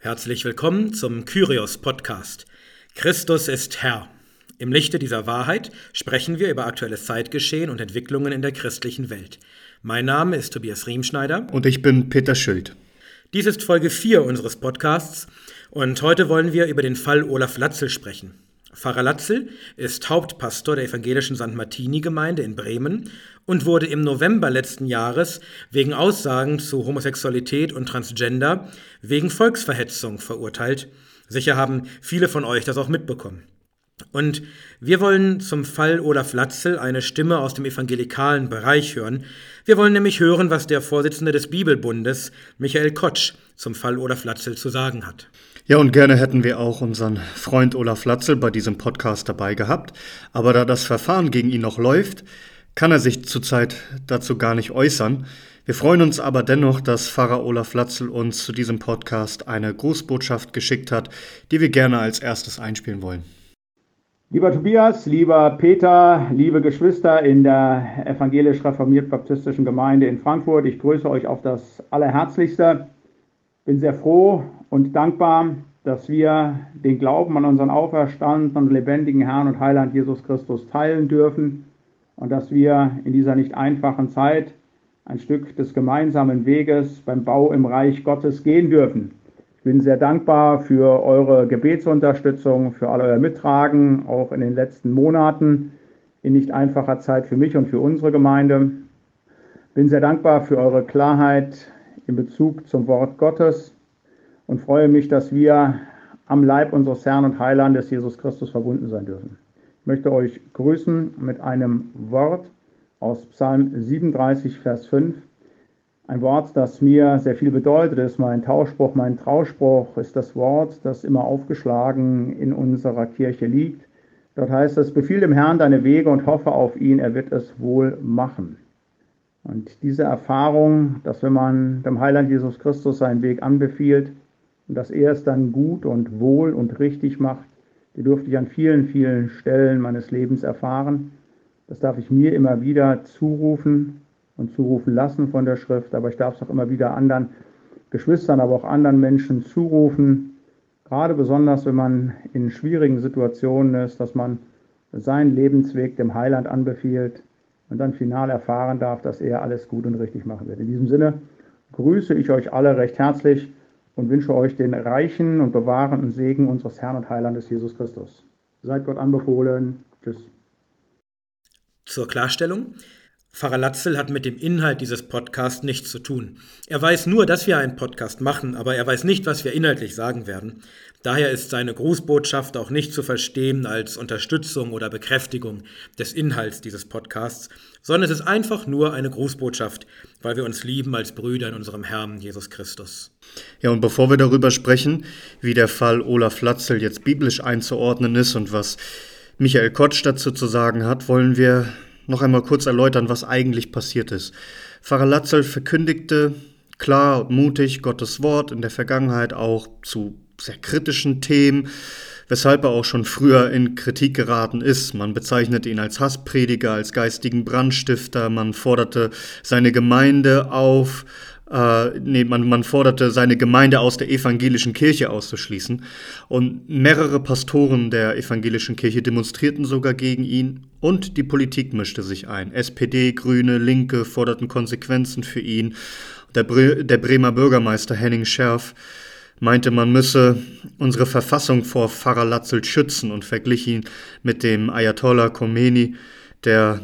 Herzlich willkommen zum Kyrios-Podcast. Christus ist Herr. Im Lichte dieser Wahrheit sprechen wir über aktuelles Zeitgeschehen und Entwicklungen in der christlichen Welt. Mein Name ist Tobias Riemschneider. Und ich bin Peter Schuld. Dies ist Folge 4 unseres Podcasts und heute wollen wir über den Fall Olaf Latzel sprechen. Pfarrer Latzel ist Hauptpastor der evangelischen St. Martini-Gemeinde in Bremen und wurde im November letzten Jahres wegen Aussagen zu Homosexualität und Transgender wegen Volksverhetzung verurteilt. Sicher haben viele von euch das auch mitbekommen. Und wir wollen zum Fall Olaf Latzel eine Stimme aus dem evangelikalen Bereich hören. Wir wollen nämlich hören, was der Vorsitzende des Bibelbundes, Michael Kotsch, zum Fall Olaf Latzel zu sagen hat. Ja, und gerne hätten wir auch unseren Freund Olaf Latzel bei diesem Podcast dabei gehabt. Aber da das Verfahren gegen ihn noch läuft, kann er sich zurzeit dazu gar nicht äußern. Wir freuen uns aber dennoch, dass Pfarrer Olaf Latzel uns zu diesem Podcast eine Grußbotschaft geschickt hat, die wir gerne als erstes einspielen wollen. Lieber Tobias, lieber Peter, liebe Geschwister in der evangelisch-reformiert-baptistischen Gemeinde in Frankfurt, ich grüße euch auf das Allerherzlichste. Bin sehr froh und dankbar, dass wir den Glauben an unseren auferstandenen und lebendigen Herrn und Heiland Jesus Christus teilen dürfen und dass wir in dieser nicht einfachen Zeit ein Stück des gemeinsamen Weges beim Bau im Reich Gottes gehen dürfen. Ich bin sehr dankbar für eure Gebetsunterstützung, für all euer Mittragen, auch in den letzten Monaten in nicht einfacher Zeit für mich und für unsere Gemeinde. Bin sehr dankbar für eure Klarheit in Bezug zum Wort Gottes und freue mich, dass wir am Leib unseres Herrn und Heilandes Jesus Christus verbunden sein dürfen. Ich möchte euch grüßen mit einem Wort aus Psalm 37, Vers 5. Ein Wort, das mir sehr viel bedeutet, ist mein Tauspruch, mein Trauspruch, ist das Wort, das immer aufgeschlagen in unserer Kirche liegt. Dort heißt es: Befiehl dem Herrn deine Wege und hoffe auf ihn, er wird es wohl machen. Und diese Erfahrung, dass wenn man dem Heiland Jesus Christus seinen Weg anbefiehlt und dass er es dann gut und wohl und richtig macht, die durfte ich an vielen, vielen Stellen meines Lebens erfahren. Das darf ich mir immer wieder zurufen und zurufen lassen von der Schrift, aber ich darf es auch immer wieder anderen Geschwistern, aber auch anderen Menschen zurufen, gerade besonders, wenn man in schwierigen Situationen ist, dass man seinen Lebensweg dem Heiland anbefiehlt und dann final erfahren darf, dass er alles gut und richtig machen wird. In diesem Sinne grüße ich euch alle recht herzlich und wünsche euch den reichen und bewahrenden Segen unseres Herrn und Heilandes Jesus Christus. Seid Gott anbefohlen. Tschüss. Zur Klarstellung: Pfarrer Latzel hat mit dem Inhalt dieses Podcasts nichts zu tun. Er weiß nur, dass wir einen Podcast machen, aber er weiß nicht, was wir inhaltlich sagen werden. Daher ist seine Grußbotschaft auch nicht zu verstehen als Unterstützung oder Bekräftigung des Inhalts dieses Podcasts, sondern es ist einfach nur eine Grußbotschaft, weil wir uns lieben als Brüder in unserem Herrn Jesus Christus. Ja, und bevor wir darüber sprechen, wie der Fall Olaf Latzel jetzt biblisch einzuordnen ist und was Michael Kotsch dazu zu sagen hat, wollen wir noch einmal kurz erläutern, was eigentlich passiert ist. Pfarrer Latzel verkündigte klar und mutig Gottes Wort in der Vergangenheit auch zu sehr kritischen Themen, weshalb er auch schon früher in Kritik geraten ist. Man bezeichnete ihn als Hassprediger, als geistigen Brandstifter, man forderte seine Gemeinde auf, man forderte seine Gemeinde aus der evangelischen Kirche auszuschließen. Und mehrere Pastoren der evangelischen Kirche demonstrierten sogar gegen ihn und die Politik mischte sich ein. SPD, Grüne, Linke forderten Konsequenzen für ihn. Der Bremer Bürgermeister Henning Scherf meinte, man müsse unsere Verfassung vor Pfarrer Latzel schützen und verglich ihn mit dem Ayatollah Khomeini, der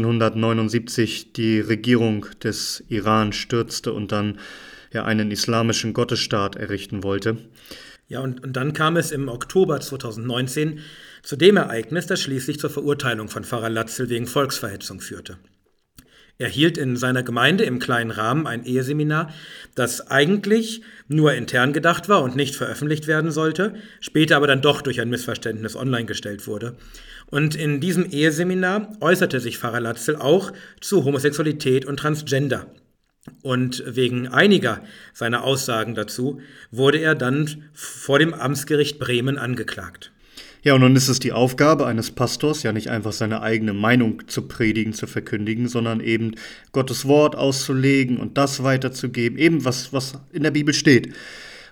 1979 die Regierung des Iran stürzte und dann einen islamischen Gottesstaat errichten wollte. Ja, und dann kam es im Oktober 2019 zu dem Ereignis, das schließlich zur Verurteilung von Pfarrer Latzel wegen Volksverhetzung führte. Er hielt in seiner Gemeinde im kleinen Rahmen ein Eheseminar, das eigentlich nur intern gedacht war und nicht veröffentlicht werden sollte, später aber dann doch durch ein Missverständnis online gestellt wurde. Und in diesem Eheseminar äußerte sich Pfarrer Latzel auch zu Homosexualität und Transgender. Und wegen einiger seiner Aussagen dazu wurde er dann vor dem Amtsgericht Bremen angeklagt. Ja, und nun ist es die Aufgabe eines Pastors, ja nicht einfach seine eigene Meinung zu predigen, zu verkündigen, sondern eben Gottes Wort auszulegen und das weiterzugeben, eben was in der Bibel steht.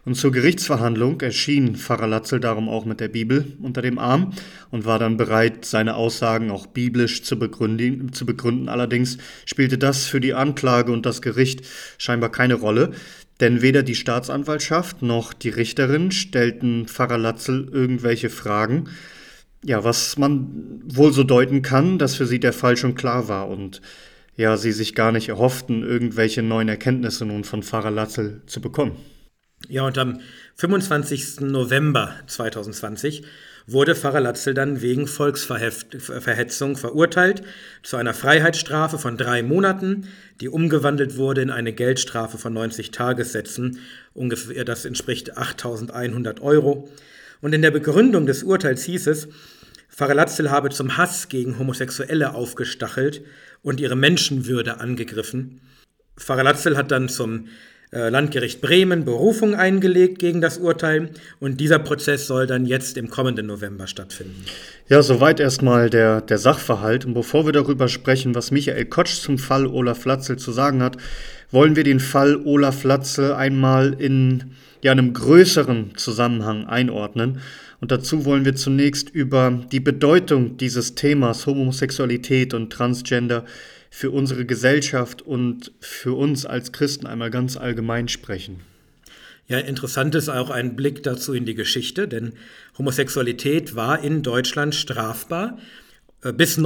Und zur Gerichtsverhandlung erschien Pfarrer Latzel darum auch mit der Bibel unter dem Arm und war dann bereit, seine Aussagen auch biblisch zu begründen. Allerdings spielte das für die Anklage und das Gericht scheinbar keine Rolle, denn weder die Staatsanwaltschaft noch die Richterin stellten Pfarrer Latzel irgendwelche Fragen. Ja, was man wohl so deuten kann, dass für sie der Fall schon klar war und ja, sie sich gar nicht erhofften, irgendwelche neuen Erkenntnisse nun von Pfarrer Latzel zu bekommen. Ja, und am 25. November 2020 wurde Pfarrer Latzel dann wegen Volksverhetzung verurteilt zu einer Freiheitsstrafe von 3 Monaten, die umgewandelt wurde in eine Geldstrafe von 90 Tagessätzen. Ungefähr, das entspricht 8.100 Euro. Und in der Begründung des Urteils hieß es, Pfarrer Latzel habe zum Hass gegen Homosexuelle aufgestachelt und ihre Menschenwürde angegriffen. Pfarrer Latzel hat dann zum Landgericht Bremen Berufung eingelegt gegen das Urteil und dieser Prozess soll dann jetzt im kommenden November stattfinden. Ja, soweit erstmal der Sachverhalt. Und bevor wir darüber sprechen, was Michael Kotsch zum Fall Olaf Latzel zu sagen hat, wollen wir den Fall Olaf Latzel einmal in einem größeren Zusammenhang einordnen. Und dazu wollen wir zunächst über die Bedeutung dieses Themas Homosexualität und Transgender für unsere Gesellschaft und für uns als Christen einmal ganz allgemein sprechen. Ja, interessant ist auch ein Blick dazu in die Geschichte, denn Homosexualität war in Deutschland strafbar bis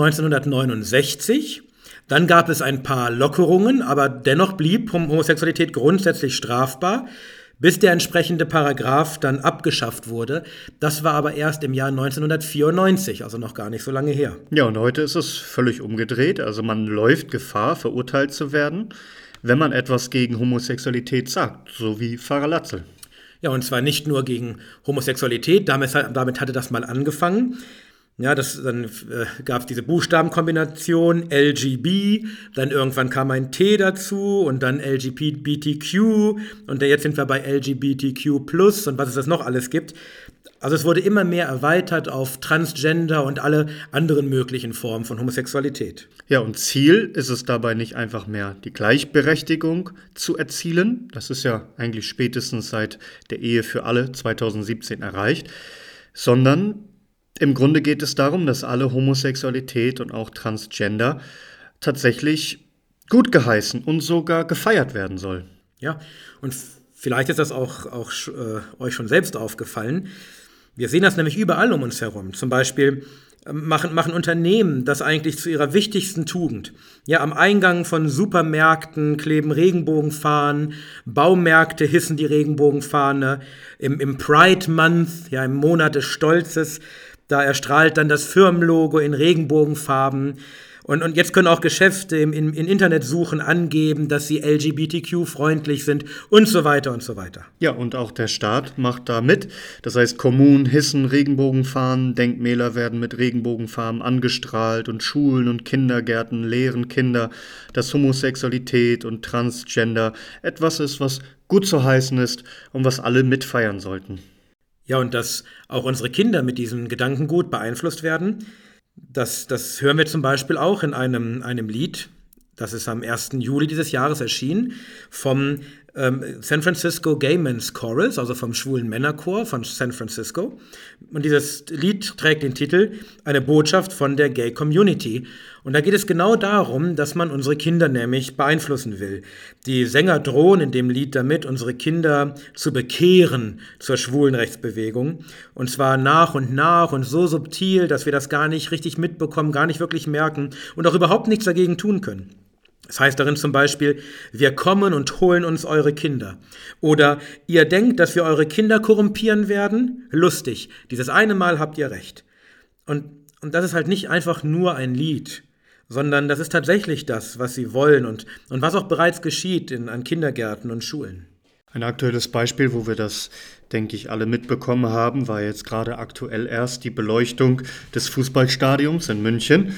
1969. Dann gab es ein paar Lockerungen, aber dennoch blieb Homosexualität grundsätzlich strafbar, bis der entsprechende Paragraph dann abgeschafft wurde. Das war aber erst im Jahr 1994, also noch gar nicht so lange her. Ja, und heute ist es völlig umgedreht. Also man läuft Gefahr, verurteilt zu werden, wenn man etwas gegen Homosexualität sagt, so wie Pfarrer Latzel. Ja, und zwar nicht nur gegen Homosexualität, damit hatte das mal angefangen. Ja, dann gab es diese Buchstabenkombination LGB, dann irgendwann kam ein T dazu und dann LGBTQ und jetzt sind wir bei LGBTQ+ und was es das noch alles gibt. Also es wurde immer mehr erweitert auf Transgender und alle anderen möglichen Formen von Homosexualität. Ja, und Ziel ist es dabei nicht einfach mehr, die Gleichberechtigung zu erzielen. Das ist ja eigentlich spätestens seit der Ehe für alle 2017 erreicht, sondern im Grunde geht es darum, dass alle Homosexualität und auch Transgender tatsächlich gut geheißen und sogar gefeiert werden soll. Ja, und vielleicht ist das auch euch schon selbst aufgefallen. Wir sehen das nämlich überall um uns herum. Zum Beispiel machen Unternehmen das eigentlich zu ihrer wichtigsten Tugend. Ja, am Eingang von Supermärkten kleben Regenbogenfahnen, Baumärkte hissen die Regenbogenfahne, im Pride Month, ja, im Monat des Stolzes, da erstrahlt dann das Firmenlogo in Regenbogenfarben. Und jetzt können auch Geschäfte in Internetsuchen angeben, dass sie LGBTQ-freundlich sind und so weiter und so weiter. Ja, und auch der Staat macht da mit. Das heißt, Kommunen hissen Regenbogenfahnen, Denkmäler werden mit Regenbogenfarben angestrahlt und Schulen und Kindergärten lehren Kinder, dass Homosexualität und Transgender etwas ist, was gut zu heißen ist und was alle mitfeiern sollten. Ja, und dass auch unsere Kinder mit diesem Gedankengut beeinflusst werden, das hören wir zum Beispiel auch in einem Lied, das ist am 1. Juli dieses Jahres erschienen, vom San Francisco Gay Men's Chorus, also vom schwulen Männerchor von San Francisco. Und dieses Lied trägt den Titel Eine Botschaft von der Gay Community. Und da geht es genau darum, dass man unsere Kinder nämlich beeinflussen will. Die Sänger drohen in dem Lied damit, unsere Kinder zu bekehren zur schwulen Rechtsbewegung. Und zwar nach und so subtil, dass wir das gar nicht richtig mitbekommen, gar nicht wirklich merken und auch überhaupt nichts dagegen tun können. Das heißt darin zum Beispiel, wir kommen und holen uns eure Kinder. Oder ihr denkt, dass wir eure Kinder korrumpieren werden? Lustig, dieses eine Mal habt ihr recht. Und das ist halt nicht einfach nur ein Lied, sondern das ist tatsächlich das, was sie wollen und was auch bereits geschieht an Kindergärten und Schulen. Ein aktuelles Beispiel, wo wir das, denke ich, alle mitbekommen haben, war jetzt gerade aktuell erst die Beleuchtung des Fußballstadions in München.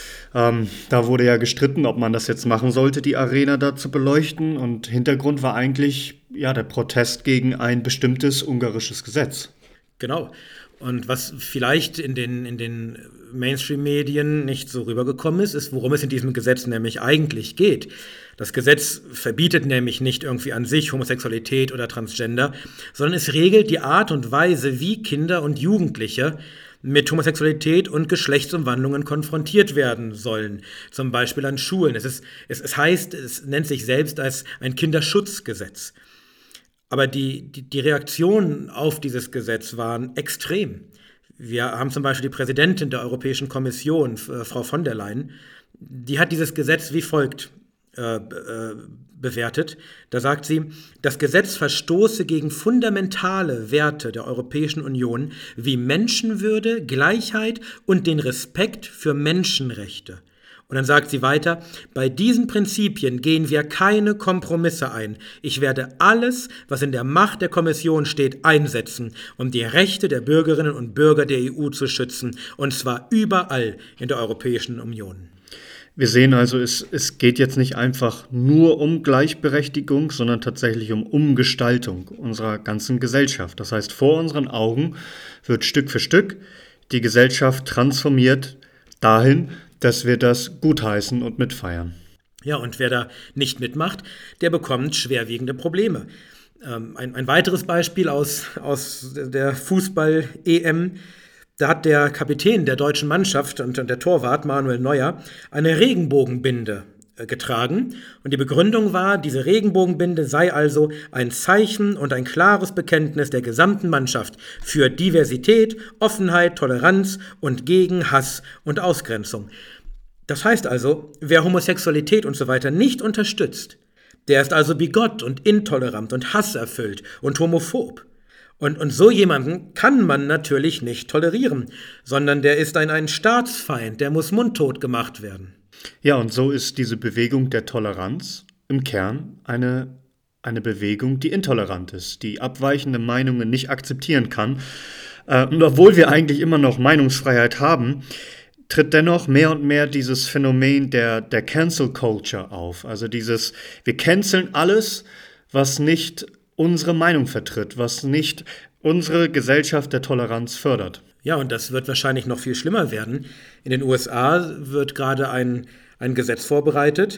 Da wurde ja gestritten, ob man das jetzt machen sollte, die Arena da zu beleuchten. Und Hintergrund war eigentlich der Protest gegen ein bestimmtes ungarisches Gesetz. Genau. Und was vielleicht in den Mainstream-Medien nicht so rübergekommen ist, worum es in diesem Gesetz nämlich eigentlich geht. Das Gesetz verbietet nämlich nicht irgendwie an sich Homosexualität oder Transgender, sondern es regelt die Art und Weise, wie Kinder und Jugendliche mit Homosexualität und Geschlechtsumwandlungen konfrontiert werden sollen, zum Beispiel an Schulen. Es nennt sich selbst als ein Kinderschutzgesetz. Aber die Reaktionen auf dieses Gesetz waren extrem. Wir haben zum Beispiel die Präsidentin der Europäischen Kommission, Frau von der Leyen, die hat dieses Gesetz wie folgt bewertet. Da sagt sie, das Gesetz verstoße gegen fundamentale Werte der Europäischen Union wie Menschenwürde, Gleichheit und den Respekt für Menschenrechte. Und dann sagt sie weiter, bei diesen Prinzipien gehen wir keine Kompromisse ein. Ich werde alles, was in der Macht der Kommission steht, einsetzen, um die Rechte der Bürgerinnen und Bürger der EU zu schützen, und zwar überall in der Europäischen Union. Wir sehen also, es geht jetzt nicht einfach nur um Gleichberechtigung, sondern tatsächlich um Umgestaltung unserer ganzen Gesellschaft. Das heißt, vor unseren Augen wird Stück für Stück die Gesellschaft transformiert dahin, dass wir das gutheißen und mitfeiern. Ja, und wer da nicht mitmacht, der bekommt schwerwiegende Probleme. Ein weiteres Beispiel aus der Fußball-EM. Da hat der Kapitän der deutschen Mannschaft und der Torwart Manuel Neuer eine Regenbogenbinde getragen. Und die Begründung war, diese Regenbogenbinde sei also ein Zeichen und ein klares Bekenntnis der gesamten Mannschaft für Diversität, Offenheit, Toleranz und gegen Hass und Ausgrenzung. Das heißt also, wer Homosexualität und so weiter nicht unterstützt, der ist also bigott und intolerant und hasserfüllt und homophob. Und so jemanden kann man natürlich nicht tolerieren, sondern der ist ein Staatsfeind, der muss mundtot gemacht werden. Ja, und so ist diese Bewegung der Toleranz im Kern eine Bewegung, die intolerant ist, die abweichende Meinungen nicht akzeptieren kann. Und obwohl wir eigentlich immer noch Meinungsfreiheit haben, tritt dennoch mehr und mehr dieses Phänomen der Cancel Culture auf. Also wir canceln alles, was nicht unsere Meinung vertritt, was nicht unsere Gesellschaft der Toleranz fördert. Ja, und das wird wahrscheinlich noch viel schlimmer werden. In den USA wird gerade ein Gesetz vorbereitet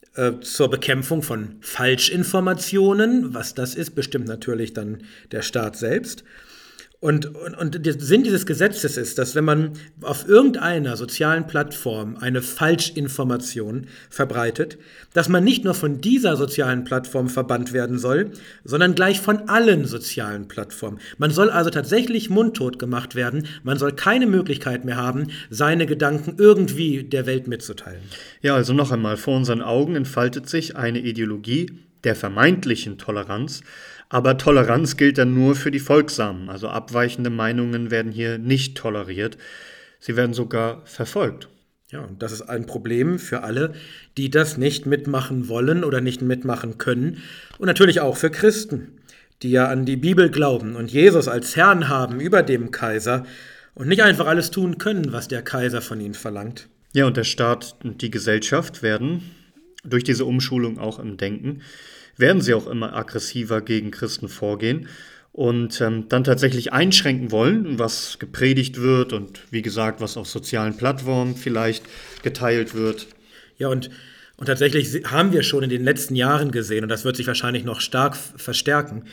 zur Bekämpfung von Falschinformationen. Was das ist, bestimmt natürlich dann der Staat selbst. Und der Sinn dieses Gesetzes ist, dass wenn man auf irgendeiner sozialen Plattform eine Falschinformation verbreitet, dass man nicht nur von dieser sozialen Plattform verbannt werden soll, sondern gleich von allen sozialen Plattformen. Man soll also tatsächlich mundtot gemacht werden, man soll keine Möglichkeit mehr haben, seine Gedanken irgendwie der Welt mitzuteilen. Ja, also noch einmal, vor unseren Augen entfaltet sich eine Ideologie der vermeintlichen Toleranz, aber Toleranz gilt dann nur für die Folgsamen, also abweichende Meinungen werden hier nicht toleriert, sie werden sogar verfolgt. Ja, und das ist ein Problem für alle, die das nicht mitmachen wollen oder nicht mitmachen können und natürlich auch für Christen, die ja an die Bibel glauben und Jesus als Herrn haben über dem Kaiser und nicht einfach alles tun können, was der Kaiser von ihnen verlangt. Ja, und der Staat und die Gesellschaft werden durch diese Umschulung auch im Denken, werden sie auch immer aggressiver gegen Christen vorgehen und dann tatsächlich einschränken wollen, was gepredigt wird und wie gesagt, was auf sozialen Plattformen vielleicht geteilt wird. Ja, und tatsächlich haben wir schon in den letzten Jahren gesehen, und das wird sich wahrscheinlich noch stark verstärken,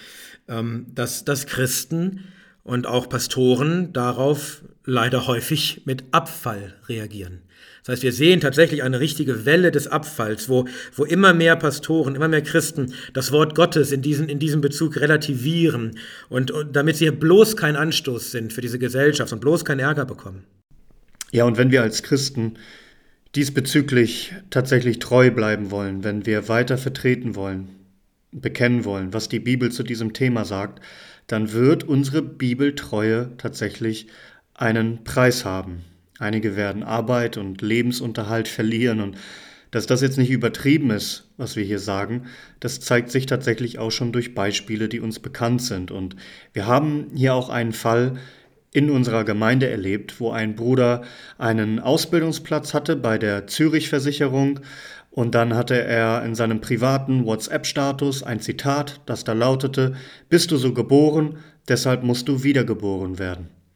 dass Christen und auch Pastoren darauf leider häufig mit Abfall reagieren. Das heißt, wir sehen tatsächlich eine richtige Welle des Abfalls, wo immer mehr Pastoren, immer mehr Christen das Wort Gottes in diesem Bezug relativieren und damit sie bloß kein Anstoß sind für diese Gesellschaft und bloß keinen Ärger bekommen. Ja, und wenn wir als Christen diesbezüglich tatsächlich treu bleiben wollen, wenn wir weiter vertreten wollen, bekennen wollen, was die Bibel zu diesem Thema sagt, dann wird unsere Bibeltreue tatsächlich einen Preis haben. Einige werden Arbeit und Lebensunterhalt verlieren und dass das jetzt nicht übertrieben ist, was wir hier sagen, das zeigt sich tatsächlich auch schon durch Beispiele, die uns bekannt sind. Und wir haben hier auch einen Fall in unserer Gemeinde erlebt, wo ein Bruder einen Ausbildungsplatz hatte bei der Zürich-Versicherung und dann hatte er in seinem privaten WhatsApp-Status ein Zitat, das da lautete: Bist du so geboren, deshalb musst du wiedergeboren werden.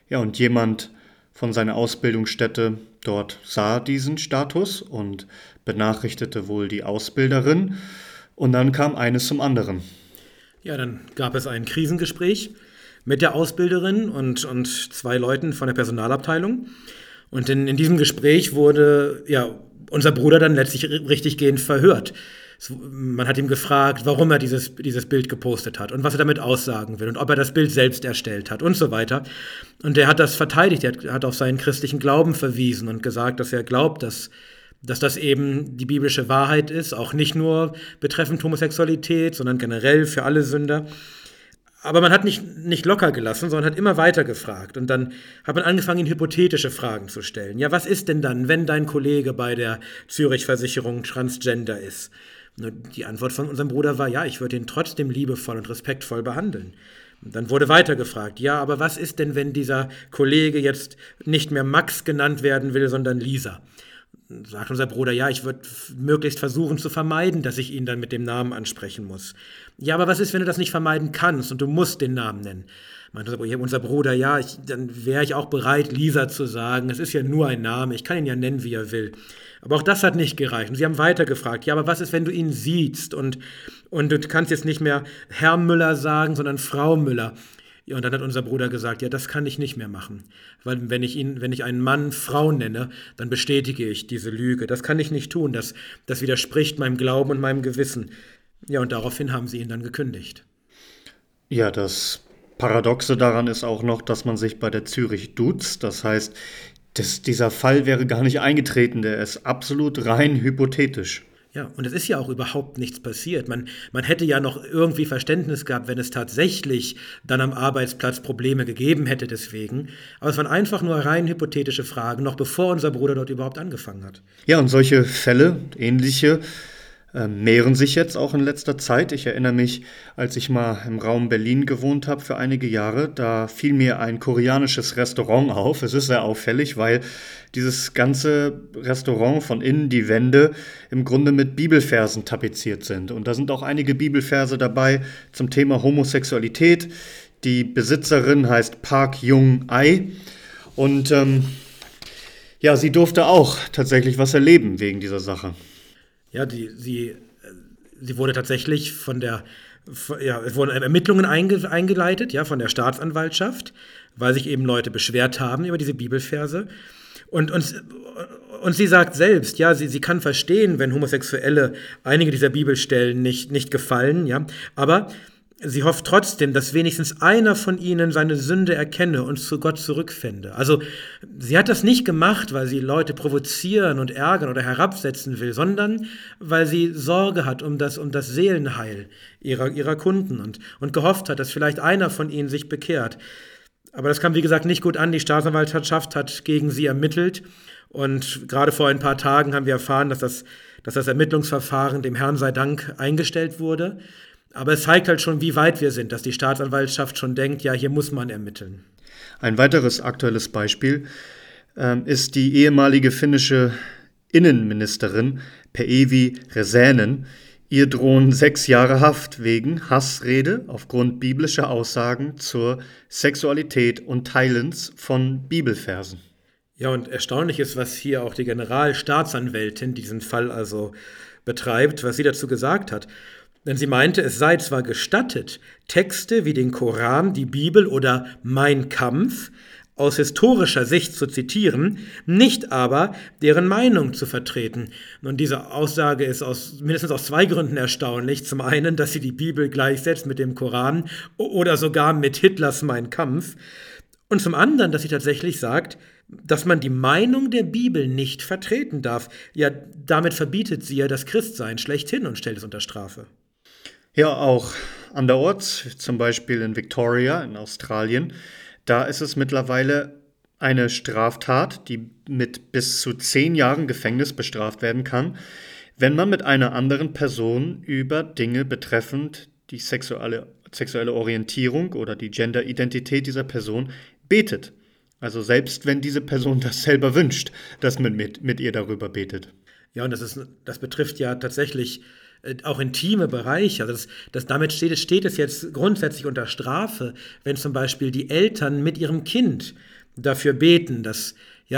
Ja, und jemand von seiner Ausbildungsstätte dort sah diesen Status und benachrichtigte wohl die Ausbilderin. Und dann kam eines zum anderen. Ja, dann gab es ein Krisengespräch mit der Ausbilderin und 2 Leuten von der Personalabteilung. Und in diesem Gespräch wurde unser Bruder dann letztlich richtiggehend verhört. Man hat ihm gefragt, warum er dieses Bild gepostet hat und was er damit aussagen will und ob er das Bild selbst erstellt hat und so weiter. Und er hat das verteidigt, er hat auf seinen christlichen Glauben verwiesen und gesagt, dass er glaubt, dass das eben die biblische Wahrheit ist, auch nicht nur betreffend Homosexualität, sondern generell für alle Sünder. Aber man hat nicht locker gelassen, sondern hat immer weiter gefragt. Und dann hat man angefangen, ihn hypothetische Fragen zu stellen. Ja, was ist denn dann, wenn dein Kollege bei der Zürich-Versicherung Transgender ist? Und die Antwort von unserem Bruder war, ja, ich würde ihn trotzdem liebevoll und respektvoll behandeln. Und dann wurde weiter gefragt, ja, aber was ist denn, wenn dieser Kollege jetzt nicht mehr Max genannt werden will, sondern Lisa? Sagt unser Bruder, ja, ich würde möglichst versuchen zu vermeiden, dass ich ihn dann mit dem Namen ansprechen muss. Ja, aber was ist, wenn du das nicht vermeiden kannst und du musst den Namen nennen? Meint unser Bruder, ja, dann wäre ich auch bereit, Lisa zu sagen. Es ist ja nur ein Name, ich kann ihn ja nennen, wie er will. Aber auch das hat nicht gereicht. Und sie haben weiter gefragt, ja, aber was ist, wenn du ihn siehst und du kannst jetzt nicht mehr Herr Müller sagen, sondern Frau Müller? Ja, und dann hat unser Bruder gesagt, ja, das kann ich nicht mehr machen. Weil wenn ich einen Mann Frau nenne, dann bestätige ich diese Lüge. Das kann ich nicht tun. Das widerspricht meinem Glauben und meinem Gewissen. Ja, und daraufhin haben sie ihn dann gekündigt. Ja, das Paradoxe daran ist auch noch, dass man sich bei der Zürich duzt. Das heißt, dieser Fall wäre gar nicht eingetreten. Der ist absolut rein hypothetisch. Ja, und es ist ja auch überhaupt nichts passiert. Man hätte ja noch irgendwie Verständnis gehabt, wenn es tatsächlich dann am Arbeitsplatz Probleme gegeben hätte deswegen. Aber es waren einfach nur rein hypothetische Fragen, noch bevor unser Bruder dort überhaupt angefangen hat. Ja, und solche Fälle, ähnliche, mehren sich jetzt auch in letzter Zeit. Ich erinnere mich, als ich mal im Raum Berlin gewohnt habe für einige Jahre, da fiel mir ein koreanisches Restaurant auf. Es ist sehr auffällig, weil dieses ganze Restaurant von innen, die Wände, im Grunde mit Bibelversen tapeziert sind. Und da sind auch einige Bibelverse dabei zum Thema Homosexualität. Die Besitzerin heißt Park Jung-ai und sie durfte auch tatsächlich was erleben wegen dieser Sache. Ja, sie wurde tatsächlich es wurden Ermittlungen eingeleitet, ja, von der Staatsanwaltschaft, weil sich eben Leute beschwert haben über diese Bibelverse. Und sie sagt selbst, ja, sie kann verstehen, wenn Homosexuelle einige dieser Bibelstellen nicht gefallen, ja, aber sie hofft trotzdem, dass wenigstens einer von ihnen seine Sünde erkenne und zu Gott zurückfände. Also sie hat das nicht gemacht, weil sie Leute provozieren und ärgern oder herabsetzen will, sondern weil sie Sorge hat um das Seelenheil ihrer Kunden und gehofft hat, dass vielleicht einer von ihnen sich bekehrt. Aber das kam, wie gesagt, nicht gut an. Die Staatsanwaltschaft hat gegen sie ermittelt. Und gerade vor ein paar Tagen haben wir erfahren, dass das Ermittlungsverfahren, dem Herrn sei Dank, eingestellt wurde. Aber es zeigt halt schon, wie weit wir sind, dass die Staatsanwaltschaft schon denkt, ja, hier muss man ermitteln. Ein weiteres aktuelles Beispiel ist die ehemalige finnische Innenministerin Päivi Räsänen. Ihr drohen 6 Jahre Haft wegen Hassrede aufgrund biblischer Aussagen zur Sexualität und Teilens von Bibelversen. Ja, und erstaunlich ist, was hier auch die Generalstaatsanwältin diesen Fall also betreibt, was sie dazu gesagt hat. Denn sie meinte, es sei zwar gestattet, Texte wie den Koran, die Bibel oder Mein Kampf aus historischer Sicht zu zitieren, nicht aber deren Meinung zu vertreten. Und diese Aussage ist mindestens aus 2 Gründen erstaunlich. Zum einen, dass sie die Bibel gleichsetzt mit dem Koran oder sogar mit Hitlers Mein Kampf. Und zum anderen, dass sie tatsächlich sagt, dass man die Meinung der Bibel nicht vertreten darf. Ja, damit verbietet sie ja das Christsein schlechthin und stellt es unter Strafe. Ja, auch anderorts, zum Beispiel in Victoria in Australien, da ist es mittlerweile eine Straftat, die mit bis zu 10 Jahren Gefängnis bestraft werden kann, wenn man mit einer anderen Person über Dinge betreffend die sexuelle Orientierung oder die Genderidentität dieser Person betet. Also selbst wenn diese Person das selber wünscht, dass man mit ihr darüber betet. Ja, und das betrifft ja tatsächlich auch intime Bereiche. Also damit steht es jetzt grundsätzlich unter Strafe, wenn zum Beispiel die Eltern mit ihrem Kind dafür beten, dass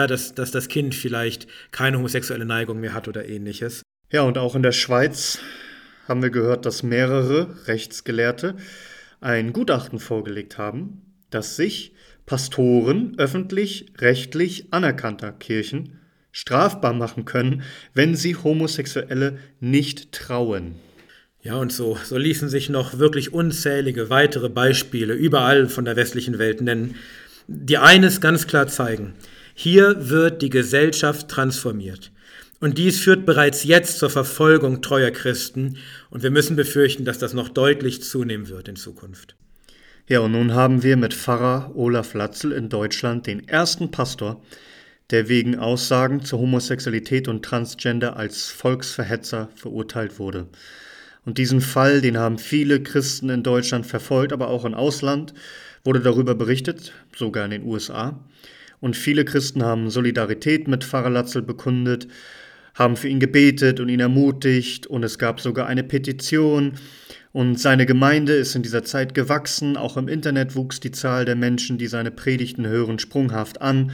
das Kind vielleicht keine homosexuelle Neigung mehr hat oder ähnliches. Ja, und auch in der Schweiz haben wir gehört, dass mehrere Rechtsgelehrte ein Gutachten vorgelegt haben, dass sich Pastoren öffentlich-rechtlich anerkannter Kirchen strafbar machen können, wenn sie Homosexuelle nicht trauen. Ja, und so ließen sich noch wirklich unzählige weitere Beispiele überall von der westlichen Welt nennen, die eines ganz klar zeigen: Hier wird die Gesellschaft transformiert. Und dies führt bereits jetzt zur Verfolgung treuer Christen, und wir müssen befürchten, dass das noch deutlich zunehmen wird in Zukunft. Ja, und nun haben wir mit Pfarrer Olaf Latzel in Deutschland den ersten Pastor, der wegen Aussagen zur Homosexualität und Transgender als Volksverhetzer verurteilt wurde. Und diesen Fall, den haben viele Christen in Deutschland verfolgt, aber auch im Ausland wurde darüber berichtet, sogar in den USA. Und viele Christen haben Solidarität mit Pfarrer Latzel bekundet, haben für ihn gebetet und ihn ermutigt, und es gab sogar eine Petition. Und seine Gemeinde ist in dieser Zeit gewachsen, auch im Internet wuchs die Zahl der Menschen, die seine Predigten hören, sprunghaft an.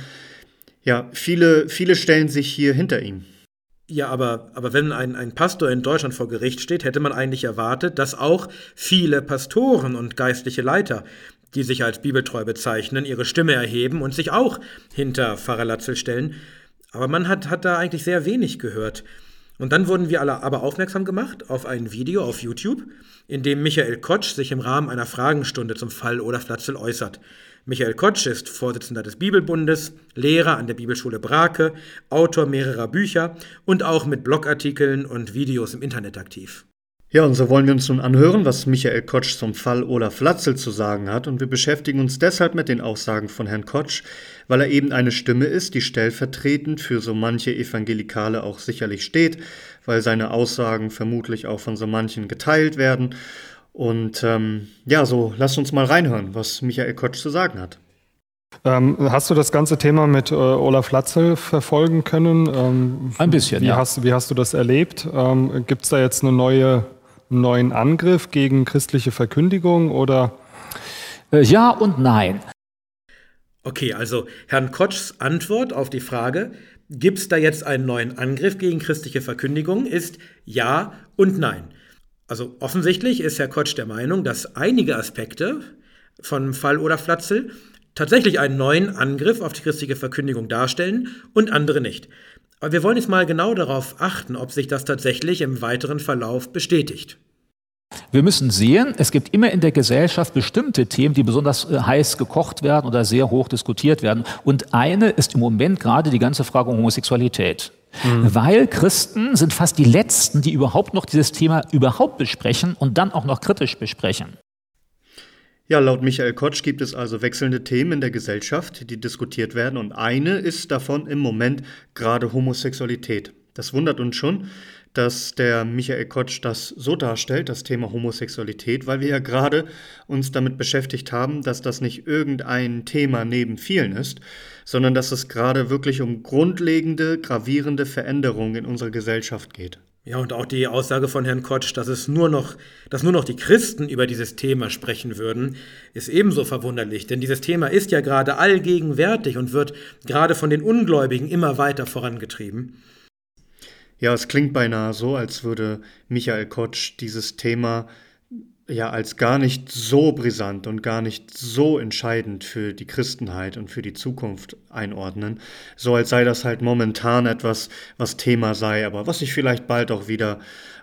Ja, viele stellen sich hier hinter ihm. Ja, aber wenn ein Pastor in Deutschland vor Gericht steht, hätte man eigentlich erwartet, dass auch viele Pastoren und geistliche Leiter, die sich als bibeltreu bezeichnen, ihre Stimme erheben und sich auch hinter Pfarrer Latzel stellen. Aber man hat da eigentlich sehr wenig gehört. Und dann wurden wir alle aber aufmerksam gemacht auf ein Video auf YouTube, in dem Michael Kotsch sich im Rahmen einer Fragenstunde zum Fall Olaf Latzel äußert. Michael Kotsch ist Vorsitzender des Bibelbundes, Lehrer an der Bibelschule Brake, Autor mehrerer Bücher und auch mit Blogartikeln und Videos im Internet aktiv. Ja, und so wollen wir uns nun anhören, was Michael Kotsch zum Fall Olaf Latzel zu sagen hat. Und wir beschäftigen uns deshalb mit den Aussagen von Herrn Kotsch, weil er eben eine Stimme ist, die stellvertretend für so manche Evangelikale auch sicherlich steht, weil seine Aussagen vermutlich auch von so manchen geteilt werden. Und so lasst uns mal reinhören, was Michael Kotsch zu sagen hat. Hast du das ganze Thema mit Olaf Latzel verfolgen können? Ein bisschen, wie hast du das erlebt? Gibt es da jetzt einen neuen Angriff gegen christliche Verkündigung oder? Ja und nein. Okay, also Herrn Kotschs Antwort auf die Frage, gibt es da jetzt einen neuen Angriff gegen christliche Verkündigung, ist ja und nein. Also offensichtlich ist Herr Kotsch der Meinung, dass einige Aspekte vom Fall Olaf Latzel tatsächlich einen neuen Angriff auf die christliche Verkündigung darstellen und andere nicht. Aber wir wollen jetzt mal genau darauf achten, ob sich das tatsächlich im weiteren Verlauf bestätigt. Wir müssen sehen, es gibt immer in der Gesellschaft bestimmte Themen, die besonders heiß gekocht werden oder sehr hoch diskutiert werden. Und eine ist im Moment gerade die ganze Frage um Homosexualität. Weil Christen sind fast die Letzten, die überhaupt noch dieses Thema überhaupt besprechen und dann auch noch kritisch besprechen. Ja, laut Michael Kotsch gibt es also wechselnde Themen in der Gesellschaft, die diskutiert werden, und eine ist davon im Moment gerade Homosexualität. Das wundert uns schon, dass der Michael Kotsch das so darstellt, das Thema Homosexualität, weil wir ja gerade uns damit beschäftigt haben, dass das nicht irgendein Thema neben vielen ist, sondern dass es gerade wirklich um grundlegende, gravierende Veränderungen in unserer Gesellschaft geht. Ja, und auch die Aussage von Herrn Kotsch, dass nur noch die Christen über dieses Thema sprechen würden, ist ebenso verwunderlich. Denn dieses Thema ist ja gerade allgegenwärtig und wird gerade von den Ungläubigen immer weiter vorangetrieben. Ja, es klingt beinahe so, als würde Michael Kotsch dieses Thema ja als gar nicht so brisant und gar nicht so entscheidend für die Christenheit und für die Zukunft einordnen. So als sei das halt momentan etwas, was Thema sei, aber was sich vielleicht bald auch wieder,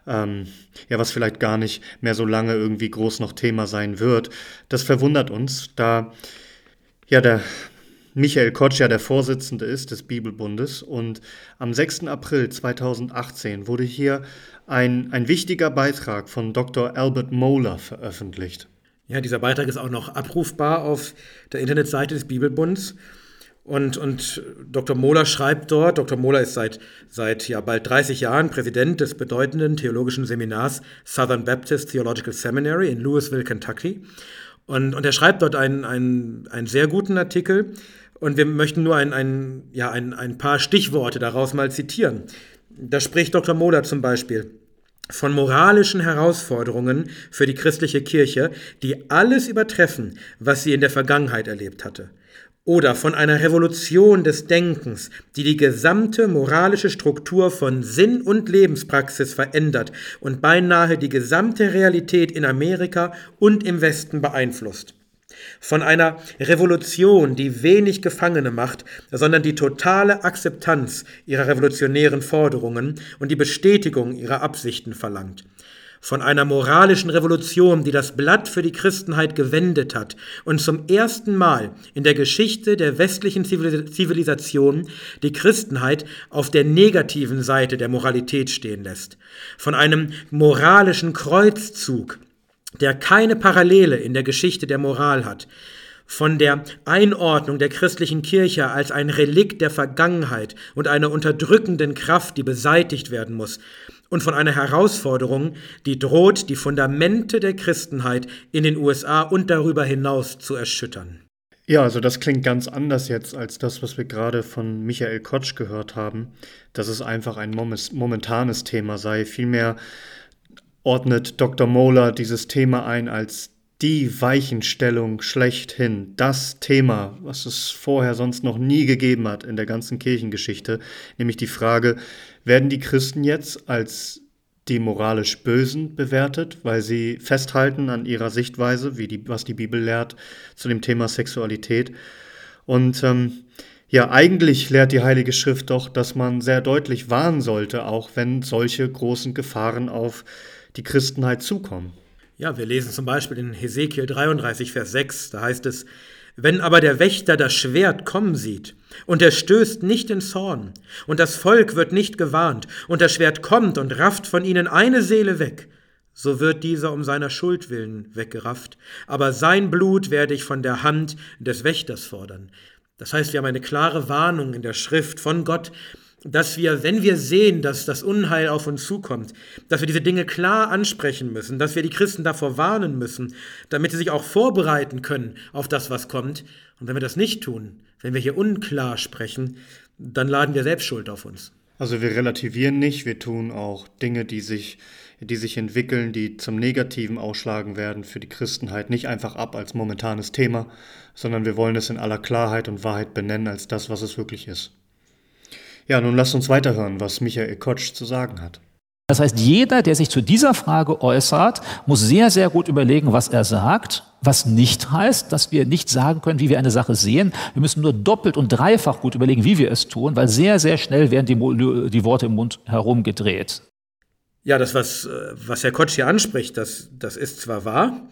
was vielleicht gar nicht mehr so lange irgendwie groß noch Thema sein wird. Das verwundert uns, da der Michael Kotsch ja der Vorsitzende ist des Bibelbundes, und am 6. April 2018 wurde hier ein wichtiger Beitrag von Dr. Albert Mohler veröffentlicht. Ja, dieser Beitrag ist auch noch abrufbar auf der Internetseite des Bibelbunds. Und Dr. Mohler schreibt dort, Dr. Mohler ist seit bald 30 Jahren Präsident des bedeutenden theologischen Seminars Southern Baptist Theological Seminary in Louisville, Kentucky. Und er schreibt dort einen sehr guten Artikel, und wir möchten nur ein paar Stichworte daraus mal zitieren. Da spricht Dr. Mohler zum Beispiel von moralischen Herausforderungen für die christliche Kirche, die alles übertreffen, was sie in der Vergangenheit erlebt hatte. oder von einer Revolution des Denkens, die die gesamte moralische Struktur von Sinn und Lebenspraxis verändert und beinahe die gesamte Realität in Amerika und im Westen beeinflusst. Von einer Revolution, die wenig Gefangene macht, sondern die totale Akzeptanz ihrer revolutionären Forderungen und die Bestätigung ihrer Absichten verlangt. Von einer moralischen Revolution, die das Blatt für die Christenheit gewendet hat und zum ersten Mal in der Geschichte der westlichen Zivilisation die Christenheit auf der negativen Seite der Moralität stehen lässt. Von einem moralischen Kreuzzug, der keine Parallele in der Geschichte der Moral hat. Von der Einordnung der christlichen Kirche als ein Relikt der Vergangenheit und einer unterdrückenden Kraft, die beseitigt werden muss. Und von einer Herausforderung, die droht, die Fundamente der Christenheit in den USA und darüber hinaus zu erschüttern. Ja, also das klingt ganz anders jetzt als das, was wir gerade von Michael Kotsch gehört haben, dass es einfach ein momentanes Thema sei. Vielmehr ordnet Dr. Mohler dieses Thema ein als die Weichenstellung schlechthin, das Thema, was es vorher sonst noch nie gegeben hat in der ganzen Kirchengeschichte, nämlich die Frage, werden die Christen jetzt als die moralisch Bösen bewertet, weil sie festhalten an ihrer Sichtweise, was die Bibel lehrt zu dem Thema Sexualität. Und eigentlich lehrt die Heilige Schrift doch, dass man sehr deutlich warnen sollte, auch wenn solche großen Gefahren auf die Christenheit zukommen. Ja, wir lesen zum Beispiel in Hesekiel 33, Vers 6, da heißt es, wenn aber der Wächter das Schwert kommen sieht, und er stößt nicht in Zorn, und das Volk wird nicht gewarnt, und das Schwert kommt und rafft von ihnen eine Seele weg, so wird dieser um seiner Schuld willen weggerafft, aber sein Blut werde ich von der Hand des Wächters fordern. Das heißt, wir haben eine klare Warnung in der Schrift von Gott, dass wir, wenn wir sehen, dass das Unheil auf uns zukommt, dass wir diese Dinge klar ansprechen müssen, dass wir die Christen davor warnen müssen, damit sie sich auch vorbereiten können auf das, was kommt. Und wenn wir das nicht tun, wenn wir hier unklar sprechen, dann laden wir selbst Schuld auf uns. Also wir relativieren nicht, wir tun auch Dinge, die sich entwickeln, die zum Negativen ausschlagen werden für die Christenheit, nicht einfach ab als momentanes Thema, sondern wir wollen es in aller Klarheit und Wahrheit benennen als das, was es wirklich ist. Ja, nun lasst uns weiterhören, was Michael Kotsch zu sagen hat. Das heißt, jeder, der sich zu dieser Frage äußert, muss sehr, sehr gut überlegen, was er sagt, was nicht heißt, dass wir nicht sagen können, wie wir eine Sache sehen. Wir müssen nur doppelt und dreifach gut überlegen, wie wir es tun, weil sehr, sehr schnell werden die Worte im Mund herumgedreht. Ja, das, was Herr Kotsch hier anspricht, das ist zwar wahr,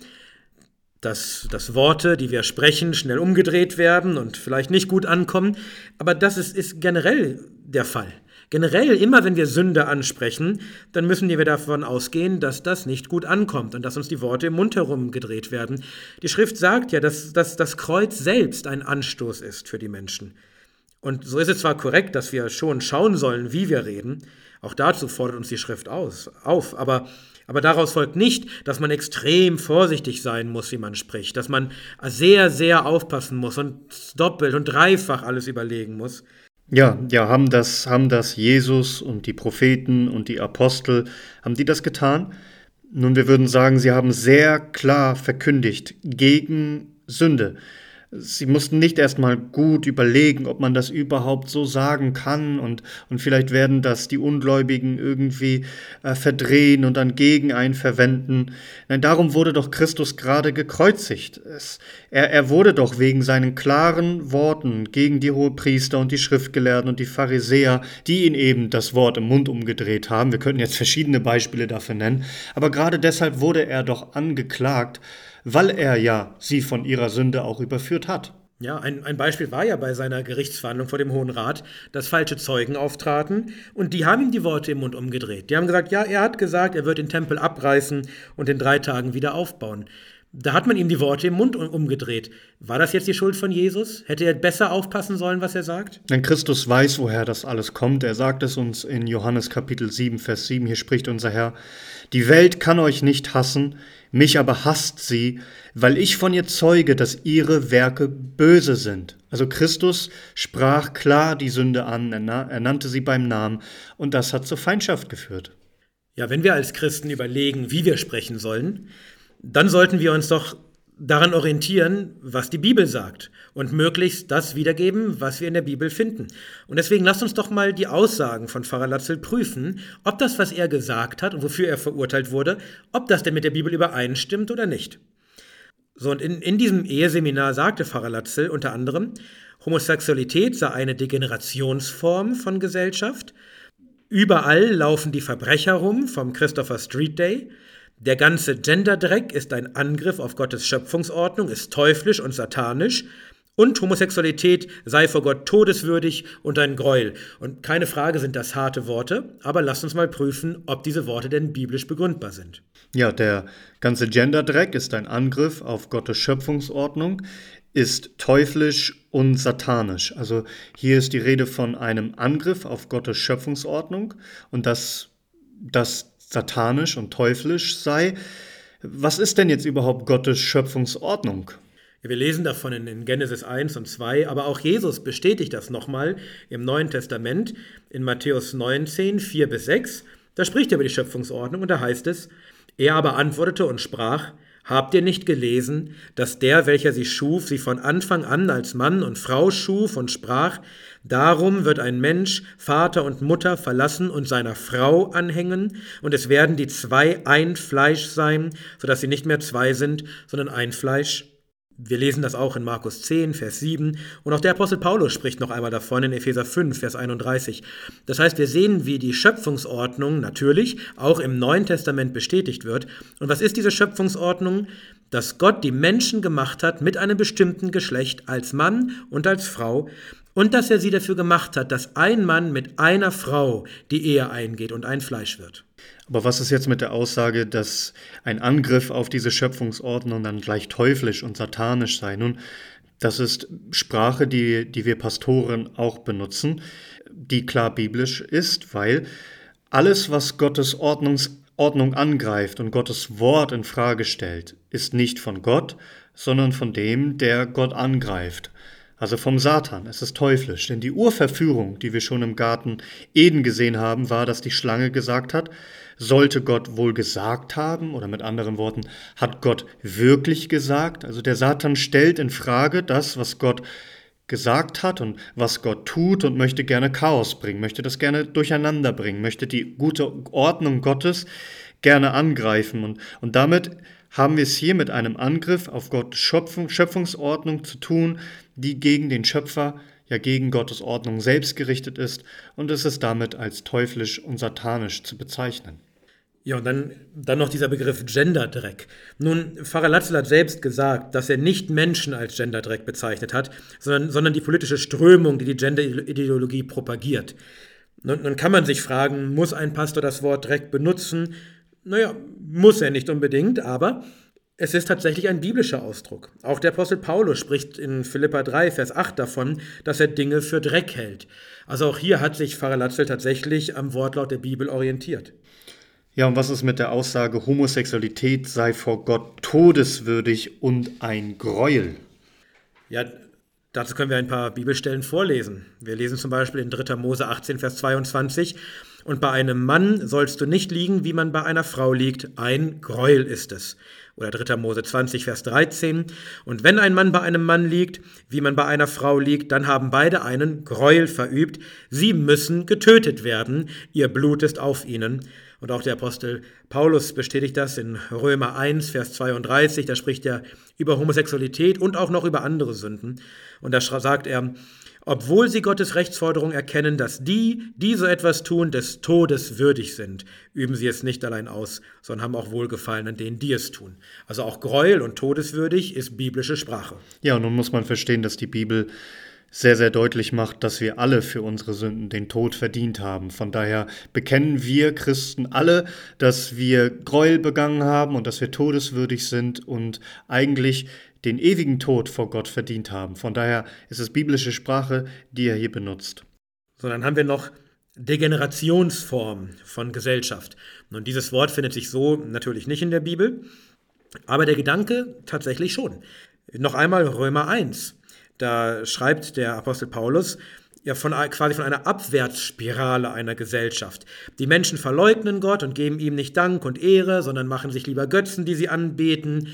dass Worte, die wir sprechen, schnell umgedreht werden und vielleicht nicht gut ankommen, aber das ist generell der Fall. Generell, immer wenn wir Sünde ansprechen, dann müssen wir davon ausgehen, dass das nicht gut ankommt und dass uns die Worte im Mund herumgedreht werden. Die Schrift sagt ja, dass das Kreuz selbst ein Anstoß ist für die Menschen. Und so ist es zwar korrekt, dass wir schon schauen sollen, wie wir reden, auch dazu fordert uns die Schrift auf, aber daraus folgt nicht, dass man extrem vorsichtig sein muss, wie man spricht, dass man sehr, sehr aufpassen muss und doppelt und dreifach alles überlegen muss. Ja, haben das Jesus und die Propheten und die Apostel, haben die das getan? Nun, wir würden sagen, sie haben sehr klar verkündigt gegen Sünde. Sie mussten nicht erstmal gut überlegen, ob man das überhaupt so sagen kann und vielleicht werden das die Ungläubigen irgendwie verdrehen und dann gegen einen verwenden. Nein, darum wurde doch Christus gerade gekreuzigt. Er wurde doch wegen seinen klaren Worten gegen die Hohepriester und die Schriftgelehrten und die Pharisäer, die ihn eben das Wort im Mund umgedreht haben. Wir könnten jetzt verschiedene Beispiele dafür nennen, aber gerade deshalb wurde er doch angeklagt, weil er ja sie von ihrer Sünde auch überführt hat. Ja, ein Beispiel war ja bei seiner Gerichtsverhandlung vor dem Hohen Rat, dass falsche Zeugen auftraten und die haben ihm die Worte im Mund umgedreht. Die haben gesagt, ja, er hat gesagt, er wird den Tempel abreißen und in 3 Tagen wieder aufbauen. Da hat man ihm die Worte im Mund umgedreht. War das jetzt die Schuld von Jesus? Hätte er besser aufpassen sollen, was er sagt? Denn Christus weiß, woher das alles kommt. Er sagt es uns in Johannes Kapitel 7, Vers 7. Hier spricht unser Herr: Die Welt kann euch nicht hassen, mich aber hasst sie, weil ich von ihr zeuge, dass ihre Werke böse sind. Also Christus sprach klar die Sünde an, er nannte sie beim Namen und das hat zur Feindschaft geführt. Ja, wenn wir als Christen überlegen, wie wir sprechen sollen, dann sollten wir uns doch daran orientieren, was die Bibel sagt und möglichst das wiedergeben, was wir in der Bibel finden. Und deswegen lasst uns doch mal die Aussagen von Pfarrer Latzel prüfen, ob das, was er gesagt hat und wofür er verurteilt wurde, ob das denn mit der Bibel übereinstimmt oder nicht. So, und in diesem Eheseminar sagte Pfarrer Latzel unter anderem, Homosexualität sei eine Degenerationsform von Gesellschaft. Überall laufen die Verbrecher rum vom Christopher Street Day. Der ganze Genderdreck ist ein Angriff auf Gottes Schöpfungsordnung, ist teuflisch und satanisch. Und Homosexualität sei vor Gott todeswürdig und ein Gräuel. Und keine Frage, sind das harte Worte, aber lasst uns mal prüfen, ob diese Worte denn biblisch begründbar sind. Ja, der ganze Genderdreck ist ein Angriff auf Gottes Schöpfungsordnung, ist teuflisch und satanisch. Also hier ist die Rede von einem Angriff auf Gottes Schöpfungsordnung und dass das satanisch und teuflisch sei. Was ist denn jetzt überhaupt Gottes Schöpfungsordnung? Wir lesen davon in Genesis 1 und 2, aber auch Jesus bestätigt das nochmal im Neuen Testament in Matthäus 19, 4-6. Da spricht er über die Schöpfungsordnung und da heißt es, er aber antwortete und sprach, habt ihr nicht gelesen, dass der, welcher sie schuf, sie von Anfang an als Mann und Frau schuf und sprach, darum wird ein Mensch Vater und Mutter verlassen und seiner Frau anhängen, und es werden die zwei ein Fleisch sein, sodass sie nicht mehr zwei sind, sondern ein Fleisch. Wir lesen das auch in Markus 10, Vers 7 und auch der Apostel Paulus spricht noch einmal davon in Epheser 5, Vers 31. Das heißt, wir sehen, wie die Schöpfungsordnung natürlich auch im Neuen Testament bestätigt wird. Und was ist diese Schöpfungsordnung? Dass Gott die Menschen gemacht hat mit einem bestimmten Geschlecht als Mann und als Frau und dass er sie dafür gemacht hat, dass ein Mann mit einer Frau die Ehe eingeht und ein Fleisch wird. Aber was ist jetzt mit der Aussage, dass ein Angriff auf diese Schöpfungsordnung dann gleich teuflisch und satanisch sei? Nun, das ist Sprache, die wir Pastoren auch benutzen, die klar biblisch ist, weil alles, was Gottes Ordnung angreift und Gottes Wort in Frage stellt, ist nicht von Gott, sondern von dem, der Gott angreift. Also vom Satan, es ist teuflisch. Denn die Urverführung, die wir schon im Garten Eden gesehen haben, war, dass die Schlange gesagt hat, sollte Gott wohl gesagt haben? Oder mit anderen Worten, hat Gott wirklich gesagt? Also der Satan stellt in Frage das, was Gott gesagt hat und was Gott tut und möchte gerne Chaos bringen, möchte das gerne durcheinander bringen, möchte die gute Ordnung Gottes gerne angreifen. Und damit haben wir es hier mit einem Angriff auf Gottes Schöpfungsordnung zu tun, die gegen den Schöpfer, ja gegen Gottes Ordnung selbst gerichtet ist, und es ist damit als teuflisch und satanisch zu bezeichnen. Ja, und dann noch dieser Begriff Genderdreck. Nun, Pfarrer Latzel hat selbst gesagt, dass er nicht Menschen als Genderdreck bezeichnet hat, sondern die politische Strömung, die die Genderideologie propagiert. Nun kann man sich fragen, muss ein Pastor das Wort Dreck benutzen? Naja, muss er nicht unbedingt, aber es ist tatsächlich ein biblischer Ausdruck. Auch der Apostel Paulus spricht in Philipper 3, Vers 8 davon, dass er Dinge für Dreck hält. Also auch hier hat sich Pfarrer Latzel tatsächlich am Wortlaut der Bibel orientiert. Ja, und was ist mit der Aussage, Homosexualität sei vor Gott todeswürdig und ein Gräuel? Ja, dazu können wir ein paar Bibelstellen vorlesen. Wir lesen zum Beispiel in 3. Mose 18, Vers 22, und bei einem Mann sollst du nicht liegen, wie man bei einer Frau liegt, ein Gräuel ist es. Oder 3. Mose 20, Vers 13, und wenn ein Mann bei einem Mann liegt, wie man bei einer Frau liegt, dann haben beide einen Gräuel verübt. Sie müssen getötet werden, ihr Blut ist auf ihnen. Und auch der Apostel Paulus bestätigt das in Römer 1, Vers 32, da spricht er über Homosexualität und auch noch über andere Sünden. Und da sagt er, obwohl sie Gottes Rechtsforderung erkennen, dass die so etwas tun, des Todes würdig sind, üben sie es nicht allein aus, sondern haben auch Wohlgefallen an denen, die es tun. Also auch Gräuel und todeswürdig ist biblische Sprache. Ja, und nun muss man verstehen, dass die Bibel sehr, sehr deutlich macht, dass wir alle für unsere Sünden den Tod verdient haben. Von daher bekennen wir Christen alle, dass wir Gräuel begangen haben und dass wir todeswürdig sind und eigentlich den ewigen Tod vor Gott verdient haben. Von daher ist es biblische Sprache, die er hier benutzt. So, dann haben wir noch Degenerationsform von Gesellschaft. Und dieses Wort findet sich so natürlich nicht in der Bibel, aber der Gedanke tatsächlich schon. Noch einmal Römer 1. Da schreibt der Apostel Paulus ja quasi von einer Abwärtsspirale einer Gesellschaft. Die Menschen verleugnen Gott und geben ihm nicht Dank und Ehre, sondern machen sich lieber Götzen, die sie anbeten.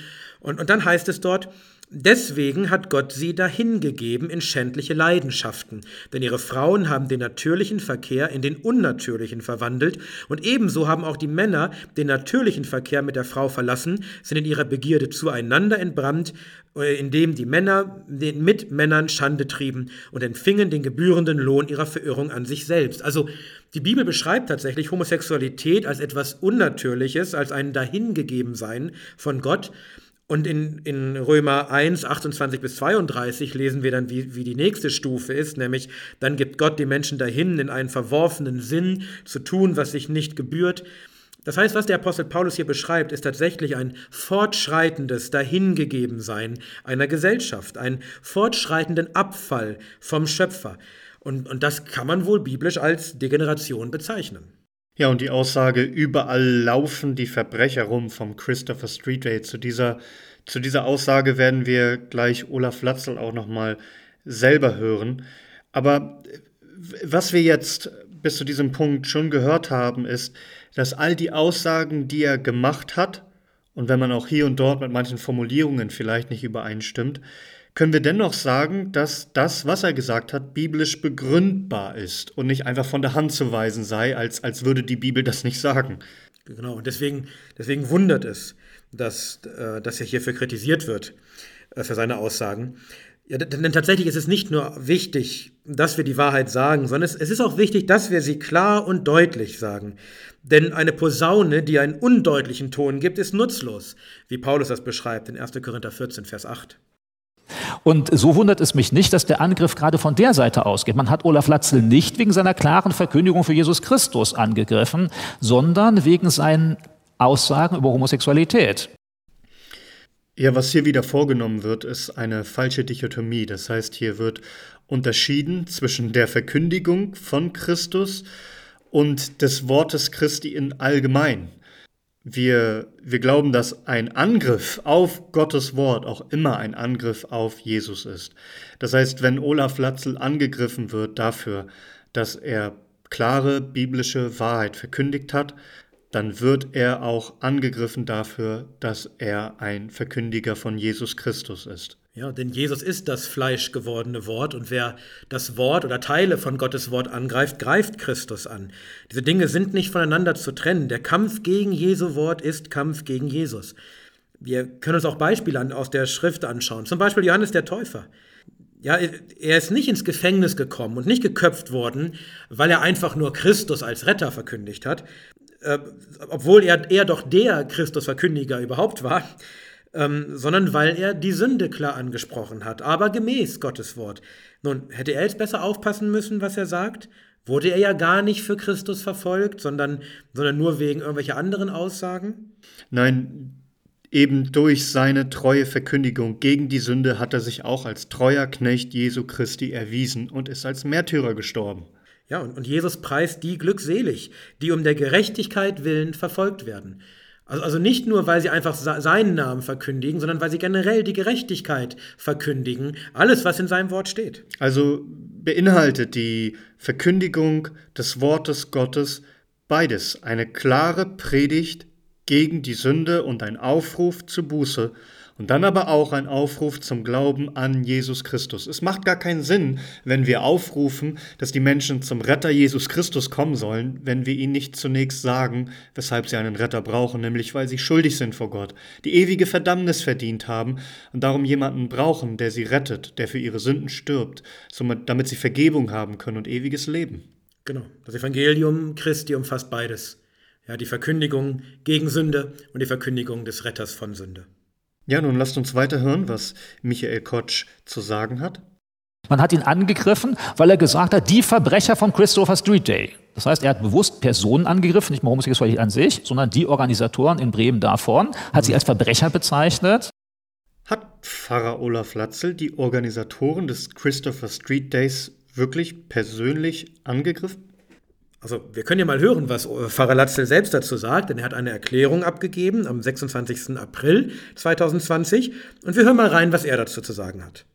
Und dann heißt es dort, deswegen hat Gott sie dahingegeben in schändliche Leidenschaften, denn ihre Frauen haben den natürlichen Verkehr in den unnatürlichen verwandelt und ebenso haben auch die Männer den natürlichen Verkehr mit der Frau verlassen, sind in ihrer Begierde zueinander entbrannt, indem die Männer den Mitmännern Schande trieben und empfingen den gebührenden Lohn ihrer Verirrung an sich selbst. Also die Bibel beschreibt tatsächlich Homosexualität als etwas Unnatürliches, als ein Dahingegebensein von Gott. Und in Römer 1, 28 bis 32 lesen wir dann, wie die nächste Stufe ist, nämlich dann gibt Gott die Menschen dahin, in einen verworfenen Sinn zu tun, was sich nicht gebührt. Das heißt, was der Apostel Paulus hier beschreibt, ist tatsächlich ein fortschreitendes Dahingegebensein einer Gesellschaft, einen fortschreitenden Abfall vom Schöpfer. Und das kann man wohl biblisch als Degeneration bezeichnen. Ja, und die Aussage, überall laufen die Verbrecher rum vom Christopher Street Day. Zu dieser Aussage werden wir gleich Olaf Flatzel auch nochmal selber hören. Aber was wir jetzt bis zu diesem Punkt schon gehört haben, ist, dass all die Aussagen, die er gemacht hat, und wenn man auch hier und dort mit manchen Formulierungen vielleicht nicht übereinstimmt, können wir dennoch sagen, dass das, was er gesagt hat, biblisch begründbar ist und nicht einfach von der Hand zu weisen sei, als würde die Bibel das nicht sagen. Genau, und deswegen wundert es, dass er hierfür kritisiert wird, für seine Aussagen. Ja, denn tatsächlich ist es nicht nur wichtig, dass wir die Wahrheit sagen, sondern es ist auch wichtig, dass wir sie klar und deutlich sagen. Denn eine Posaune, die einen undeutlichen Ton gibt, ist nutzlos, wie Paulus das beschreibt in 1. Korinther 14, Vers 8. Und so wundert es mich nicht, dass der Angriff gerade von der Seite ausgeht. Man hat Olaf Flatzel nicht wegen seiner klaren Verkündigung für Jesus Christus angegriffen, sondern wegen seinen Aussagen über Homosexualität. Ja, was hier wieder vorgenommen wird, ist eine falsche Dichotomie. Das heißt, hier wird unterschieden zwischen der Verkündigung von Christus und des Wortes Christi in allgemein. Wir glauben, dass ein Angriff auf Gottes Wort auch immer ein Angriff auf Jesus ist. Das heißt, wenn Olaf Flatzel angegriffen wird dafür, dass er klare biblische Wahrheit verkündigt hat, dann wird er auch angegriffen dafür, dass er ein Verkündiger von Jesus Christus ist. Ja, denn Jesus ist das fleischgewordene Wort und wer das Wort oder Teile von Gottes Wort angreift, greift Christus an. Diese Dinge sind nicht voneinander zu trennen. Der Kampf gegen Jesu Wort ist Kampf gegen Jesus. Wir können uns auch Beispiele aus der Schrift anschauen. Zum Beispiel Johannes der Täufer. Ja, er ist nicht ins Gefängnis gekommen und nicht geköpft worden, weil er einfach nur Christus als Retter verkündigt hat, obwohl er doch der Christusverkündiger überhaupt war, sondern weil er die Sünde klar angesprochen hat, aber gemäß Gottes Wort. Nun, hätte er jetzt besser aufpassen müssen, was er sagt? Wurde er ja gar nicht für Christus verfolgt, sondern nur wegen irgendwelcher anderen Aussagen? Nein, eben durch seine treue Verkündigung gegen die Sünde hat er sich auch als treuer Knecht Jesu Christi erwiesen und ist als Märtyrer gestorben. Ja, und Jesus preist die glückselig, die um der Gerechtigkeit willen verfolgt werden. Also nicht nur, weil sie einfach seinen Namen verkündigen, sondern weil sie generell die Gerechtigkeit verkündigen, alles, was in seinem Wort steht. Also beinhaltet die Verkündigung des Wortes Gottes beides, eine klare Predigt gegen die Sünde und ein Aufruf zur Buße und dann aber auch ein Aufruf zum Glauben an Jesus Christus. Es macht gar keinen Sinn, wenn wir aufrufen, dass die Menschen zum Retter Jesus Christus kommen sollen, wenn wir ihnen nicht zunächst sagen, weshalb sie einen Retter brauchen, nämlich weil sie schuldig sind vor Gott, die ewige Verdammnis verdient haben und darum jemanden brauchen, der sie rettet, der für ihre Sünden stirbt, damit sie Vergebung haben können und ewiges Leben. Genau, das Evangelium Christi umfasst beides. Ja, die Verkündigung gegen Sünde und die Verkündigung des Retters von Sünde. Ja, nun lasst uns weiterhören, was Michael Kotsch zu sagen hat. Man hat ihn angegriffen, weil er gesagt hat, die Verbrecher vom Christopher Street Day. Das heißt, er hat bewusst Personen angegriffen, nicht mal Homosexualität an sich, sondern die Organisatoren in Bremen davon, hat sie als Verbrecher bezeichnet. Hat Pfarrer Olaf Flatzel die Organisatoren des Christopher Street Days wirklich persönlich angegriffen? Also wir können ja mal hören, was Pfarrer Latzel selbst dazu sagt, denn er hat eine Erklärung abgegeben am 26. April 2020 und wir hören mal rein, was er dazu zu sagen hat.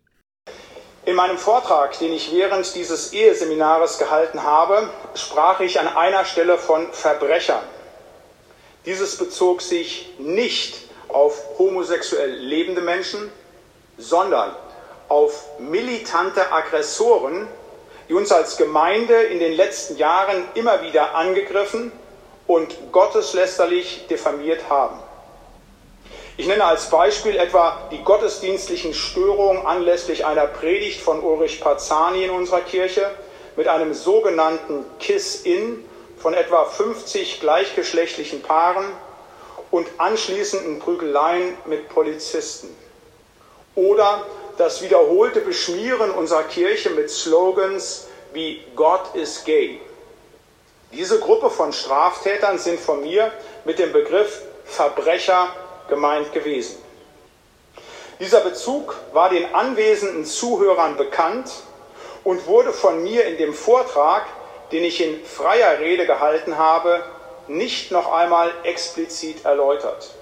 In meinem Vortrag, den ich während dieses Eheseminares gehalten habe, sprach ich an einer Stelle von Verbrechern. Dieses bezog sich nicht auf homosexuell lebende Menschen, sondern auf militante Aggressoren, die uns als Gemeinde in den letzten Jahren immer wieder angegriffen und gotteslästerlich diffamiert haben. Ich nenne als Beispiel etwa die gottesdienstlichen Störungen anlässlich einer Predigt von Ulrich Parzani in unserer Kirche mit einem sogenannten Kiss-In von etwa 50 gleichgeschlechtlichen Paaren und anschließenden Prügeleien mit Polizisten. Oder das wiederholte Beschmieren unserer Kirche mit Slogans wie "God is gay". Diese Gruppe von Straftätern sind von mir mit dem Begriff Verbrecher gemeint gewesen. Dieser Bezug war den anwesenden Zuhörern bekannt und wurde von mir in dem Vortrag, den ich in freier Rede gehalten habe, nicht noch einmal explizit erläutert.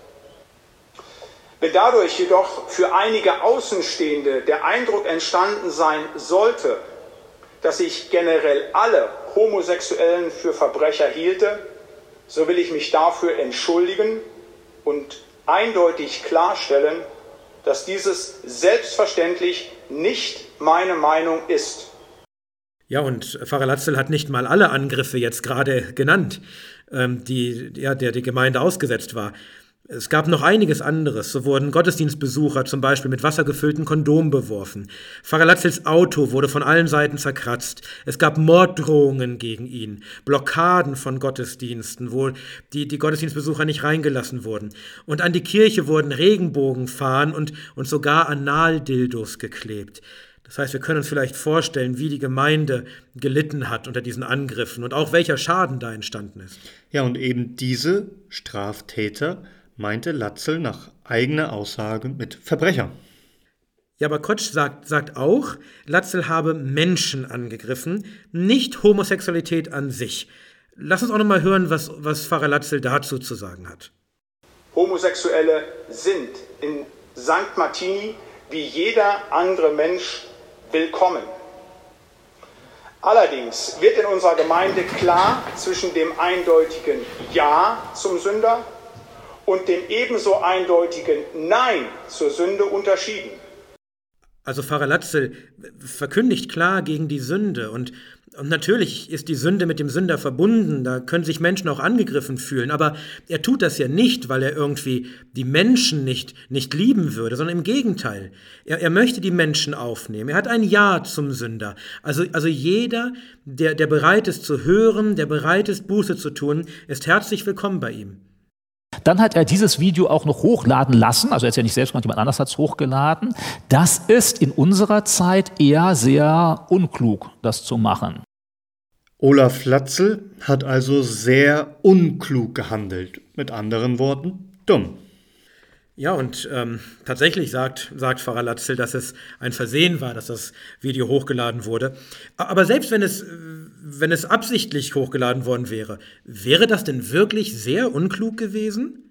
Wenn dadurch jedoch für einige Außenstehende der Eindruck entstanden sein sollte, dass ich generell alle Homosexuellen für Verbrecher hielte, so will ich mich dafür entschuldigen und eindeutig klarstellen, dass dieses selbstverständlich nicht meine Meinung ist. Ja, und Pfarrer Latzel hat nicht mal alle Angriffe jetzt gerade genannt, der die Gemeinde ausgesetzt war. Es gab noch einiges anderes. So wurden Gottesdienstbesucher zum Beispiel mit wassergefüllten Kondomen beworfen. Pfarrer Latzels Auto wurde von allen Seiten zerkratzt. Es gab Morddrohungen gegen ihn, Blockaden von Gottesdiensten, wo die Gottesdienstbesucher nicht reingelassen wurden. Und an die Kirche wurden Regenbogenfahnen und sogar Analdildos geklebt. Das heißt, wir können uns vielleicht vorstellen, wie die Gemeinde gelitten hat unter diesen Angriffen und auch welcher Schaden da entstanden ist. Ja, und eben diese Straftäter meinte Latzel nach eigener Aussage mit Verbrecher. Ja, aber Kotsch sagt auch, Latzel habe Menschen angegriffen, nicht Homosexualität an sich. Lass uns auch noch mal hören, was Pfarrer Latzel dazu zu sagen hat. Homosexuelle sind in St. Martini wie jeder andere Mensch willkommen. Allerdings wird in unserer Gemeinde klar zwischen dem eindeutigen Ja zum Sünder und dem ebenso eindeutigen Nein zur Sünde unterschieden. Also Pfarrer Latzel verkündigt klar gegen die Sünde und natürlich ist die Sünde mit dem Sünder verbunden, da können sich Menschen auch angegriffen fühlen, aber er tut das ja nicht, weil er irgendwie die Menschen nicht lieben würde, sondern im Gegenteil. Er möchte die Menschen aufnehmen, er hat ein Ja zum Sünder. Also jeder, der bereit ist zu hören, der bereit ist Buße zu tun, ist herzlich willkommen bei ihm. Dann hat er dieses Video auch noch hochladen lassen, also er hat es ja nicht selbst gemacht, jemand anders hat es hochgeladen. Das ist in unserer Zeit eher sehr unklug, das zu machen. Olaf Latzel hat also sehr unklug gehandelt. Mit anderen Worten, dumm. Ja, und tatsächlich sagt Pfarrer Latzel, dass es ein Versehen war, dass das Video hochgeladen wurde. Aber selbst wenn es absichtlich hochgeladen worden wäre das denn wirklich sehr unklug gewesen?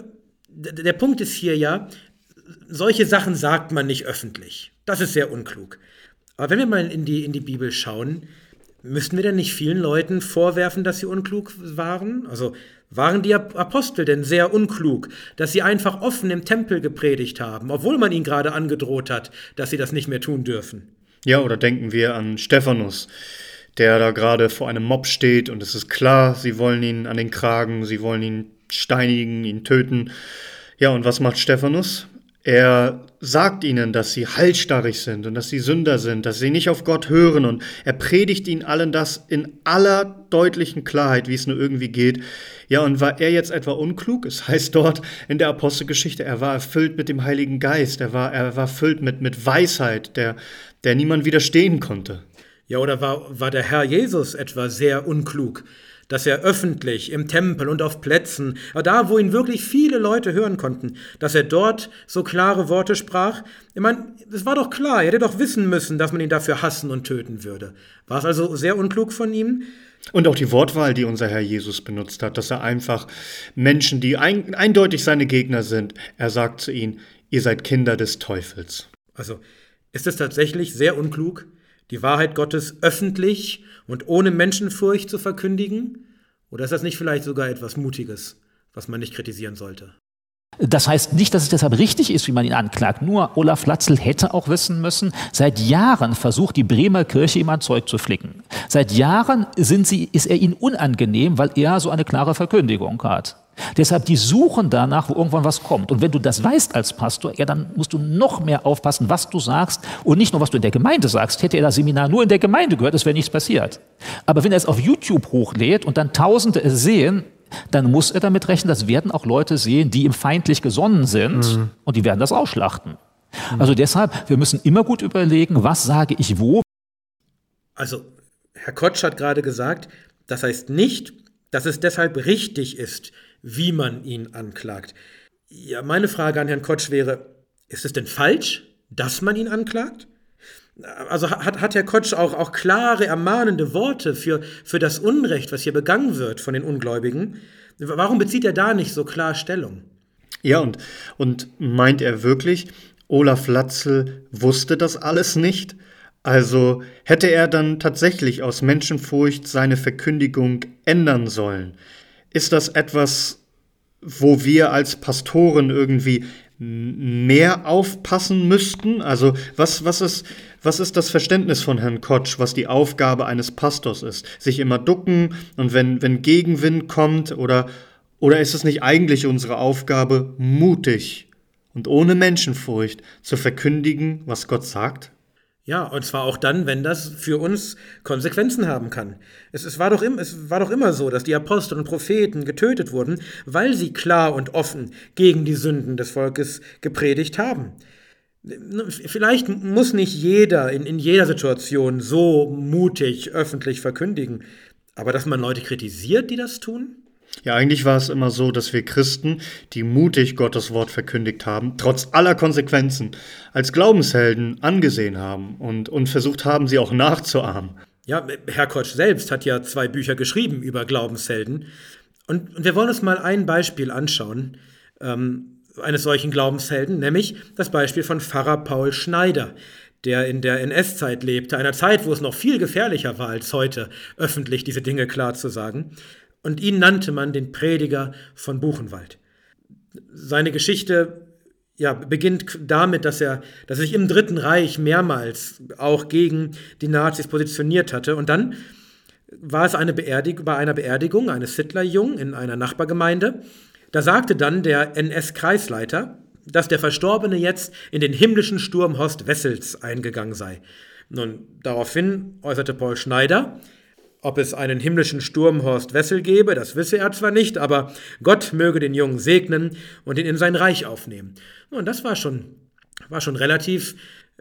Der Punkt ist hier ja, solche Sachen sagt man nicht öffentlich. Das ist sehr unklug. Aber wenn wir mal in die Bibel schauen, müssten wir denn nicht vielen Leuten vorwerfen, dass sie unklug waren? Also waren die Apostel denn sehr unklug, dass sie einfach offen im Tempel gepredigt haben, obwohl man ihnen gerade angedroht hat, dass sie das nicht mehr tun dürfen? Ja, oder denken wir an Stephanus, der da gerade vor einem Mob steht und es ist klar, sie wollen ihn an den Kragen, sie wollen ihn steinigen, ihn töten. Ja, und was macht Stephanus? Er sagt ihnen, dass sie halsstarrig sind und dass sie Sünder sind, dass sie nicht auf Gott hören und er predigt ihnen allen das in aller deutlichen Klarheit, wie es nur irgendwie geht. Ja, und war er jetzt etwa unklug? Es heißt dort in der Apostelgeschichte, er war erfüllt mit dem Heiligen Geist, er war erfüllt mit Weisheit, der niemand widerstehen konnte. Ja, oder war der Herr Jesus etwa sehr unklug, dass er öffentlich im Tempel und auf Plätzen, da wo ihn wirklich viele Leute hören konnten, dass er dort so klare Worte sprach? Ich meine, es war doch klar, er hätte doch wissen müssen, dass man ihn dafür hassen und töten würde. War es also sehr unklug von ihm? Und auch die Wortwahl, die unser Herr Jesus benutzt hat, dass er einfach Menschen, die eindeutig seine Gegner sind, er sagt zu ihnen, ihr seid Kinder des Teufels. Also ist es tatsächlich sehr unklug, die Wahrheit Gottes öffentlich und ohne Menschenfurcht zu verkündigen? Oder ist das nicht vielleicht sogar etwas Mutiges, was man nicht kritisieren sollte? Das heißt nicht, dass es deshalb richtig ist, wie man ihn anklagt. Nur Olaf Latzel hätte auch wissen müssen, seit Jahren versucht die Bremer Kirche ihm ein Zeug zu flicken. Seit Jahren ist er ihnen unangenehm, weil er so eine klare Verkündigung hat. Deshalb, die suchen danach, wo irgendwann was kommt. Und wenn du das weißt als Pastor, ja, dann musst du noch mehr aufpassen, was du sagst und nicht nur, was du in der Gemeinde sagst. Hätte er das Seminar nur in der Gemeinde gehört, es wäre nichts passiert. Aber wenn er es auf YouTube hochlädt und dann Tausende es sehen, dann muss er damit rechnen, das werden auch Leute sehen, die ihm feindlich gesonnen sind und die werden das ausschlachten. Also deshalb, wir müssen immer gut überlegen, was sage ich wo. Also, Herr Kotsch hat gerade gesagt, das heißt nicht, dass es deshalb richtig ist, wie man ihn anklagt. Ja, meine Frage an Herrn Kotsch wäre, ist es denn falsch, dass man ihn anklagt? Also hat Herr Kotsch auch klare, ermahnende Worte für das Unrecht, was hier begangen wird von den Ungläubigen? Warum bezieht er da nicht so klar Stellung? Ja, und meint er wirklich, Olaf Latzel wusste das alles nicht? Also hätte er dann tatsächlich aus Menschenfurcht seine Verkündigung ändern sollen? Ist das etwas, wo wir als Pastoren irgendwie mehr aufpassen müssten? Also was ist das Verständnis von Herrn Kotsch, was die Aufgabe eines Pastors ist? Sich immer ducken und wenn Gegenwind kommt oder ist es nicht eigentlich unsere Aufgabe, mutig und ohne Menschenfurcht zu verkündigen, was Gott sagt? Ja, und zwar auch dann, wenn das für uns Konsequenzen haben kann. Es war doch immer so, dass die Apostel und Propheten getötet wurden, weil sie klar und offen gegen die Sünden des Volkes gepredigt haben. Vielleicht muss nicht jeder in jeder Situation so mutig öffentlich verkündigen, aber dass man Leute kritisiert, die das tun? Ja, eigentlich war es immer so, dass wir Christen, die mutig Gottes Wort verkündigt haben, trotz aller Konsequenzen, als Glaubenshelden angesehen haben und versucht haben, sie auch nachzuahmen. Ja, Herr Kotsch selbst hat ja 2 Bücher geschrieben über Glaubenshelden. Und wir wollen uns mal ein Beispiel anschauen, eines solchen Glaubenshelden, nämlich das Beispiel von Pfarrer Paul Schneider, der in der NS-Zeit lebte, einer Zeit, wo es noch viel gefährlicher war als heute, öffentlich diese Dinge klar zu sagen. Und ihn nannte man den Prediger von Buchenwald. Seine Geschichte beginnt damit, dass er sich im Dritten Reich mehrmals auch gegen die Nazis positioniert hatte. Und dann war es bei einer Beerdigung eines Hitlerjungen in einer Nachbargemeinde. Da sagte dann der NS-Kreisleiter, dass der Verstorbene jetzt in den himmlischen Sturm Horst Wessels eingegangen sei. Nun, daraufhin äußerte Paul Schneider, ob es einen himmlischen Sturm Horst Wessel gebe, das wisse er zwar nicht, aber Gott möge den Jungen segnen und ihn in sein Reich aufnehmen. Und das war schon relativ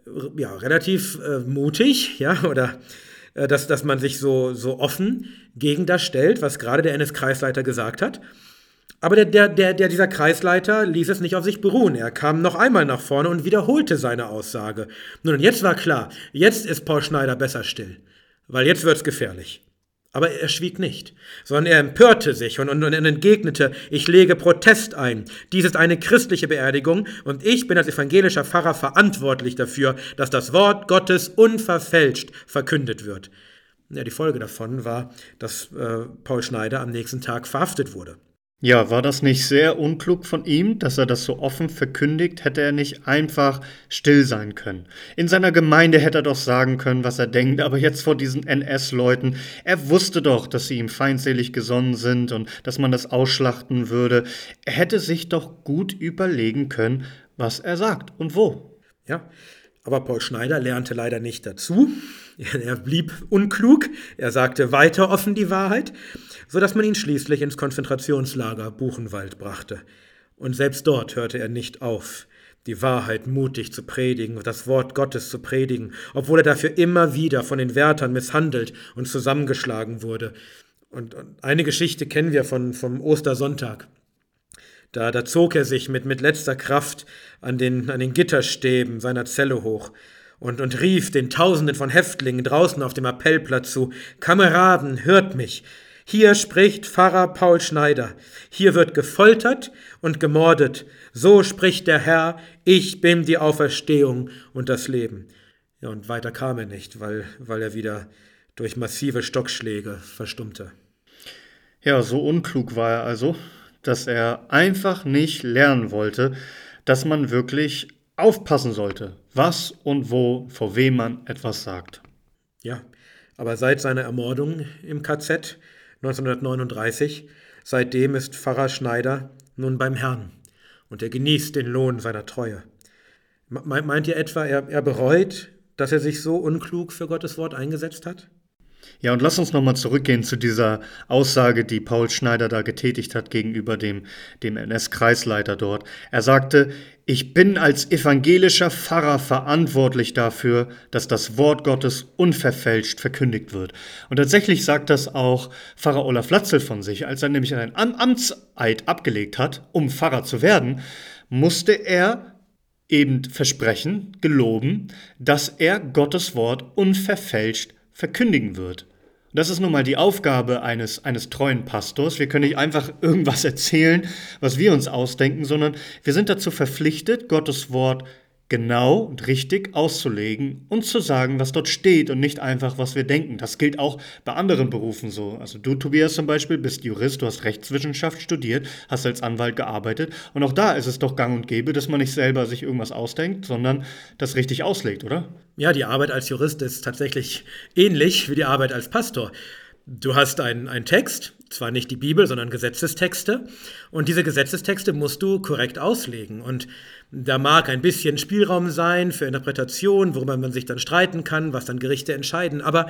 mutig, ja, oder dass man sich so offen gegen das stellt, was gerade der NS-Kreisleiter gesagt hat. Aber dieser Kreisleiter ließ es nicht auf sich beruhen. Er kam noch einmal nach vorne und wiederholte seine Aussage. Nun, und jetzt war klar, jetzt ist Paul Schneider besser still, weil jetzt wird's gefährlich. Aber er schwieg nicht, sondern er empörte sich und entgegnete, ich lege Protest ein. Dies ist eine christliche Beerdigung und ich bin als evangelischer Pfarrer verantwortlich dafür, dass das Wort Gottes unverfälscht verkündet wird. Ja, die Folge davon war, dass Paul Schneider am nächsten Tag verhaftet wurde. Ja, war das nicht sehr unklug von ihm, dass er das so offen verkündigt? Hätte er nicht einfach still sein können? In seiner Gemeinde hätte er doch sagen können, was er denkt, aber jetzt vor diesen NS-Leuten, er wusste doch, dass sie ihm feindselig gesonnen sind und dass man das ausschlachten würde. Er hätte sich doch gut überlegen können, was er sagt und wo. Ja, aber Paul Schneider lernte leider nicht dazu. Er blieb unklug, er sagte weiter offen die Wahrheit, sodass man ihn schließlich ins Konzentrationslager Buchenwald brachte. Und selbst dort hörte er nicht auf, die Wahrheit mutig zu predigen und das Wort Gottes zu predigen, obwohl er dafür immer wieder von den Wärtern misshandelt und zusammengeschlagen wurde. Und eine Geschichte kennen wir vom Ostersonntag. Da zog er sich mit letzter Kraft an den Gitterstäben seiner Zelle hoch und rief den Tausenden von Häftlingen draußen auf dem Appellplatz zu, Kameraden, hört mich! Hier spricht Pfarrer Paul Schneider. Hier wird gefoltert und gemordet. So spricht der Herr, ich bin die Auferstehung und das Leben. Ja, und weiter kam er nicht, weil er wieder durch massive Stockschläge verstummte. Ja, so unklug war er also, dass er einfach nicht lernen wollte, dass man wirklich aufpassen sollte, was und wo, vor wem man etwas sagt. Ja, aber seit seiner Ermordung im KZ 1939, seitdem ist Pfarrer Schneider nun beim Herrn und er genießt den Lohn seiner Treue. Meint ihr etwa, er bereut, dass er sich so unklug für Gottes Wort eingesetzt hat? Ja, und lass uns nochmal zurückgehen zu dieser Aussage, die Paul Schneider da getätigt hat gegenüber dem NS-Kreisleiter dort. Er sagte, ich bin als evangelischer Pfarrer verantwortlich dafür, dass das Wort Gottes unverfälscht verkündigt wird. Und tatsächlich sagt das auch Pfarrer Olaf Latzel von sich. Als er nämlich einen Amtseid abgelegt hat, um Pfarrer zu werden, musste er eben versprechen, geloben, dass er Gottes Wort unverfälscht verkündigen wird. Das ist nun mal die Aufgabe eines treuen Pastors. Wir können nicht einfach irgendwas erzählen, was wir uns ausdenken, sondern wir sind dazu verpflichtet, Gottes Wort genau und richtig auszulegen und zu sagen, was dort steht und nicht einfach, was wir denken. Das gilt auch bei anderen Berufen so. Also du, Tobias zum Beispiel, bist Jurist, du hast Rechtswissenschaft studiert, hast als Anwalt gearbeitet und auch da ist es doch gang und gäbe, dass man nicht selber sich irgendwas ausdenkt, sondern das richtig auslegt, oder? Ja, die Arbeit als Jurist ist tatsächlich ähnlich wie die Arbeit als Pastor. Du hast einen Text, zwar nicht die Bibel, sondern Gesetzestexte, und diese Gesetzestexte musst du korrekt auslegen. Und da mag ein bisschen Spielraum sein für Interpretation, worüber man sich dann streiten kann, was dann Gerichte entscheiden. Aber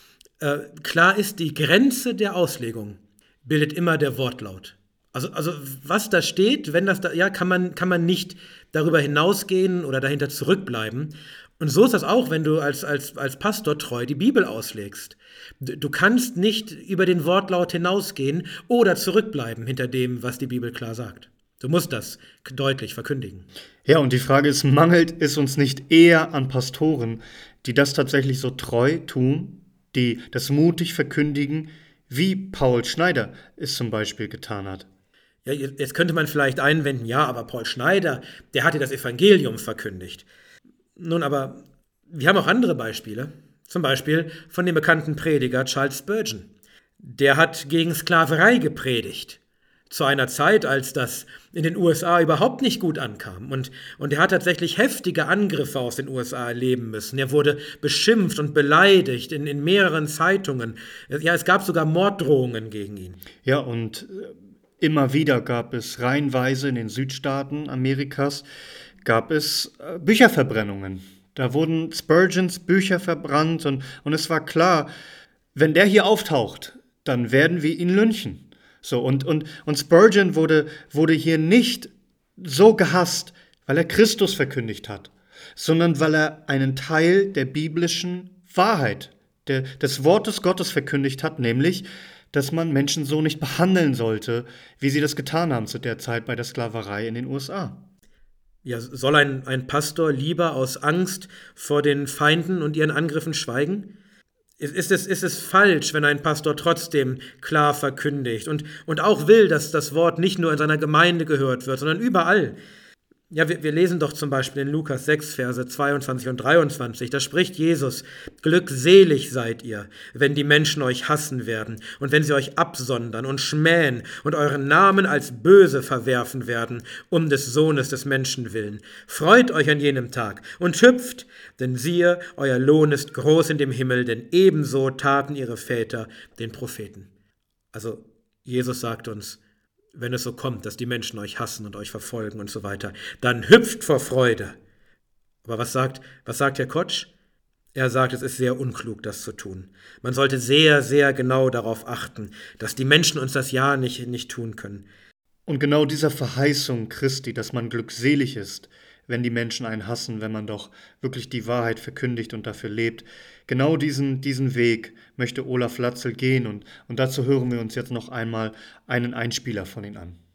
klar ist, die Grenze der Auslegung bildet immer der Wortlaut. Also was da steht, wenn das da, ja, kann man nicht darüber hinausgehen oder dahinter zurückbleiben. Und so ist das auch, wenn du als Pastor treu die Bibel auslegst. Du kannst nicht über den Wortlaut hinausgehen oder zurückbleiben hinter dem, was die Bibel klar sagt. Du musst das deutlich verkündigen. Ja, und die Frage ist, mangelt es uns nicht eher an Pastoren, die das tatsächlich so treu tun, die das mutig verkündigen, wie Paul Schneider es zum Beispiel getan hat? Ja, jetzt könnte man vielleicht einwenden, ja, aber Paul Schneider, der hat ja das Evangelium verkündigt. Nun, aber wir haben auch andere Beispiele. Zum Beispiel von dem bekannten Prediger Charles Spurgeon. Der hat gegen Sklaverei gepredigt. Zu einer Zeit, als das in den USA überhaupt nicht gut ankam. Und er hat tatsächlich heftige Angriffe aus den USA erleben müssen. Er wurde beschimpft und beleidigt in mehreren Zeitungen. Ja, es gab sogar Morddrohungen gegen ihn. Ja, und immer wieder gab es reihenweise in den Südstaaten Amerikas gab es Bücherverbrennungen. Da wurden Spurgeons Bücher verbrannt und es war klar, wenn der hier auftaucht, dann werden wir ihn lynchen. So, und Spurgeon wurde hier nicht so gehasst, weil er Christus verkündigt hat, sondern weil er einen Teil der biblischen Wahrheit, des Wortes Gottes verkündigt hat, nämlich, dass man Menschen so nicht behandeln sollte, wie sie das getan haben zu der Zeit bei der Sklaverei in den USA. Ja, soll ein Pastor lieber aus Angst vor den Feinden und ihren Angriffen schweigen? Ist es falsch, wenn ein Pastor trotzdem klar verkündigt und auch will, dass das Wort nicht nur in seiner Gemeinde gehört wird, sondern überall? Ja, wir lesen doch zum Beispiel in Lukas 6, Verse 22 und 23, da spricht Jesus, glückselig seid ihr, wenn die Menschen euch hassen werden und wenn sie euch absondern und schmähen und euren Namen als böse verwerfen werden, um des Sohnes des Menschen willen. Freut euch an jenem Tag und hüpft, denn siehe, euer Lohn ist groß in dem Himmel, denn ebenso taten ihre Väter den Propheten. Also Jesus sagt uns, wenn es so kommt, dass die Menschen euch hassen und euch verfolgen und so weiter, dann hüpft vor Freude. Aber was sagt Herr Kotsch? Er sagt, es ist sehr unklug, das zu tun. Man sollte sehr, sehr genau darauf achten, dass die Menschen uns das ja nicht tun können. Und genau dieser Verheißung Christi, dass man glückselig ist, wenn die Menschen einen hassen, wenn man doch wirklich die Wahrheit verkündigt und dafür lebt. Genau diesen Weg möchte Olaf Latzel gehen und dazu hören wir uns jetzt noch einmal einen Einspieler von ihm an.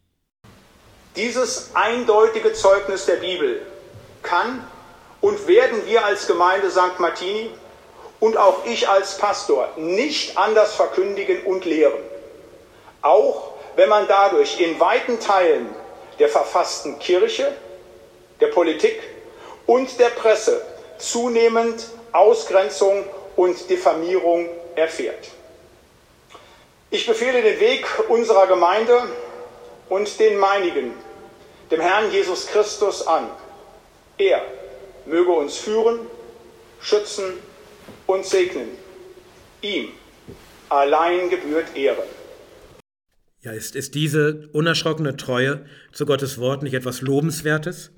Dieses eindeutige Zeugnis der Bibel kann und werden wir als Gemeinde St. Martini und auch ich als Pastor nicht anders verkündigen und lehren. Auch wenn man dadurch in weiten Teilen der verfassten Kirche, der Politik und der Presse zunehmend Ausgrenzung und Diffamierung erfährt. Ich befehle den Weg unserer Gemeinde und den meinigen, dem Herrn Jesus Christus an. Er möge uns führen, schützen und segnen. Ihm allein gebührt Ehre. Ja, ist diese unerschrockene Treue zu Gottes Wort nicht etwas Lobenswertes?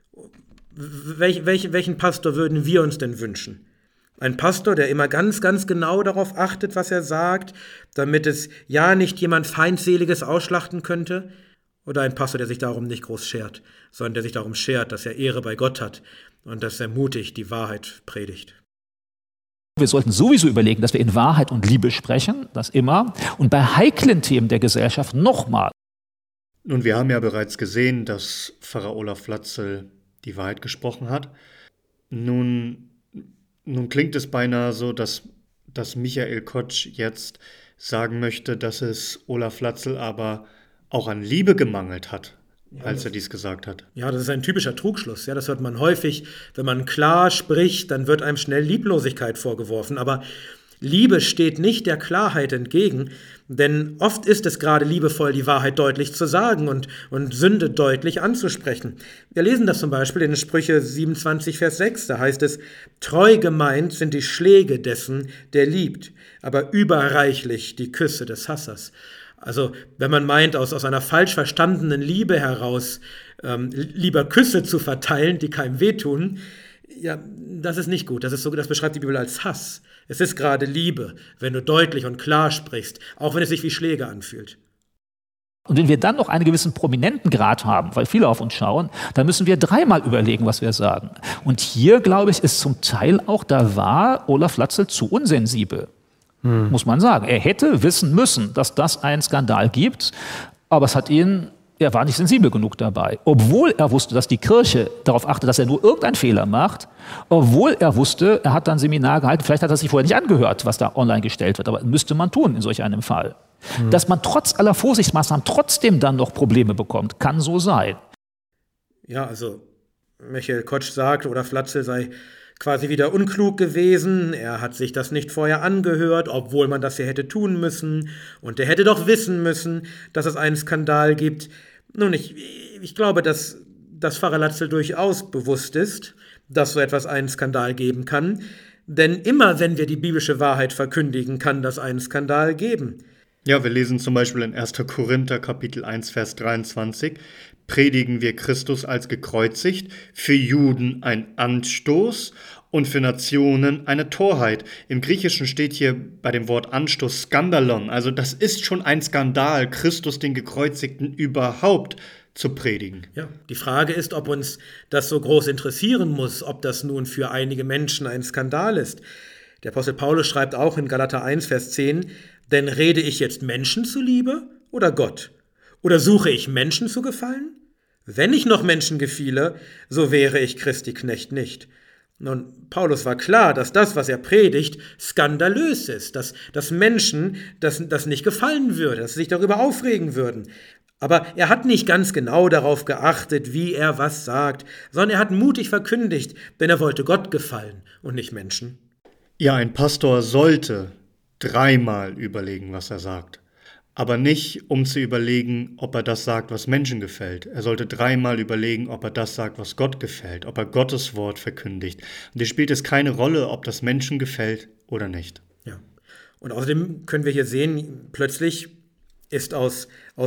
Welchen Pastor würden wir uns denn wünschen? Ein Pastor, der immer ganz, ganz genau darauf achtet, was er sagt, damit es ja nicht jemand Feindseliges ausschlachten könnte? Oder ein Pastor, der sich darum nicht groß schert, sondern der sich darum schert, dass er Ehre bei Gott hat und dass er mutig die Wahrheit predigt? Wir sollten sowieso überlegen, dass wir in Wahrheit und Liebe sprechen, das immer, und bei heiklen Themen der Gesellschaft nochmal. Nun, wir haben ja bereits gesehen, dass Pfarrer Olaf Flatzel die Wahrheit gesprochen hat. Nun klingt es beinahe so, dass Michael Kotsch jetzt sagen möchte, dass es Olaf Flatzel aber auch an Liebe gemangelt hat, als er dies gesagt hat. Ja, das ist ein typischer Trugschluss. Ja, das hört man häufig. Wenn man klar spricht, dann wird einem schnell Lieblosigkeit vorgeworfen. Aber Liebe steht nicht der Klarheit entgegen, denn oft ist es gerade liebevoll, die Wahrheit deutlich zu sagen und Sünde deutlich anzusprechen. Wir lesen das zum Beispiel in Sprüche 27, Vers 6, da heißt es: Treu gemeint sind die Schläge dessen, der liebt, aber überreichlich die Küsse des Hassers. Also wenn man meint, aus einer falsch verstandenen Liebe heraus lieber Küsse zu verteilen, die keinem wehtun, ja, das ist nicht gut. Das beschreibt die Bibel als Hass. Es ist gerade Liebe, wenn du deutlich und klar sprichst, auch wenn es sich wie Schläge anfühlt. Und wenn wir dann noch einen gewissen Prominentengrad haben, weil viele auf uns schauen, dann müssen wir dreimal überlegen, was wir sagen. Und hier, glaube ich, ist zum Teil auch, da war Olaf Flatzel zu unsensibel, muss man sagen. Er hätte wissen müssen, dass das einen Skandal gibt, aber er war nicht sensibel genug dabei. Obwohl er wusste, dass die Kirche darauf achtet, dass er nur irgendeinen Fehler macht, obwohl er wusste, er hat dann ein Seminar gehalten, vielleicht hat er sich vorher nicht angehört, was da online gestellt wird, aber müsste man tun in solch einem Fall. Dass man trotz aller Vorsichtsmaßnahmen trotzdem dann noch Probleme bekommt, kann so sein. Ja, also Michael Kotsch sagt, oder Flatzel sei quasi wieder unklug gewesen, er hat sich das nicht vorher angehört, obwohl man das ja hätte tun müssen, und er hätte doch wissen müssen, dass es einen Skandal gibt. Nun, ich glaube, dass Pfarrer Latzel durchaus bewusst ist, dass so etwas einen Skandal geben kann, denn immer, wenn wir die biblische Wahrheit verkündigen, kann das einen Skandal geben. Ja, wir lesen zum Beispiel in 1. Korinther Kapitel 1, Vers 23, predigen wir Christus als gekreuzigt, für Juden ein Anstoß und für Nationen eine Torheit. Im Griechischen steht hier bei dem Wort Anstoß Skandalon, also das ist schon ein Skandal, Christus den Gekreuzigten überhaupt zu predigen. Ja, die Frage ist, ob uns das so groß interessieren muss, ob das nun für einige Menschen ein Skandal ist. Der Apostel Paulus schreibt auch in Galater 1, Vers 10, denn rede ich jetzt Menschen zuliebe oder Gott? Oder suche ich Menschen zu gefallen? Wenn ich noch Menschen gefiele, so wäre ich Christi Knecht nicht. Nun, Paulus war klar, dass das, was er predigt, skandalös ist, dass Menschen das nicht gefallen würde, dass sie sich darüber aufregen würden. Aber er hat nicht ganz genau darauf geachtet, wie er was sagt, sondern er hat mutig verkündigt, denn er wollte Gott gefallen und nicht Menschen. Ja, ein Pastor sollte dreimal überlegen, was er sagt. Aber nicht, um zu überlegen, ob er das sagt, was Menschen gefällt. Er sollte dreimal überlegen, ob er das sagt, was Gott gefällt, ob er Gottes Wort verkündigt. Und hier spielt es keine Rolle, ob das Menschen gefällt oder nicht. Ja. Und außerdem können wir hier sehen, plötzlich ist aus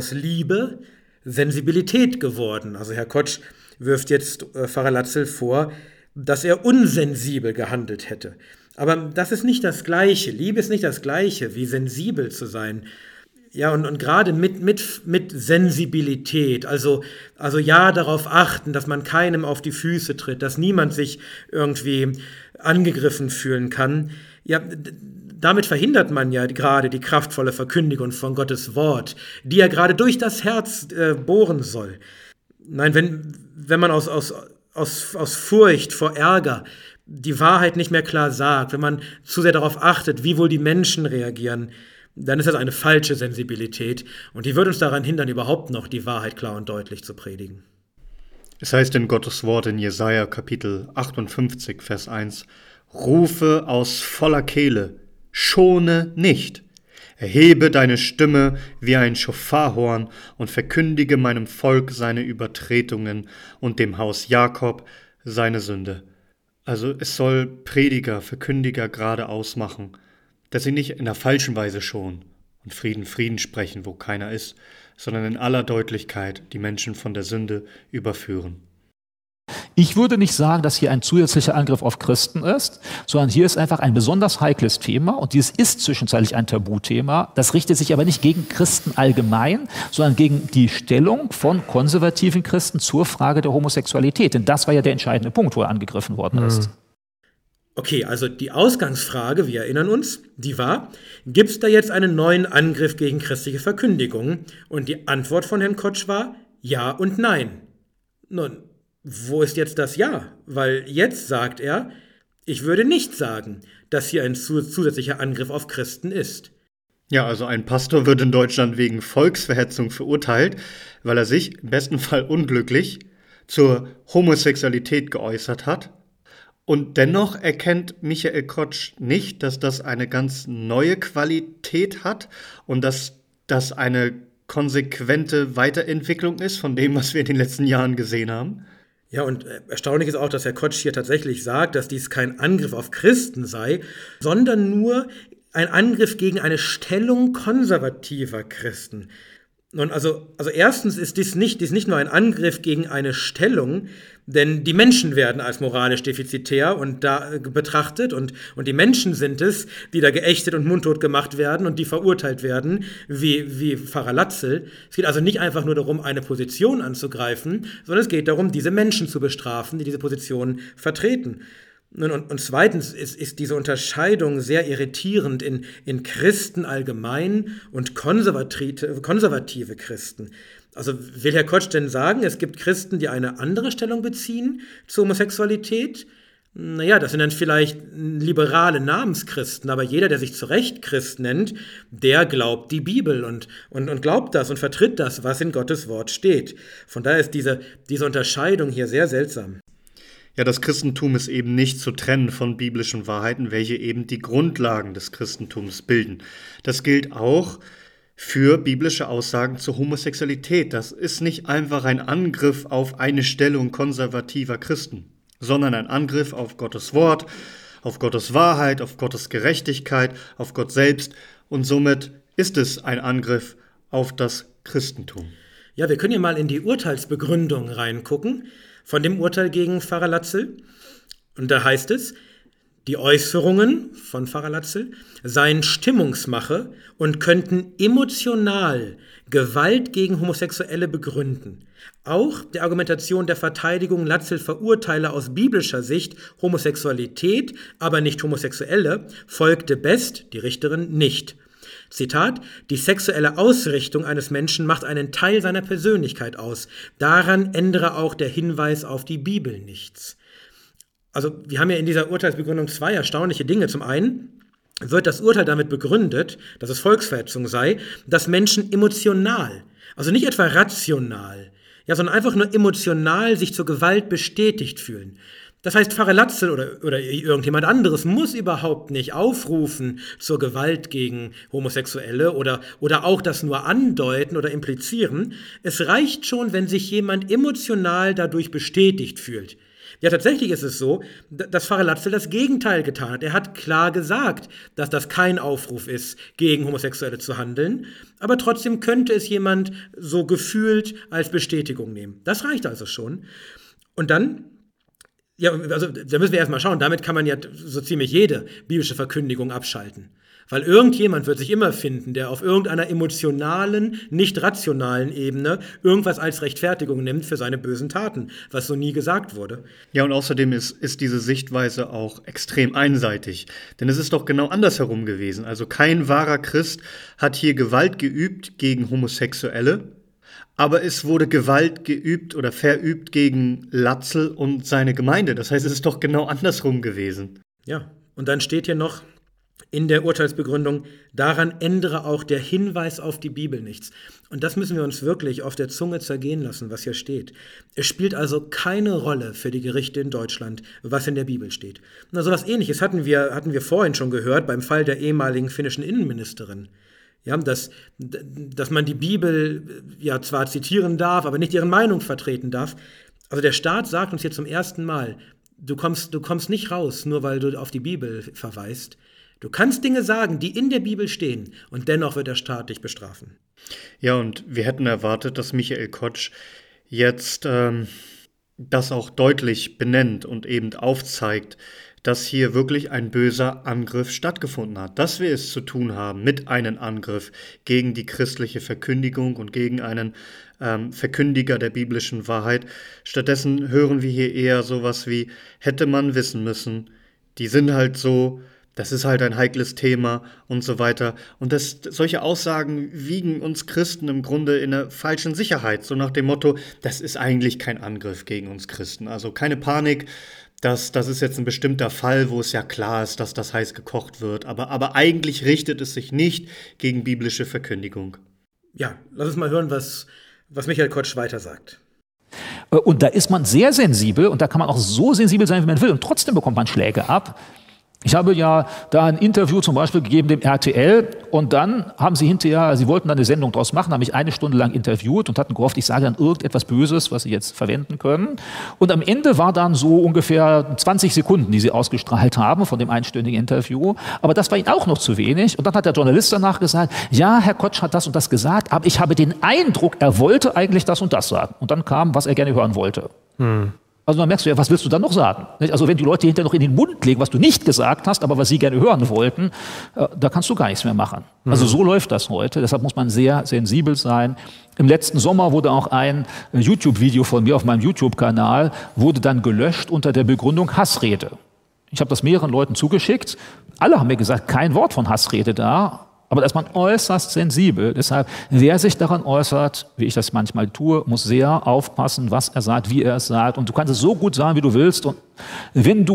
Liebe Sensibilität geworden. Also Herr Kotsch wirft jetzt Pfarrer Latzel vor, dass er unsensibel gehandelt hätte. Aber das ist nicht das Gleiche. Liebe ist nicht das Gleiche, wie sensibel zu sein. Ja, und gerade mit Sensibilität, also ja darauf achten, dass man keinem auf die Füße tritt, dass niemand sich irgendwie angegriffen fühlen kann. Ja, damit verhindert man ja gerade die kraftvolle Verkündigung von Gottes Wort, die ja gerade durch das Herz bohren soll. Nein, wenn man aus Furcht vor Ärger die Wahrheit nicht mehr klar sagt, wenn man zu sehr darauf achtet, wie wohl die Menschen reagieren, dann ist das eine falsche Sensibilität und die wird uns daran hindern, überhaupt noch die Wahrheit klar und deutlich zu predigen. Es heißt in Gottes Wort in Jesaja Kapitel 58, Vers 1, rufe aus voller Kehle, schone nicht, Erhebe deine Stimme wie ein Schofarhorn und verkündige meinem Volk seine Übertretungen und dem Haus Jakob seine Sünde. Also es soll Prediger, Verkündiger geradeaus machen, dass sie nicht in der falschen Weise schonen und Frieden sprechen, wo keiner ist, sondern in aller Deutlichkeit die Menschen von der Sünde überführen. Ich würde nicht sagen, dass hier ein zusätzlicher Angriff auf Christen ist, sondern hier ist einfach ein besonders heikles Thema und dieses ist zwischenzeitlich ein Tabuthema. Das richtet sich aber nicht gegen Christen allgemein, sondern gegen die Stellung von konservativen Christen zur Frage der Homosexualität. Denn das war ja der entscheidende Punkt, wo er angegriffen worden ist. Okay, also die Ausgangsfrage, wir erinnern uns, die war, gibt es da jetzt einen neuen Angriff gegen christliche Verkündigung? Und die Antwort von Herrn Kotsch war ja und nein. Nun, wo ist jetzt das Ja? Weil jetzt sagt er, ich würde nicht sagen, dass hier ein zusätzlicher Angriff auf Christen ist. Ja, also ein Pastor wird in Deutschland wegen Volksverhetzung verurteilt, weil er sich, im besten Fall unglücklich, zur Homosexualität geäußert hat. Und dennoch erkennt Michael Kotsch nicht, dass das eine ganz neue Qualität hat und dass das eine konsequente Weiterentwicklung ist von dem, was wir in den letzten Jahren gesehen haben. Ja, und erstaunlich ist auch, dass Herr Kotsch hier tatsächlich sagt, dass dies kein Angriff auf Christen sei, sondern nur ein Angriff gegen eine Stellung konservativer Christen. Und also erstens ist dies nicht nur ein Angriff gegen eine Stellung, denn die Menschen werden als moralisch defizitär und da betrachtet und die Menschen sind es, die da geächtet und mundtot gemacht werden und die verurteilt werden, wie Pfarrer Latzel. Es geht also nicht einfach nur darum, eine Position anzugreifen, sondern es geht darum, diese Menschen zu bestrafen, die diese Position vertreten. Und zweitens ist diese Unterscheidung sehr irritierend in Christen allgemein und konservative Christen. Also will Herr Kotsch denn sagen, es gibt Christen, die eine andere Stellung beziehen zur Homosexualität? Naja, das sind dann vielleicht liberale Namenschristen, aber jeder, der sich zu Recht Christ nennt, der glaubt die Bibel und glaubt das und vertritt das, was in Gottes Wort steht. Von daher ist diese Unterscheidung hier sehr seltsam. Ja, das Christentum ist eben nicht zu trennen von biblischen Wahrheiten, welche eben die Grundlagen des Christentums bilden. Das gilt auch für biblische Aussagen zur Homosexualität. Das ist nicht einfach ein Angriff auf eine Stellung konservativer Christen, sondern ein Angriff auf Gottes Wort, auf Gottes Wahrheit, auf Gottes Gerechtigkeit, auf Gott selbst. Und somit ist es ein Angriff auf das Christentum. Ja, wir können hier mal in die Urteilsbegründung reingucken von dem Urteil gegen Pfarrer Latzel. Und da heißt es, die Äußerungen von Pfarrer Latzel seien Stimmungsmache und könnten emotional Gewalt gegen Homosexuelle begründen. Auch der Argumentation der Verteidigung Latzel verurteile aus biblischer Sicht Homosexualität, aber nicht Homosexuelle, folgte Best, die Richterin, nicht. Zitat, die sexuelle Ausrichtung eines Menschen macht einen Teil seiner Persönlichkeit aus. Daran ändere auch der Hinweis auf die Bibel nichts. Also wir haben ja in dieser Urteilsbegründung zwei erstaunliche Dinge. Zum einen wird das Urteil damit begründet, dass es Volksverhetzung sei, dass Menschen emotional, also nicht etwa rational, sondern einfach nur emotional sich zur Gewalt bestätigt fühlen. Das heißt, Pfarrer Latzel oder irgendjemand anderes muss überhaupt nicht aufrufen zur Gewalt gegen Homosexuelle oder auch das nur andeuten oder implizieren. Es reicht schon, wenn sich jemand emotional dadurch bestätigt fühlt. Ja, tatsächlich ist es so, dass Pfarrer Latzel das Gegenteil getan hat. Er hat klar gesagt, dass das kein Aufruf ist, gegen Homosexuelle zu handeln, aber trotzdem könnte es jemand so gefühlt als Bestätigung nehmen. Das reicht also schon. Und dann, ja, also da müssen wir erstmal schauen, damit kann man ja so ziemlich jede biblische Verkündigung abschalten. Weil irgendjemand wird sich immer finden, der auf irgendeiner emotionalen, nicht rationalen Ebene irgendwas als Rechtfertigung nimmt für seine bösen Taten, was so nie gesagt wurde. Ja, und außerdem ist diese Sichtweise auch extrem einseitig. Denn es ist doch genau andersherum gewesen. Also kein wahrer Christ hat hier Gewalt geübt gegen Homosexuelle, aber es wurde Gewalt geübt oder verübt gegen Latzel und seine Gemeinde. Das heißt, es ist doch genau andersrum gewesen. Ja, und dann steht hier noch in der Urteilsbegründung, daran ändere auch der Hinweis auf die Bibel nichts. Und das müssen wir uns wirklich auf der Zunge zergehen lassen, was hier steht. Es spielt also keine Rolle für die Gerichte in Deutschland, was in der Bibel steht. Na, so was Ähnliches hatten wir vorhin schon gehört beim Fall der ehemaligen finnischen Innenministerin. Ja, dass man die Bibel ja zwar zitieren darf, aber nicht ihre Meinung vertreten darf. Also der Staat sagt uns hier zum ersten Mal, du kommst nicht raus, nur weil du auf die Bibel verweist. Du kannst Dinge sagen, die in der Bibel stehen, und dennoch wird der Staat dich bestrafen. Ja, und wir hätten erwartet, dass Michael Kotsch jetzt das auch deutlich benennt und eben aufzeigt, dass hier wirklich ein böser Angriff stattgefunden hat, dass wir es zu tun haben mit einem Angriff gegen die christliche Verkündigung und gegen einen Verkündiger der biblischen Wahrheit. Stattdessen hören wir hier eher sowas wie, hätte man wissen müssen, die sind halt so, das ist halt ein heikles Thema und so weiter. Und solche Aussagen wiegen uns Christen im Grunde in einer falschen Sicherheit, so nach dem Motto, das ist eigentlich kein Angriff gegen uns Christen, also keine Panik. Das ist jetzt ein bestimmter Fall, wo es ja klar ist, dass das heiß gekocht wird. Aber eigentlich richtet es sich nicht gegen biblische Verkündigung. Ja, lass uns mal hören, was Michael Kotsch weiter sagt. Und da ist man sehr sensibel und da kann man auch so sensibel sein, wie man will. Und trotzdem bekommt man Schläge ab. Ich habe ja da ein Interview zum Beispiel gegeben dem RTL und dann haben sie hinterher, sie wollten da eine Sendung draus machen, haben mich 1 Stunde lang interviewt und hatten gehofft, ich sage dann irgendetwas Böses, was sie jetzt verwenden können. Und am Ende war dann so ungefähr 20 Sekunden, die sie ausgestrahlt haben von dem einstündigen Interview. Aber das war ihnen auch noch zu wenig. Und dann hat der Journalist danach gesagt, ja, Herr Kotsch hat das und das gesagt, aber ich habe den Eindruck, er wollte eigentlich das und das sagen. Und dann kam, was er gerne hören wollte. Also dann merkst du ja, was willst du dann noch sagen? Also wenn die Leute hinterher noch in den Mund legen, was du nicht gesagt hast, aber was sie gerne hören wollten, da kannst du gar nichts mehr machen. Also so läuft das heute. Deshalb muss man sehr sensibel sein. Im letzten Sommer wurde auch ein YouTube-Video von mir auf meinem YouTube-Kanal, wurde dann gelöscht unter der Begründung Hassrede. Ich habe das mehreren Leuten zugeschickt. Alle haben mir gesagt, kein Wort von Hassrede da. Aber da ist man äußerst sensibel. Deshalb, wer sich daran äußert, wie ich das manchmal tue, muss sehr aufpassen, was er sagt, wie er es sagt. Und du kannst es so gut sagen, wie du willst. Und wenn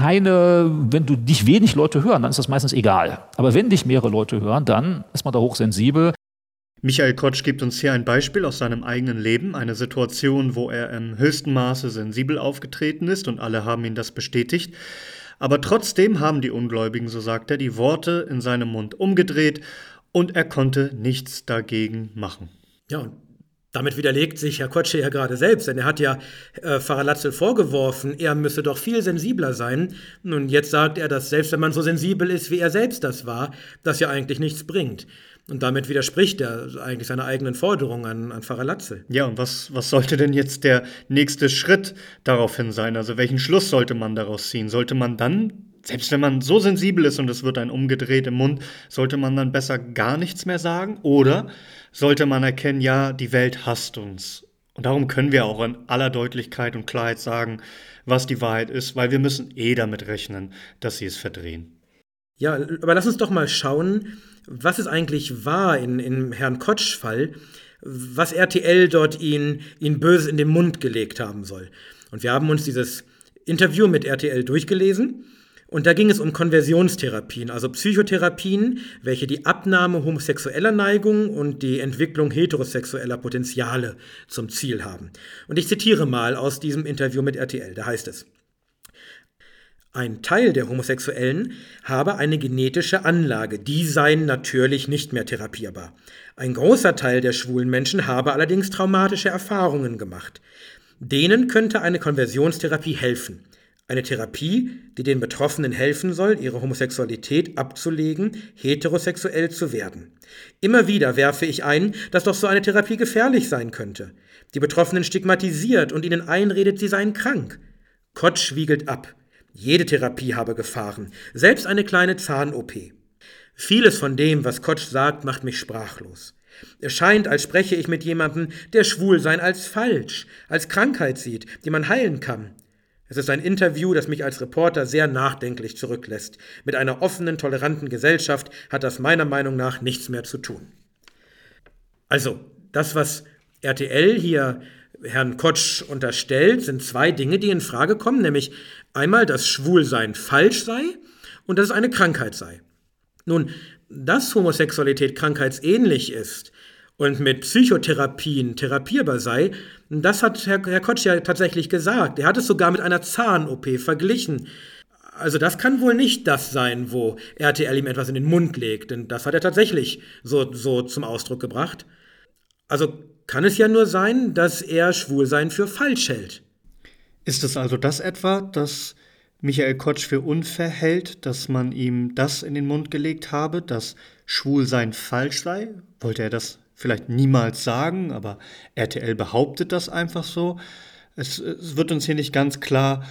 dich wenig Leute hören, dann ist das meistens egal. Aber wenn dich mehrere Leute hören, dann ist man da hochsensibel. Michael Kotsch gibt uns hier ein Beispiel aus seinem eigenen Leben, eine Situation, wo er im höchsten Maße sensibel aufgetreten ist und alle haben ihn das bestätigt. Aber trotzdem haben die Ungläubigen, so sagt er, die Worte in seinem Mund umgedreht und er konnte nichts dagegen machen. Ja, und damit widerlegt sich Herr Kotsch ja gerade selbst, denn er hat ja Pfarrer Latzel vorgeworfen, er müsse doch viel sensibler sein. Und jetzt sagt er, dass selbst wenn man so sensibel ist, wie er selbst das war, das ja eigentlich nichts bringt. Und damit widerspricht er eigentlich seiner eigenen Forderung an Pfarrer Latzel. Ja, und was sollte denn jetzt der nächste Schritt daraufhin sein? Also welchen Schluss sollte man daraus ziehen? Sollte man dann, selbst wenn man so sensibel ist und es wird ein umgedreht im Mund, sollte man dann besser gar nichts mehr sagen? Oder sollte man erkennen, ja, die Welt hasst uns? Und darum können wir auch in aller Deutlichkeit und Klarheit sagen, was die Wahrheit ist, weil wir müssen damit rechnen, dass sie es verdrehen. Ja, aber lass uns doch mal schauen, was es eigentlich war in Herrn Kotsch-Fall, was RTL dort ihn böse in den Mund gelegt haben soll. Und wir haben uns dieses Interview mit RTL durchgelesen und da ging es um Konversionstherapien, also Psychotherapien, welche die Abnahme homosexueller Neigungen und die Entwicklung heterosexueller Potenziale zum Ziel haben. Und ich zitiere mal aus diesem Interview mit RTL, da heißt es: Ein Teil der Homosexuellen habe eine genetische Anlage, die seien natürlich nicht mehr therapierbar. Ein großer Teil der schwulen Menschen habe allerdings traumatische Erfahrungen gemacht. Denen könnte eine Konversionstherapie helfen. Eine Therapie, die den Betroffenen helfen soll, ihre Homosexualität abzulegen, heterosexuell zu werden. Immer wieder werfe ich ein, dass doch so eine Therapie gefährlich sein könnte. Die Betroffenen stigmatisiert und ihnen einredet, sie seien krank. Kotsch wiegelt ab. Jede Therapie habe Gefahren, selbst eine kleine Zahn-OP. Vieles von dem, was Kotsch sagt, macht mich sprachlos. Es scheint, als spreche ich mit jemandem, der Schwulsein als falsch, als Krankheit sieht, die man heilen kann. Es ist ein Interview, das mich als Reporter sehr nachdenklich zurücklässt. Mit einer offenen, toleranten Gesellschaft hat das meiner Meinung nach nichts mehr zu tun. Also, das, was RTL hier Herrn Kotsch unterstellt, sind 2 Dinge, die in Frage kommen, nämlich einmal, dass Schwulsein falsch sei und dass es eine Krankheit sei. Nun, dass Homosexualität krankheitsähnlich ist und mit Psychotherapien therapierbar sei, das hat Herr Kotsch ja tatsächlich gesagt. Er hat es sogar mit einer Zahn-OP verglichen. Also das kann wohl nicht das sein, wo RTL ihm etwas in den Mund legt, denn das hat er tatsächlich so zum Ausdruck gebracht. Also kann es ja nur sein, dass er Schwulsein für falsch hält. Ist es also das etwa, dass Michael Kotsch für unfair hält, dass man ihm das in den Mund gelegt habe, dass Schwulsein falsch sei? Wollte er das vielleicht niemals sagen, aber RTL behauptet das einfach so? Es wird uns hier nicht ganz klar,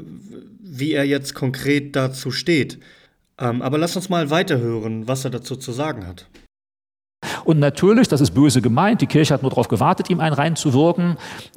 wie er jetzt konkret dazu steht. Aber lass uns mal weiterhören, was er dazu zu sagen hat. Und natürlich, das ist böse gemeint, die Kirche hat nur darauf gewartet, ihm einen reinzuwirken.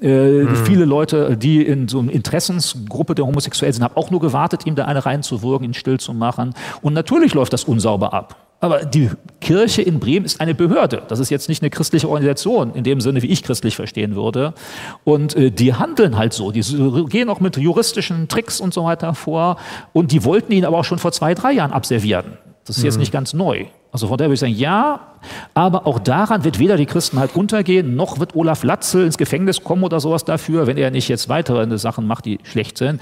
Viele Leute, die in so einer Interessensgruppe der Homosexuellen sind, haben auch nur gewartet, ihm da eine reinzuwirken, ihn still zu machen. Und natürlich läuft das unsauber ab. Aber die Kirche in Bremen ist eine Behörde. Das ist jetzt nicht eine christliche Organisation, in dem Sinne, wie ich christlich verstehen würde. Und die handeln halt so. Die gehen auch mit juristischen Tricks und so weiter vor. Und die wollten ihn aber auch schon vor 2-3 Jahren abservieren. Das ist jetzt nicht ganz neu. Also von daher würde ich sagen, ja, aber auch daran wird weder die Christenheit untergehen, noch wird Olaf Latzel ins Gefängnis kommen oder sowas dafür, wenn er nicht jetzt weitere Sachen macht, die schlecht sind.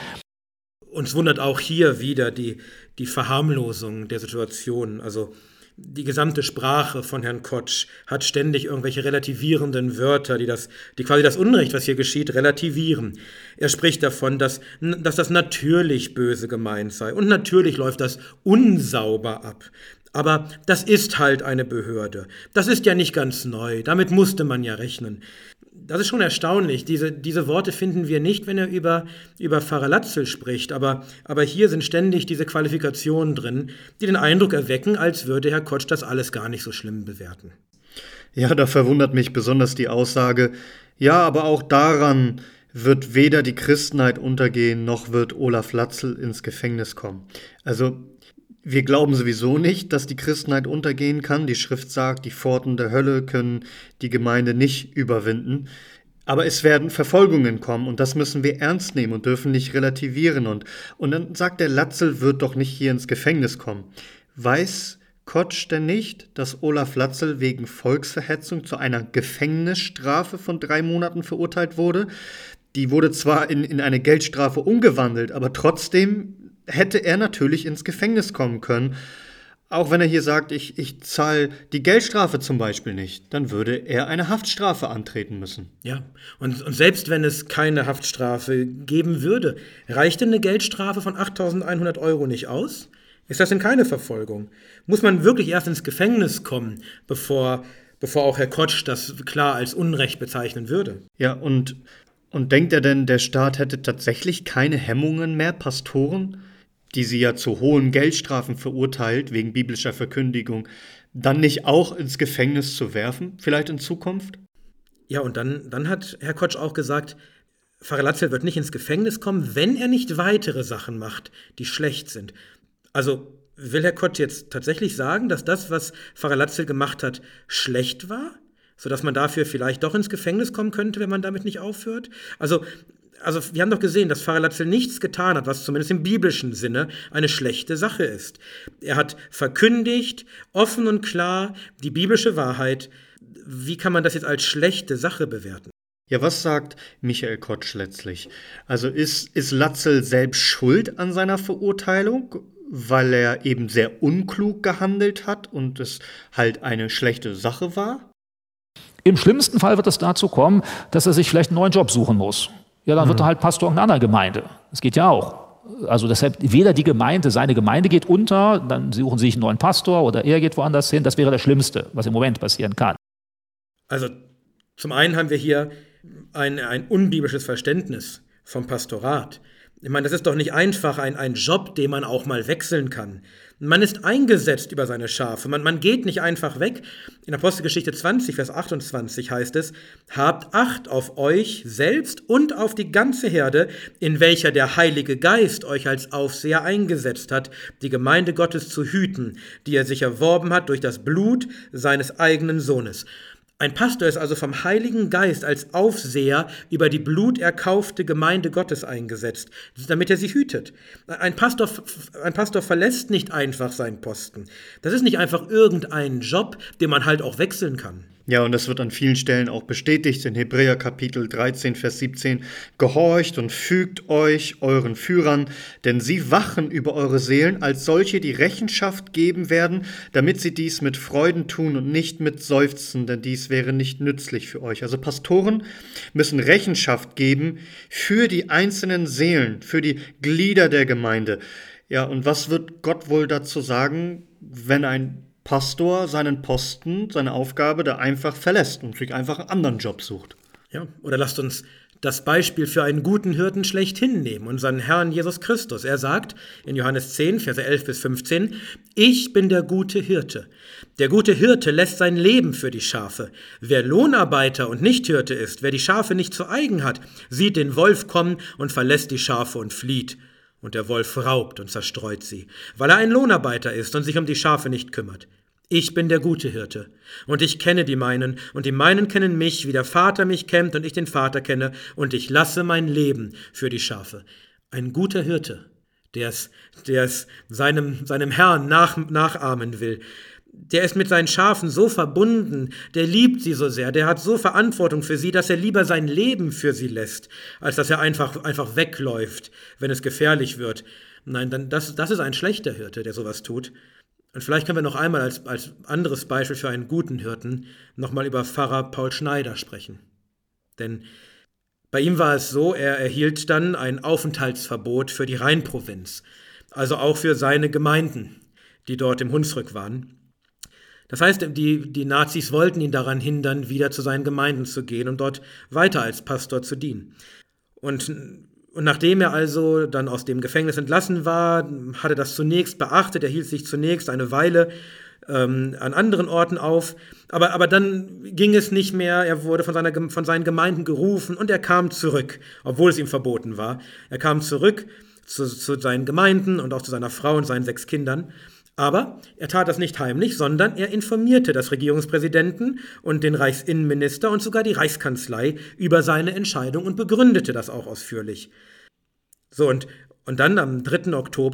Uns wundert auch hier wieder die Verharmlosung der Situation. Also die gesamte Sprache von Herrn Kotsch hat ständig irgendwelche relativierenden Wörter, die quasi das Unrecht, was hier geschieht, relativieren. Er spricht davon, dass das natürlich böse gemeint sei. Und natürlich läuft das unsauber ab. Aber das ist halt eine Behörde. Das ist ja nicht ganz neu. Damit musste man ja rechnen. Das ist schon erstaunlich. Diese Worte finden wir nicht, wenn er über Pfarrer Latzel spricht. Aber hier sind ständig diese Qualifikationen drin, die den Eindruck erwecken, als würde Herr Kotsch das alles gar nicht so schlimm bewerten. Ja, da verwundert mich besonders die Aussage, ja, aber auch daran wird weder die Christenheit untergehen, noch wird Olaf Latzel ins Gefängnis kommen. Also wir glauben sowieso nicht, dass die Christenheit untergehen kann. Die Schrift sagt, die Pforten der Hölle können die Gemeinde nicht überwinden. Aber es werden Verfolgungen kommen und das müssen wir ernst nehmen und dürfen nicht relativieren. Und dann sagt der Latzel, wird doch nicht hier ins Gefängnis kommen. Weiß Kotsch denn nicht, dass Olaf Latzel wegen Volksverhetzung zu einer Gefängnisstrafe von 3 Monaten verurteilt wurde? Die wurde zwar in eine Geldstrafe umgewandelt, aber trotzdem hätte er natürlich ins Gefängnis kommen können. Auch wenn er hier sagt, ich zahle die Geldstrafe zum Beispiel nicht, dann würde er eine Haftstrafe antreten müssen. Ja, und selbst wenn es keine Haftstrafe geben würde, reicht denn eine Geldstrafe von 8.100 € nicht aus? Ist das denn keine Verfolgung? Muss man wirklich erst ins Gefängnis kommen, bevor auch Herr Kotsch das klar als Unrecht bezeichnen würde? Ja, und denkt er denn, der Staat hätte tatsächlich keine Hemmungen mehr, Pastoren, die sie ja zu hohen Geldstrafen verurteilt, wegen biblischer Verkündigung, dann nicht auch ins Gefängnis zu werfen, vielleicht in Zukunft? Ja, und dann hat Herr Kotsch auch gesagt, Pfarrer Latzel wird nicht ins Gefängnis kommen, wenn er nicht weitere Sachen macht, die schlecht sind. Also will Herr Kotsch jetzt tatsächlich sagen, dass das, was Pfarrer Latzel gemacht hat, schlecht war? Sodass man dafür vielleicht doch ins Gefängnis kommen könnte, wenn man damit nicht aufhört? Also wir haben doch gesehen, dass Pfarrer Latzel nichts getan hat, was zumindest im biblischen Sinne eine schlechte Sache ist. Er hat verkündigt, offen und klar, die biblische Wahrheit. Wie kann man das jetzt als schlechte Sache bewerten? Ja, was sagt Michael Kotsch letztlich? Also ist Latzel selbst schuld an seiner Verurteilung, weil er eben sehr unklug gehandelt hat und es halt eine schlechte Sache war? Im schlimmsten Fall wird es dazu kommen, dass er sich vielleicht einen neuen Job suchen muss. Ja, dann wird er halt Pastor in einer anderen Gemeinde. Das geht ja auch. Also deshalb, weder seine Gemeinde geht unter, dann suchen sie sich einen neuen Pastor oder er geht woanders hin. Das wäre das Schlimmste, was im Moment passieren kann. Also zum einen haben wir hier ein unbiblisches Verständnis vom Pastorat. Ich meine, das ist doch nicht einfach ein Job, den man auch mal wechseln kann. Man ist eingesetzt über seine Schafe. Man geht nicht einfach weg. In Apostelgeschichte 20, Vers 28 heißt es, habt Acht auf euch selbst und auf die ganze Herde, in welcher der Heilige Geist euch als Aufseher eingesetzt hat, die Gemeinde Gottes zu hüten, die er sich erworben hat durch das Blut seines eigenen Sohnes. Ein Pastor ist also vom Heiligen Geist als Aufseher über die bluterkaufte Gemeinde Gottes eingesetzt, damit er sie hütet. Ein Pastor verlässt nicht einfach seinen Posten. Das ist nicht einfach irgendein Job, den man halt auch wechseln kann. Ja, und das wird an vielen Stellen auch bestätigt in Hebräer Kapitel 13, Vers 17. Gehorcht und fügt euch euren Führern, denn sie wachen über eure Seelen als solche, die Rechenschaft geben werden, damit sie dies mit Freuden tun und nicht mit Seufzen, denn dies wäre nicht nützlich für euch. Also Pastoren müssen Rechenschaft geben für die einzelnen Seelen, für die Glieder der Gemeinde. Ja, und was wird Gott wohl dazu sagen, wenn ein Pastor seinen Posten, seine Aufgabe da einfach verlässt und sich einfach einen anderen Job sucht? Ja, oder lasst uns das Beispiel für einen guten Hirten schlechthin nehmen, unseren Herrn Jesus Christus. Er sagt in Johannes 10, Verse 11 bis 15, ich bin der gute Hirte. Der gute Hirte lässt sein Leben für die Schafe. Wer Lohnarbeiter und nicht Hirte ist, wer die Schafe nicht zu eigen hat, sieht den Wolf kommen und verlässt die Schafe und flieht. Und der Wolf raubt und zerstreut sie, weil er ein Lohnarbeiter ist und sich um die Schafe nicht kümmert. Ich bin der gute Hirte, und ich kenne die meinen, und die meinen kennen mich, wie der Vater mich kennt und ich den Vater kenne, und ich lasse mein Leben für die Schafe. Ein guter Hirte, der es seinem Herrn nachahmen will, der ist mit seinen Schafen so verbunden, der liebt sie so sehr, der hat so Verantwortung für sie, dass er lieber sein Leben für sie lässt, als dass er einfach wegläuft, wenn es gefährlich wird. Nein, das ist ein schlechter Hirte, der sowas tut. Und vielleicht können wir noch einmal als anderes Beispiel für einen guten Hirten nochmal über Pfarrer Paul Schneider sprechen. Denn bei ihm war es so, er erhielt dann ein Aufenthaltsverbot für die Rheinprovinz, also auch für seine Gemeinden, die dort im Hunsrück waren. Das heißt, die Nazis wollten ihn daran hindern, wieder zu seinen Gemeinden zu gehen und dort weiter als Pastor zu dienen. Und nachdem er also dann aus dem Gefängnis entlassen war, hat er das zunächst beachtet. Er hielt sich zunächst eine Weile an anderen Orten auf. Aber dann ging es nicht mehr. Er wurde von seinen Gemeinden gerufen und er kam zurück, obwohl es ihm verboten war. Er kam zurück zu seinen Gemeinden und auch zu seiner Frau und seinen 6 Kindern. Aber er tat das nicht heimlich, sondern er informierte das Regierungspräsidenten und den Reichsinnenminister und sogar die Reichskanzlei über seine Entscheidung und begründete das auch ausführlich. So, und dann am 3. Oktober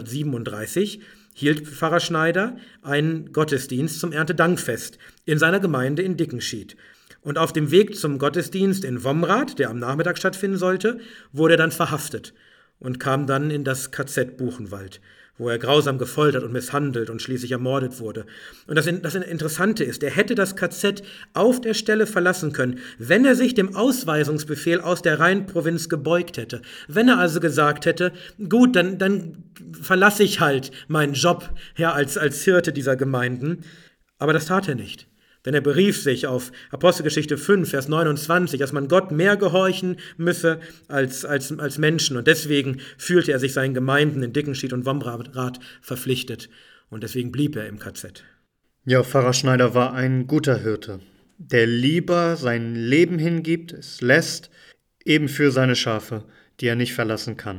1937 hielt Pfarrer Schneider einen Gottesdienst zum Erntedankfest in seiner Gemeinde in Dickenschied. Und auf dem Weg zum Gottesdienst in Womrath, der am Nachmittag stattfinden sollte, wurde er dann verhaftet und kam dann in das KZ Buchenwald, wo er grausam gefoltert und misshandelt und schließlich ermordet wurde. Und das Interessante ist, er hätte das KZ auf der Stelle verlassen können, wenn er sich dem Ausweisungsbefehl aus der Rheinprovinz gebeugt hätte. Wenn er also gesagt hätte, gut, dann verlasse ich halt meinen Job als Hirte dieser Gemeinden. Aber das tat er nicht. Denn er berief sich auf Apostelgeschichte 5, Vers 29, dass man Gott mehr gehorchen müsse als Menschen. Und deswegen fühlte er sich seinen Gemeinden in Dickenschied und Womrath verpflichtet. Und deswegen blieb er im KZ. Ja, Pfarrer Schneider war ein guter Hirte, der lieber sein Leben hingibt, es lässt, eben für seine Schafe, die er nicht verlassen kann.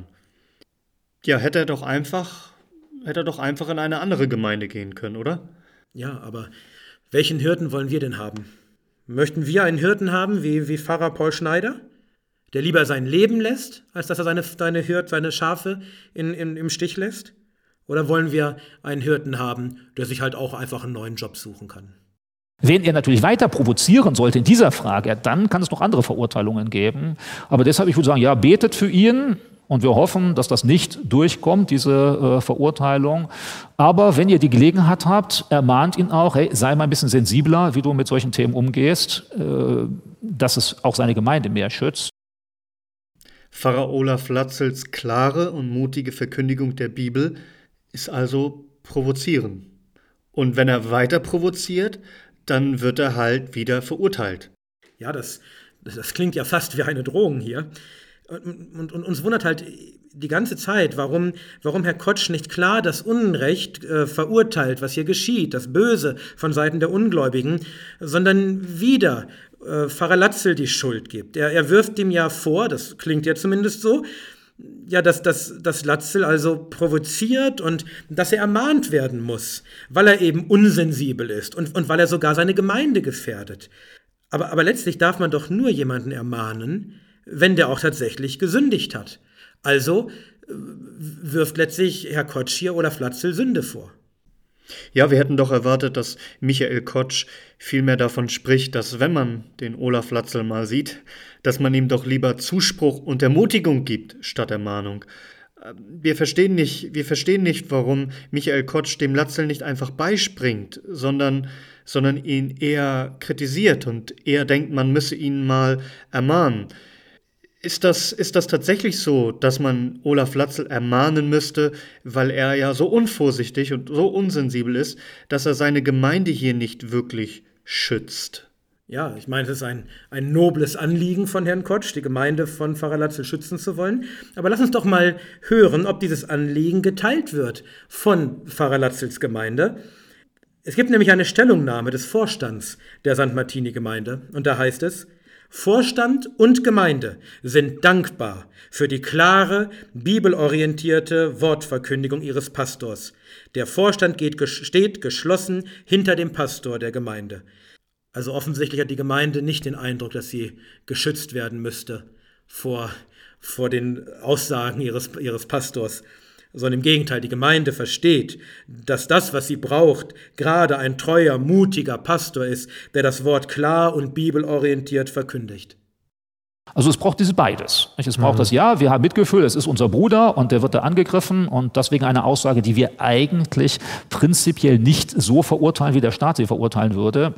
Ja, hätte er doch einfach in eine andere Gemeinde gehen können, oder? Ja, aber welchen Hirten wollen wir denn haben? Möchten wir einen Hirten haben wie Pfarrer Paul Schneider, der lieber sein Leben lässt, als dass er seine Schafe im Stich lässt? Oder wollen wir einen Hirten haben, der sich halt auch einfach einen neuen Job suchen kann? Wen er natürlich weiter provozieren sollte in dieser Frage, dann kann es noch andere Verurteilungen geben. Aber deshalb, ich würde sagen, ja, betet für ihn. Und wir hoffen, dass das nicht durchkommt, diese Verurteilung. Aber wenn ihr die Gelegenheit habt, ermahnt ihn auch, hey, sei mal ein bisschen sensibler, wie du mit solchen Themen umgehst, dass es auch seine Gemeinde mehr schützt. Pfarrer Olaf Latzels klare und mutige Verkündigung der Bibel ist also provozieren. Und wenn er weiter provoziert, dann wird er halt wieder verurteilt. Ja, das klingt ja fast wie eine Drohung hier. Und uns wundert halt die ganze Zeit, warum Herr Kotsch nicht klar das Unrecht verurteilt, was hier geschieht, das Böse von Seiten der Ungläubigen, sondern wieder Pfarrer Latzel die Schuld gibt. Er wirft ihm ja vor, das klingt ja zumindest so, ja, dass Latzel also provoziert und dass er ermahnt werden muss, weil er eben unsensibel ist und weil er sogar seine Gemeinde gefährdet. Aber letztlich darf man doch nur jemanden ermahnen, wenn der auch tatsächlich gesündigt hat. Also wirft letztlich Herr Kotsch hier Olaf Latzel Sünde vor. Ja, wir hätten doch erwartet, dass Michael Kotsch vielmehr davon spricht, dass wenn man den Olaf Latzel mal sieht, dass man ihm doch lieber Zuspruch und Ermutigung gibt statt Ermahnung. Wir verstehen nicht, warum Michael Kotsch dem Latzel nicht einfach beispringt, sondern ihn eher kritisiert und eher denkt, man müsse ihn mal ermahnen. Ist das tatsächlich so, dass man Olaf Latzel ermahnen müsste, weil er ja so unvorsichtig und so unsensibel ist, dass er seine Gemeinde hier nicht wirklich schützt? Ja, ich meine, es ist ein nobles Anliegen von Herrn Kotsch, die Gemeinde von Pfarrer Latzel schützen zu wollen. Aber lass uns doch mal hören, ob dieses Anliegen geteilt wird von Pfarrer Latzels Gemeinde. Es gibt nämlich eine Stellungnahme des Vorstands der St. Martini-Gemeinde und da heißt es: Vorstand und Gemeinde sind dankbar für die klare, bibelorientierte Wortverkündigung ihres Pastors. Der Vorstand steht geschlossen hinter dem Pastor der Gemeinde. Also offensichtlich hat die Gemeinde nicht den Eindruck, dass sie geschützt werden müsste vor den Aussagen ihres Pastors, sondern im Gegenteil, die Gemeinde versteht, dass das, was sie braucht, gerade ein treuer, mutiger Pastor ist, der das Wort klar und bibelorientiert verkündigt. Also es braucht beides. Es braucht das, ja, wir haben Mitgefühl, es ist unser Bruder und der wird da angegriffen und deswegen eine Aussage, die wir eigentlich prinzipiell nicht so verurteilen, wie der Staat sie verurteilen würde.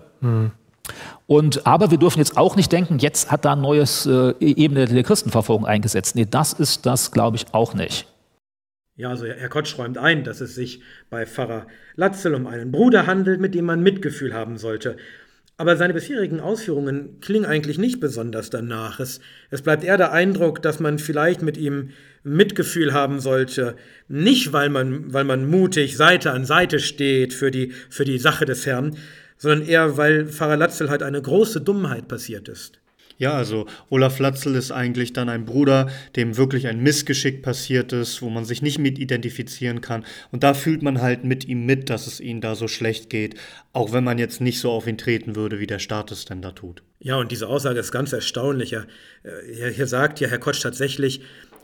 Aber wir dürfen jetzt auch nicht denken, jetzt hat da eine neue Ebene der Christenverfolgung eingesetzt. Nee, das ist das, glaube ich, auch nicht. Ja, also Herr Kotsch räumt ein, dass es sich bei Pfarrer Latzel um einen Bruder handelt, mit dem man Mitgefühl haben sollte. Aber seine bisherigen Ausführungen klingen eigentlich nicht besonders danach. Es bleibt eher der Eindruck, dass man vielleicht mit ihm Mitgefühl haben sollte, nicht weil man mutig Seite an Seite steht für die Sache des Herrn, sondern eher, weil Pfarrer Latzel halt eine große Dummheit passiert ist. Ja, also Olaf Latzel ist eigentlich dann ein Bruder, dem wirklich ein Missgeschick passiert ist, wo man sich nicht mit identifizieren kann. Und da fühlt man halt mit ihm mit, dass es ihm da so schlecht geht, auch wenn man jetzt nicht so auf ihn treten würde, wie der Staat es denn da tut. Ja, und diese Aussage ist ganz erstaunlich. Hier sagt ja Herr Kotsch tatsächlich,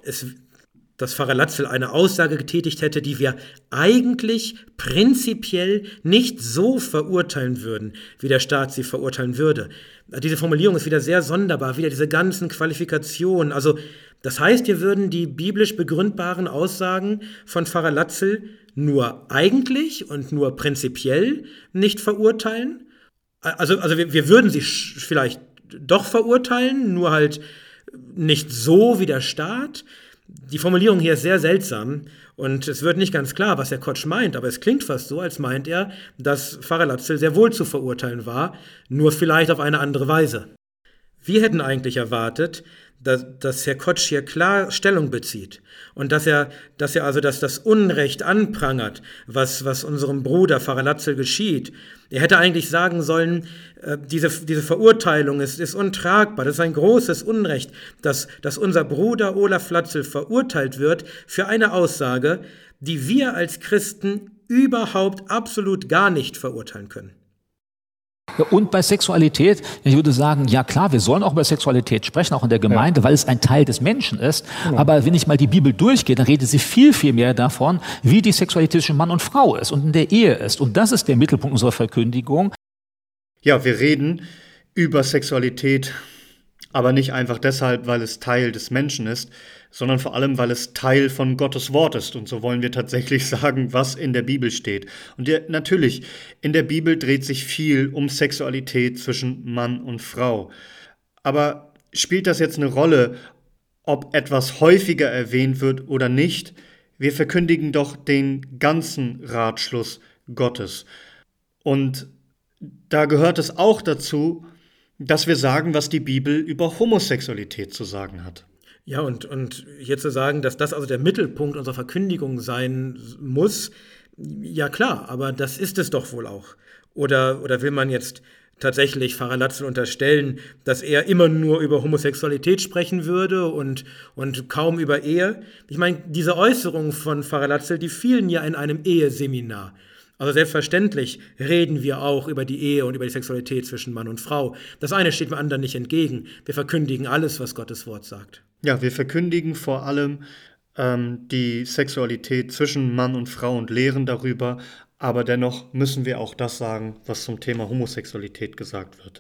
dass Pfarrer Latzel eine Aussage getätigt hätte, die wir eigentlich prinzipiell nicht so verurteilen würden, wie der Staat sie verurteilen würde. Diese Formulierung ist wieder sehr sonderbar, wieder diese ganzen Qualifikationen. Also das heißt, wir würden die biblisch begründbaren Aussagen von Pfarrer Latzel nur eigentlich und nur prinzipiell nicht verurteilen. Also wir würden sie vielleicht doch verurteilen, nur halt nicht so wie der Staat. Die Formulierung hier ist sehr seltsam und es wird nicht ganz klar, was Herr Kotsch meint, aber es klingt fast so, als meint er, dass Pfarrer Latzel sehr wohl zu verurteilen war, nur vielleicht auf eine andere Weise. Wir hätten eigentlich erwartet, dass Herr Kotsch hier klar Stellung bezieht und dass er also das Unrecht anprangert, was unserem Bruder Pfarrer Latzel geschieht. Er hätte eigentlich sagen sollen, diese Verurteilung ist untragbar, das ist ein großes Unrecht, dass unser Bruder Olaf Latzel verurteilt wird für eine Aussage, die wir als Christen überhaupt absolut gar nicht verurteilen können. Ja, und bei Sexualität, ich würde sagen, ja klar, wir sollen auch über Sexualität sprechen, auch in der Gemeinde, weil es ein Teil des Menschen ist. Genau. Aber wenn ich mal die Bibel durchgehe, dann redet sie viel, viel mehr davon, wie die Sexualität zwischen Mann und Frau ist und in der Ehe ist. Und das ist der Mittelpunkt unserer Verkündigung. Ja, wir reden über Sexualität, aber nicht einfach deshalb, weil es Teil des Menschen ist, sondern vor allem, weil es Teil von Gottes Wort ist. Und so wollen wir tatsächlich sagen, was in der Bibel steht. Und natürlich, in der Bibel dreht sich viel um Sexualität zwischen Mann und Frau. Aber spielt das jetzt eine Rolle, ob etwas häufiger erwähnt wird oder nicht? Wir verkündigen doch den ganzen Ratschluss Gottes. Und da gehört es auch dazu, dass wir sagen, was die Bibel über Homosexualität zu sagen hat. Ja, und hier zu sagen, dass das also der Mittelpunkt unserer Verkündigung sein muss, ja klar, aber das ist es doch wohl auch. Oder will man jetzt tatsächlich Pfarrer Latzel unterstellen, dass er immer nur über Homosexualität sprechen würde und kaum über Ehe? Ich meine, diese Äußerungen von Pfarrer Latzel, die fielen ja in einem Eheseminar. Also selbstverständlich reden wir auch über die Ehe und über die Sexualität zwischen Mann und Frau. Das eine steht dem anderen nicht entgegen. Wir verkündigen alles, was Gottes Wort sagt. Ja, wir verkündigen vor allem die Sexualität zwischen Mann und Frau und lehren darüber, aber dennoch müssen wir auch das sagen, was zum Thema Homosexualität gesagt wird.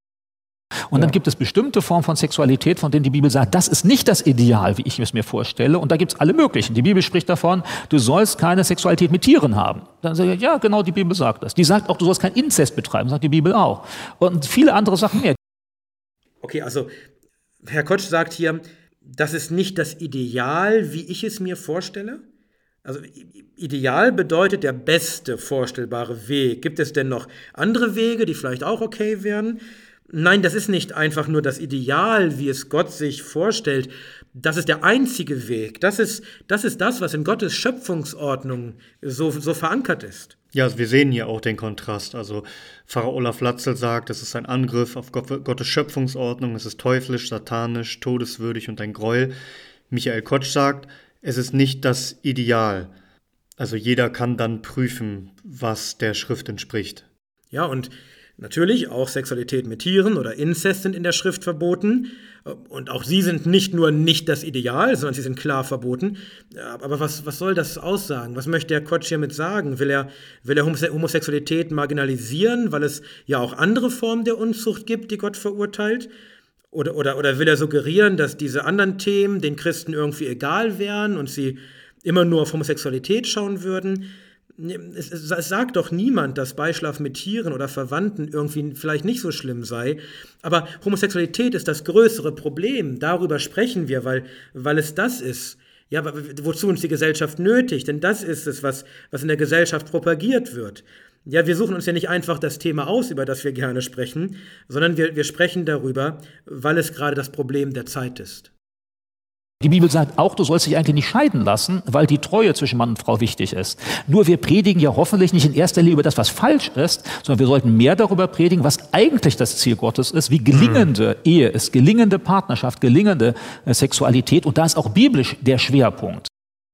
Und dann gibt es bestimmte Formen von Sexualität, von denen die Bibel sagt, das ist nicht das Ideal, wie ich es mir vorstelle. Und da gibt es alle möglichen. Die Bibel spricht davon, du sollst keine Sexualität mit Tieren haben. Dann sage ich, ja, genau, die Bibel sagt das. Die sagt auch, du sollst keinen Inzest betreiben, sagt die Bibel auch. Und viele andere Sachen mehr. Okay, also Herr Kotsch sagt hier, das ist nicht das Ideal, wie ich es mir vorstelle. Also ideal bedeutet der beste vorstellbare Weg. Gibt es denn noch andere Wege, die vielleicht auch okay wären? Nein, das ist nicht einfach nur das Ideal, wie es Gott sich vorstellt. Das ist der einzige Weg. Das ist das, was in Gottes Schöpfungsordnung so verankert ist. Ja, also wir sehen hier auch den Kontrast. Also Pfarrer Olaf Latzel sagt, es ist ein Angriff auf Gottes Schöpfungsordnung, es ist teuflisch, satanisch, todeswürdig und ein Gräuel. Michael Kotsch sagt, es ist nicht das Ideal. Also jeder kann dann prüfen, was der Schrift entspricht. Ja, und natürlich auch Sexualität mit Tieren oder Inzest sind in der Schrift verboten. Und auch sie sind nicht nur nicht das Ideal, sondern sie sind klar verboten. Aber was soll das aussagen? Was möchte Herr Kotsch hiermit sagen? Will er Homosexualität marginalisieren, weil es ja auch andere Formen der Unzucht gibt, die Gott verurteilt? Oder will er suggerieren, dass diese anderen Themen den Christen irgendwie egal wären und sie immer nur auf Homosexualität schauen würden? Es sagt doch niemand, dass Beischlaf mit Tieren oder Verwandten irgendwie vielleicht nicht so schlimm sei. Aber Homosexualität ist das größere Problem. Darüber sprechen wir, weil es das ist. Ja, wozu uns die Gesellschaft nötigt? Denn das ist es, was in der Gesellschaft propagiert wird. Ja, wir suchen uns ja nicht einfach das Thema aus, über das wir gerne sprechen, sondern wir sprechen darüber, weil es gerade das Problem der Zeit ist. Die Bibel sagt auch, du sollst dich eigentlich nicht scheiden lassen, weil die Treue zwischen Mann und Frau wichtig ist. Nur wir predigen ja hoffentlich nicht in erster Linie über das, was falsch ist, sondern wir sollten mehr darüber predigen, was eigentlich das Ziel Gottes ist, wie gelingende Ehe ist, gelingende Partnerschaft, gelingende Sexualität. Und da ist auch biblisch der Schwerpunkt.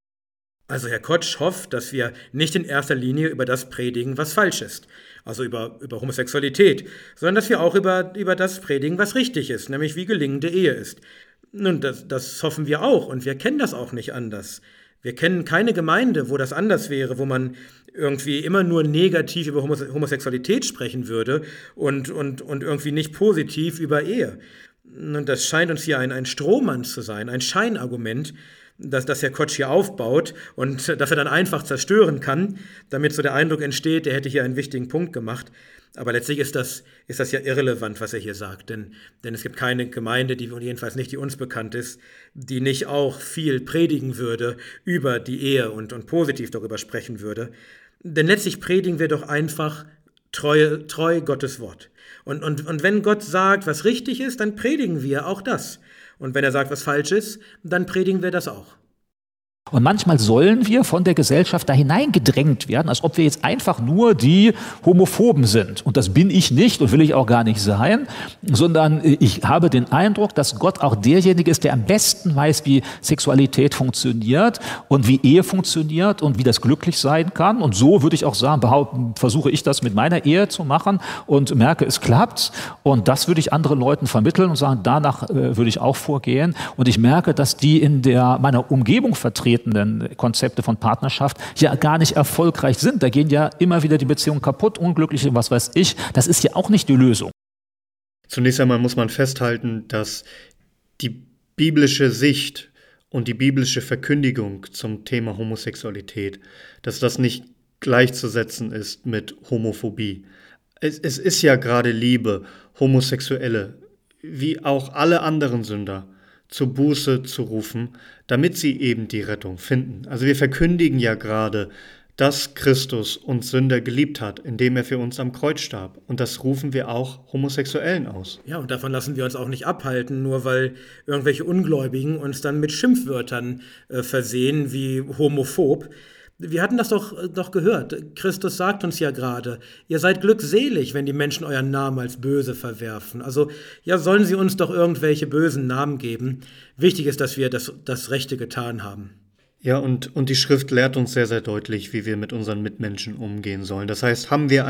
Also Herr Kotsch hofft, dass wir nicht in erster Linie über das predigen, was falsch ist, also über Homosexualität, sondern dass wir auch über das predigen, was richtig ist, nämlich wie gelingende Ehe ist. Nun, das hoffen wir auch und wir kennen das auch nicht anders. Wir kennen keine Gemeinde, wo das anders wäre, wo man irgendwie immer nur negativ über Homosexualität sprechen würde und irgendwie nicht positiv über Ehe. Und das scheint uns hier ein Strohmann zu sein, ein Scheinargument, das Herr Kotsch hier aufbaut und das er dann einfach zerstören kann, damit so der Eindruck entsteht, er hätte hier einen wichtigen Punkt gemacht. Aber letztlich ist das ja irrelevant, was er hier sagt, denn es gibt keine Gemeinde, die jedenfalls nicht die uns bekannt ist, die nicht auch viel predigen würde über die Ehe und positiv darüber sprechen würde. Denn letztlich predigen wir doch einfach treu Gottes Wort. Und wenn Gott sagt, was richtig ist, dann predigen wir auch das. Und wenn er sagt, was falsch ist, dann predigen wir das auch. Und manchmal sollen wir von der Gesellschaft da hineingedrängt werden, als ob wir jetzt einfach nur die Homophoben sind. Und das bin ich nicht und will ich auch gar nicht sein, sondern ich habe den Eindruck, dass Gott auch derjenige ist, der am besten weiß, wie Sexualität funktioniert und wie Ehe funktioniert und wie das glücklich sein kann. Und so würde ich auch sagen, versuche ich das mit meiner Ehe zu machen und merke, es klappt. Und das würde ich anderen Leuten vermitteln und sagen, danach würde ich auch vorgehen. Und ich merke, dass die in meiner Umgebung vertreten Konzepte von Partnerschaft ja gar nicht erfolgreich sind. Da gehen ja immer wieder die Beziehungen kaputt, unglücklich, was weiß ich. Das ist ja auch nicht die Lösung. Zunächst einmal muss man festhalten, dass die biblische Sicht und die biblische Verkündigung zum Thema Homosexualität, dass das nicht gleichzusetzen ist mit Homophobie. Es ist ja gerade Liebe, Homosexuelle, wie auch alle anderen Sünder, zur Buße zu rufen, damit sie eben die Rettung finden. Also wir verkündigen ja gerade, dass Christus uns Sünder geliebt hat, indem er für uns am Kreuz starb. Und das rufen wir auch Homosexuellen aus. Ja, und davon lassen wir uns auch nicht abhalten, nur weil irgendwelche Ungläubigen uns dann mit Schimpfwörtern versehen, wie homophob. Wir hatten das doch gehört. Christus sagt uns ja gerade, ihr seid glückselig, wenn die Menschen euren Namen als böse verwerfen. Also ja, sollen sie uns doch irgendwelche bösen Namen geben. Wichtig ist, dass wir das Rechte getan haben. Ja, und die Schrift lehrt uns sehr, sehr deutlich, wie wir mit unseren Mitmenschen umgehen sollen. Das heißt, haben wir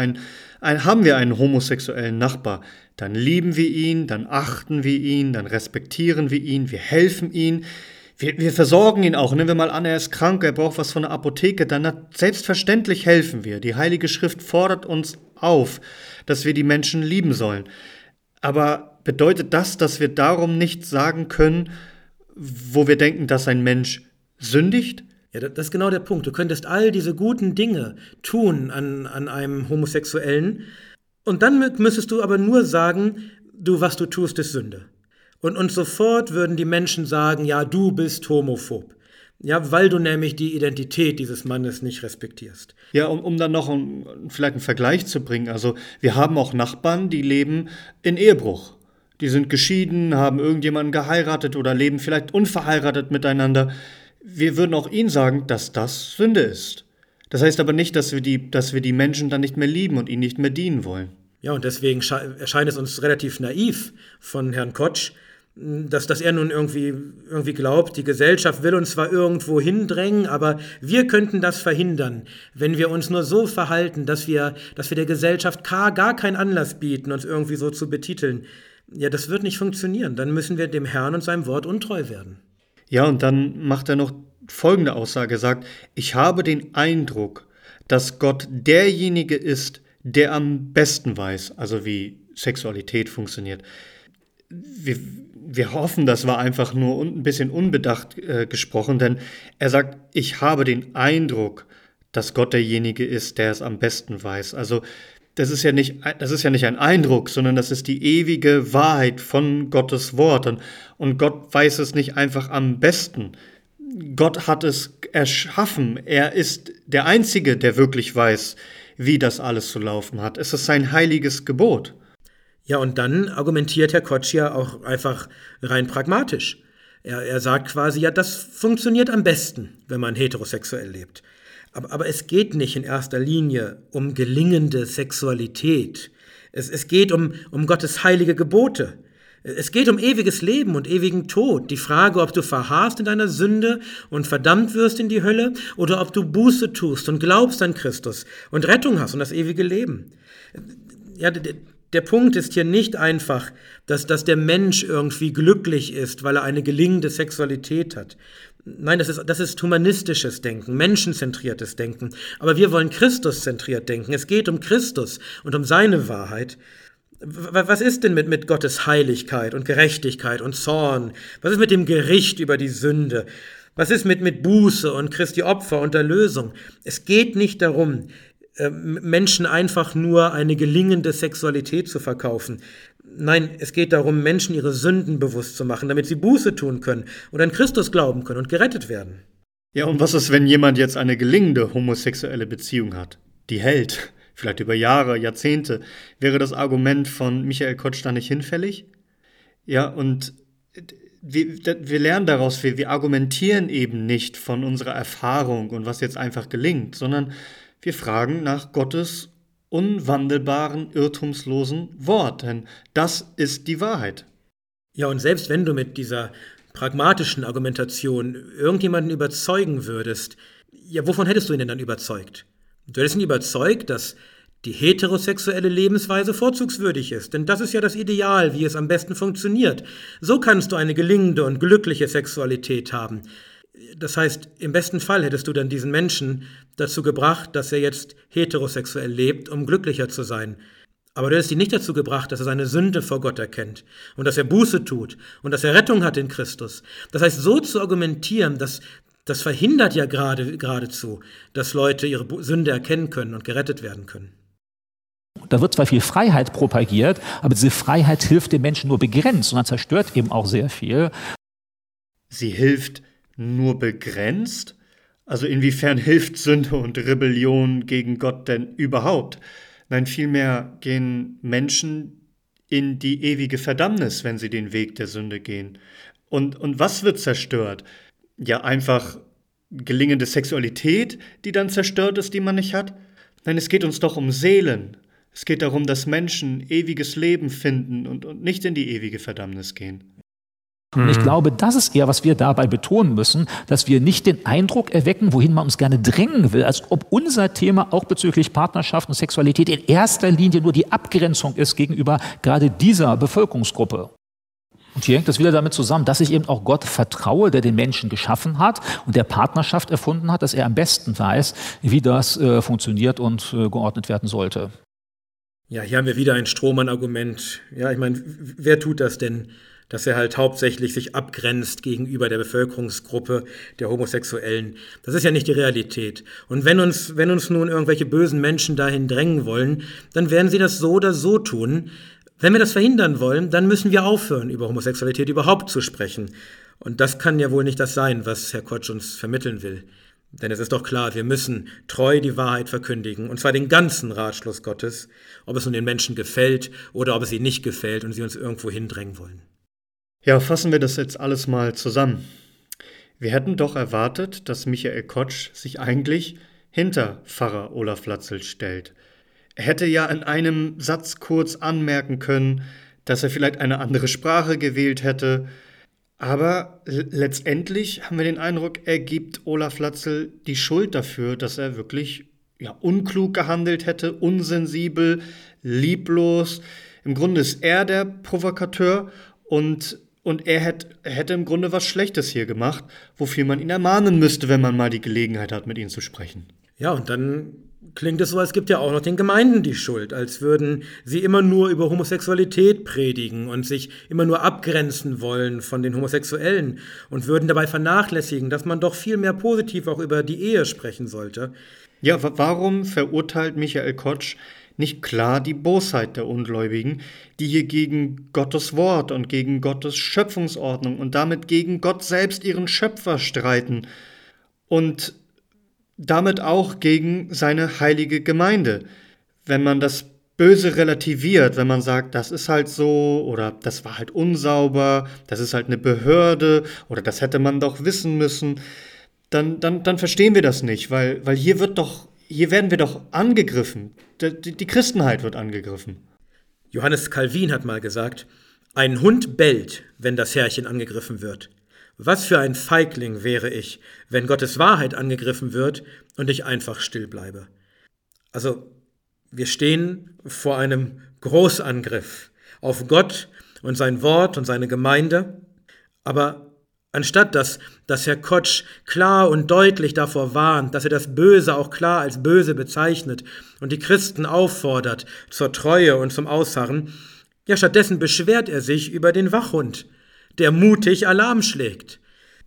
einen homosexuellen Nachbar, dann lieben wir ihn, dann achten wir ihn, dann respektieren wir ihn, wir helfen ihm. Wir versorgen ihn auch. Nehmen wir mal an, er ist krank, er braucht was von der Apotheke. Dann selbstverständlich helfen wir. Die Heilige Schrift fordert uns auf, dass wir die Menschen lieben sollen. Aber bedeutet das, dass wir darum nicht sagen können, wo wir denken, dass ein Mensch sündigt? Ja, das ist genau der Punkt. Du könntest all diese guten Dinge tun an einem Homosexuellen und dann müsstest du aber nur sagen, was du tust, ist Sünde. Und sofort würden die Menschen sagen, ja, du bist homophob. Ja, weil du nämlich die Identität dieses Mannes nicht respektierst. Ja, um dann noch vielleicht einen Vergleich zu bringen. Also wir haben auch Nachbarn, die leben in Ehebruch. Die sind geschieden, haben irgendjemanden geheiratet oder leben vielleicht unverheiratet miteinander. Wir würden auch ihnen sagen, dass das Sünde ist. Das heißt aber nicht, dass wir die Menschen dann nicht mehr lieben und ihnen nicht mehr dienen wollen. Ja, und deswegen erscheint es uns relativ naiv von Herrn Kotsch, dass er nun irgendwie glaubt, die Gesellschaft will uns zwar irgendwo hindrängen, aber wir könnten das verhindern, wenn wir uns nur so verhalten, dass wir der Gesellschaft gar keinen Anlass bieten, uns irgendwie so zu betiteln. Ja, das wird nicht funktionieren. Dann müssen wir dem Herrn und seinem Wort untreu werden. Ja, und dann macht er noch folgende Aussage, er sagt, ich habe den Eindruck, dass Gott derjenige ist, der am besten weiß, also wie Sexualität funktioniert. Wir hoffen, das war einfach nur ein bisschen unbedacht gesprochen, denn er sagt, ich habe den Eindruck, dass Gott derjenige ist, der es am besten weiß. Also das ist ja nicht ein Eindruck, sondern das ist die ewige Wahrheit von Gottes Wort. Und Gott weiß es nicht einfach am besten. Gott hat es erschaffen. Er ist der Einzige, der wirklich weiß, wie das alles zu laufen hat. Es ist sein heiliges Gebot. Ja, und dann argumentiert Herr Kotsch ja auch einfach rein pragmatisch. Er sagt quasi, ja, das funktioniert am besten, wenn man heterosexuell lebt. Aber es geht nicht in erster Linie um gelingende Sexualität. Es geht um Gottes heilige Gebote. Es geht um ewiges Leben und ewigen Tod. Die Frage, ob du verharrst in deiner Sünde und verdammt wirst in die Hölle oder ob du Buße tust und glaubst an Christus und Rettung hast und das ewige Leben. Ja, der Punkt ist hier nicht einfach, dass der Mensch irgendwie glücklich ist, weil er eine gelingende Sexualität hat. Nein, das ist humanistisches Denken, menschenzentriertes Denken. Aber wir wollen Christuszentriert denken. Es geht um Christus und um seine Wahrheit. Was ist denn mit Gottes Heiligkeit und Gerechtigkeit und Zorn? Was ist mit dem Gericht über die Sünde? Was ist mit Buße und Christi Opfer und Erlösung? Es geht nicht darum, Menschen einfach nur eine gelingende Sexualität zu verkaufen. Nein, es geht darum, Menschen ihre Sünden bewusst zu machen, damit sie Buße tun können und an Christus glauben können und gerettet werden. Ja, und was ist, wenn jemand jetzt eine gelingende homosexuelle Beziehung hat? Die hält, vielleicht über Jahre, Jahrzehnte. Wäre das Argument von Michael Kotsch da nicht hinfällig? Ja, und wir lernen daraus, wir argumentieren eben nicht von unserer Erfahrung und was jetzt einfach gelingt, sondern wir fragen nach Gottes unwandelbaren, irrtumslosen Wort, denn das ist die Wahrheit. Ja, und selbst wenn du mit dieser pragmatischen Argumentation irgendjemanden überzeugen würdest, ja, wovon hättest du ihn denn dann überzeugt? Du hättest ihn überzeugt, dass die heterosexuelle Lebensweise vorzugswürdig ist, denn das ist ja das Ideal, wie es am besten funktioniert. So kannst du eine gelingende und glückliche Sexualität haben. Das heißt, im besten Fall hättest du dann diesen Menschen dazu gebracht, dass er jetzt heterosexuell lebt, um glücklicher zu sein. Aber du hättest ihn nicht dazu gebracht, dass er seine Sünde vor Gott erkennt und dass er Buße tut und dass er Rettung hat in Christus. Das heißt, so zu argumentieren, das verhindert ja geradezu, dass Leute ihre Sünde erkennen können und gerettet werden können. Da wird zwar viel Freiheit propagiert, aber diese Freiheit hilft den Menschen nur begrenzt, sondern zerstört eben auch sehr viel. Sie hilft nur begrenzt? Also inwiefern hilft Sünde und Rebellion gegen Gott denn überhaupt? Nein, vielmehr gehen Menschen in die ewige Verdammnis, wenn sie den Weg der Sünde gehen. Und was wird zerstört? Ja, einfach gelingende Sexualität, die dann zerstört ist, die man nicht hat? Nein, es geht uns doch um Seelen. Es geht darum, dass Menschen ewiges Leben finden und nicht in die ewige Verdammnis gehen. Und ich glaube, das ist eher, was wir dabei betonen müssen, dass wir nicht den Eindruck erwecken, wohin man uns gerne drängen will, als ob unser Thema auch bezüglich Partnerschaft und Sexualität in erster Linie nur die Abgrenzung ist gegenüber gerade dieser Bevölkerungsgruppe. Und hier hängt es wieder damit zusammen, dass ich eben auch Gott vertraue, der den Menschen geschaffen hat und der Partnerschaft erfunden hat, dass er am besten weiß, wie das funktioniert und geordnet werden sollte. Ja, hier haben wir wieder ein Strohmann-Argument. Ja, ich meine, wer tut das denn, dass er halt hauptsächlich sich abgrenzt gegenüber der Bevölkerungsgruppe der Homosexuellen? Das ist ja nicht die Realität. Und wenn uns nun irgendwelche bösen Menschen dahin drängen wollen, dann werden sie das so oder so tun. Wenn wir das verhindern wollen, dann müssen wir aufhören, über Homosexualität überhaupt zu sprechen. Und das kann ja wohl nicht das sein, was Herr Kotsch uns vermitteln will. Denn es ist doch klar, wir müssen treu die Wahrheit verkündigen, und zwar den ganzen Ratschluss Gottes, ob es nun den Menschen gefällt oder ob es ihnen nicht gefällt und sie uns irgendwo hindrängen wollen. Ja, fassen wir das jetzt alles mal zusammen. Wir hätten doch erwartet, dass Michael Kotsch sich eigentlich hinter Pfarrer Olaf Latzel stellt. Er hätte ja in einem Satz kurz anmerken können, dass er vielleicht eine andere Sprache gewählt hätte. Aber letztendlich haben wir den Eindruck, er gibt Olaf Latzel die Schuld dafür, dass er wirklich unklug gehandelt hätte, unsensibel, lieblos. Im Grunde ist er der Provokateur und er hätte im Grunde was Schlechtes hier gemacht, wofür man ihn ermahnen müsste, wenn man mal die Gelegenheit hat, mit ihm zu sprechen. Ja, und dann klingt es so, als gibt ja auch noch den Gemeinden die Schuld, als würden sie immer nur über Homosexualität predigen und sich immer nur abgrenzen wollen von den Homosexuellen und würden dabei vernachlässigen, dass man doch viel mehr positiv auch über die Ehe sprechen sollte. Ja, warum verurteilt Michael Kotsch nicht klar die Bosheit der Ungläubigen, die hier gegen Gottes Wort und gegen Gottes Schöpfungsordnung und damit gegen Gott selbst, ihren Schöpfer, streiten und damit auch gegen seine heilige Gemeinde? Wenn man das Böse relativiert, wenn man sagt, das ist halt so oder das war halt unsauber, das ist halt eine Behörde oder das hätte man doch wissen müssen, dann verstehen wir das nicht, weil hier werden wir doch angegriffen. Die Christenheit wird angegriffen. Johannes Calvin hat mal gesagt, ein Hund bellt, wenn das Herrchen angegriffen wird. Was für ein Feigling wäre ich, wenn Gottes Wahrheit angegriffen wird und ich einfach still bleibe. Also, wir stehen vor einem Großangriff auf Gott und sein Wort und seine Gemeinde, aber anstatt dass Herr Kotsch klar und deutlich davor warnt, dass er das Böse auch klar als böse bezeichnet und die Christen auffordert zur Treue und zum Ausharren, ja, stattdessen beschwert er sich über den Wachhund, der mutig Alarm schlägt.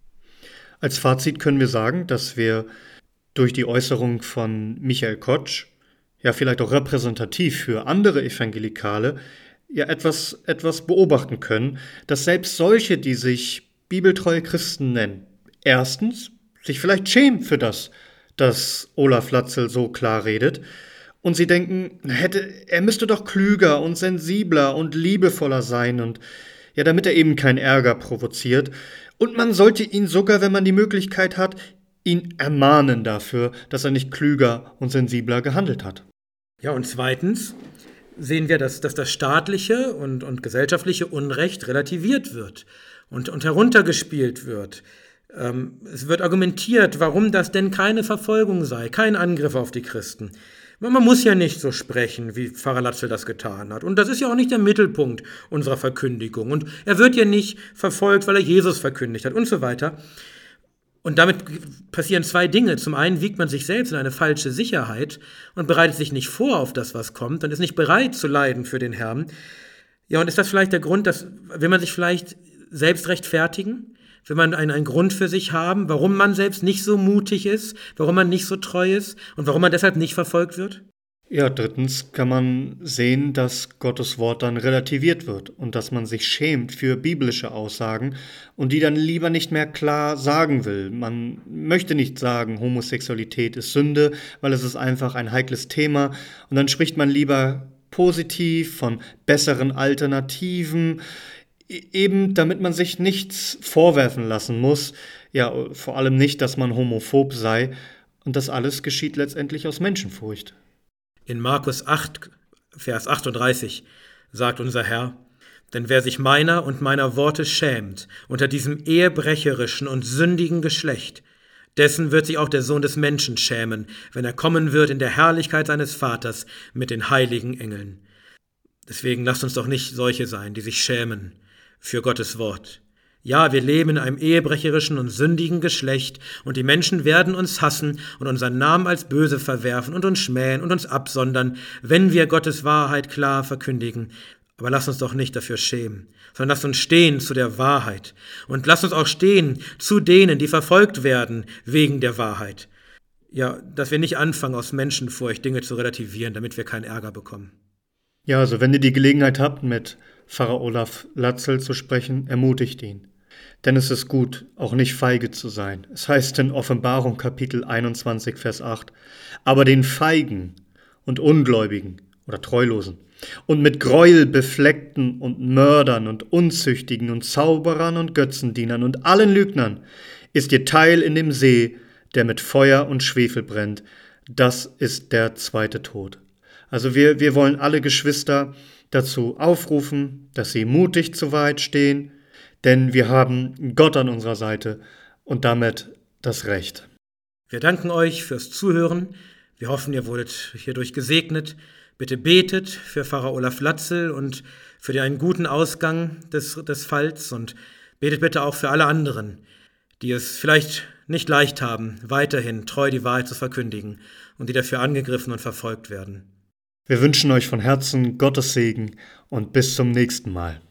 Als Fazit können wir sagen, dass wir durch die Äußerung von Michael Kotsch, ja vielleicht auch repräsentativ für andere Evangelikale, ja etwas beobachten können, dass selbst solche, die sich bibeltreue Christen nennen, erstens sich vielleicht schämen für das, dass Olaf Latzel so klar redet, und sie denken, er müsste doch klüger und sensibler und liebevoller sein und ja, damit er eben keinen Ärger provoziert. Und man sollte ihn sogar, wenn man die Möglichkeit hat, ihn ermahnen dafür, dass er nicht klüger und sensibler gehandelt hat. Ja, und zweitens sehen wir, dass das staatliche und gesellschaftliche Unrecht relativiert wird und heruntergespielt wird. Es wird argumentiert, warum das denn keine Verfolgung sei, kein Angriff auf die Christen. Man muss ja nicht so sprechen, wie Pfarrer Latzel das getan hat. Und das ist ja auch nicht der Mittelpunkt unserer Verkündigung. Und er wird ja nicht verfolgt, weil er Jesus verkündigt hat und so weiter. Und damit passieren zwei Dinge. Zum einen wiegt man sich selbst in eine falsche Sicherheit und bereitet sich nicht vor auf das, was kommt und ist nicht bereit zu leiden für den Herrn. Ja, und ist das vielleicht der Grund, will man sich vielleicht selbst rechtfertigen? Will man einen Grund für sich haben, warum man selbst nicht so mutig ist, warum man nicht so treu ist und warum man deshalb nicht verfolgt wird? Ja, drittens kann man sehen, dass Gottes Wort dann relativiert wird und dass man sich schämt für biblische Aussagen und die dann lieber nicht mehr klar sagen will. Man möchte nicht sagen, Homosexualität ist Sünde, weil es ist einfach ein heikles Thema, und dann spricht man lieber positiv von besseren Alternativen, eben damit man sich nichts vorwerfen lassen muss, ja, vor allem nicht, dass man homophob sei, und das alles geschieht letztendlich aus Menschenfurcht. In Markus 8, Vers 38 sagt unser Herr, denn wer sich meiner und meiner Worte schämt unter diesem ehebrecherischen und sündigen Geschlecht, dessen wird sich auch der Sohn des Menschen schämen, wenn er kommen wird in der Herrlichkeit seines Vaters mit den heiligen Engeln. Deswegen lasst uns doch nicht solche sein, die sich schämen, für Gottes Wort. Ja, wir leben in einem ehebrecherischen und sündigen Geschlecht und die Menschen werden uns hassen und unseren Namen als böse verwerfen und uns schmähen und uns absondern, wenn wir Gottes Wahrheit klar verkündigen. Aber lass uns doch nicht dafür schämen, sondern lass uns stehen zu der Wahrheit und lass uns auch stehen zu denen, die verfolgt werden wegen der Wahrheit. Ja, dass wir nicht anfangen, aus Menschenfurcht Dinge zu relativieren, damit wir keinen Ärger bekommen. Ja, also wenn ihr die Gelegenheit habt, mit Pfarrer Olaf Latzel zu sprechen, ermutigt ihn. Denn es ist gut, auch nicht feige zu sein. Es heißt in Offenbarung Kapitel 21, Vers 8, aber den Feigen und Ungläubigen oder Treulosen und mit Gräuel befleckten und Mördern und Unzüchtigen und Zauberern und Götzendienern und allen Lügnern ist ihr Teil in dem See, der mit Feuer und Schwefel brennt. Das ist der zweite Tod. Also wir wollen alle Geschwister dazu aufrufen, dass sie mutig zur Wahrheit stehen, denn wir haben Gott an unserer Seite und damit das Recht. Wir danken euch fürs Zuhören. Wir hoffen, ihr wurdet hierdurch gesegnet. Bitte betet für Pfarrer Olaf Latzel und für einen guten Ausgang des Falls und betet bitte auch für alle anderen, die es vielleicht nicht leicht haben, weiterhin treu die Wahrheit zu verkündigen und die dafür angegriffen und verfolgt werden. Wir wünschen euch von Herzen Gottes Segen und bis zum nächsten Mal.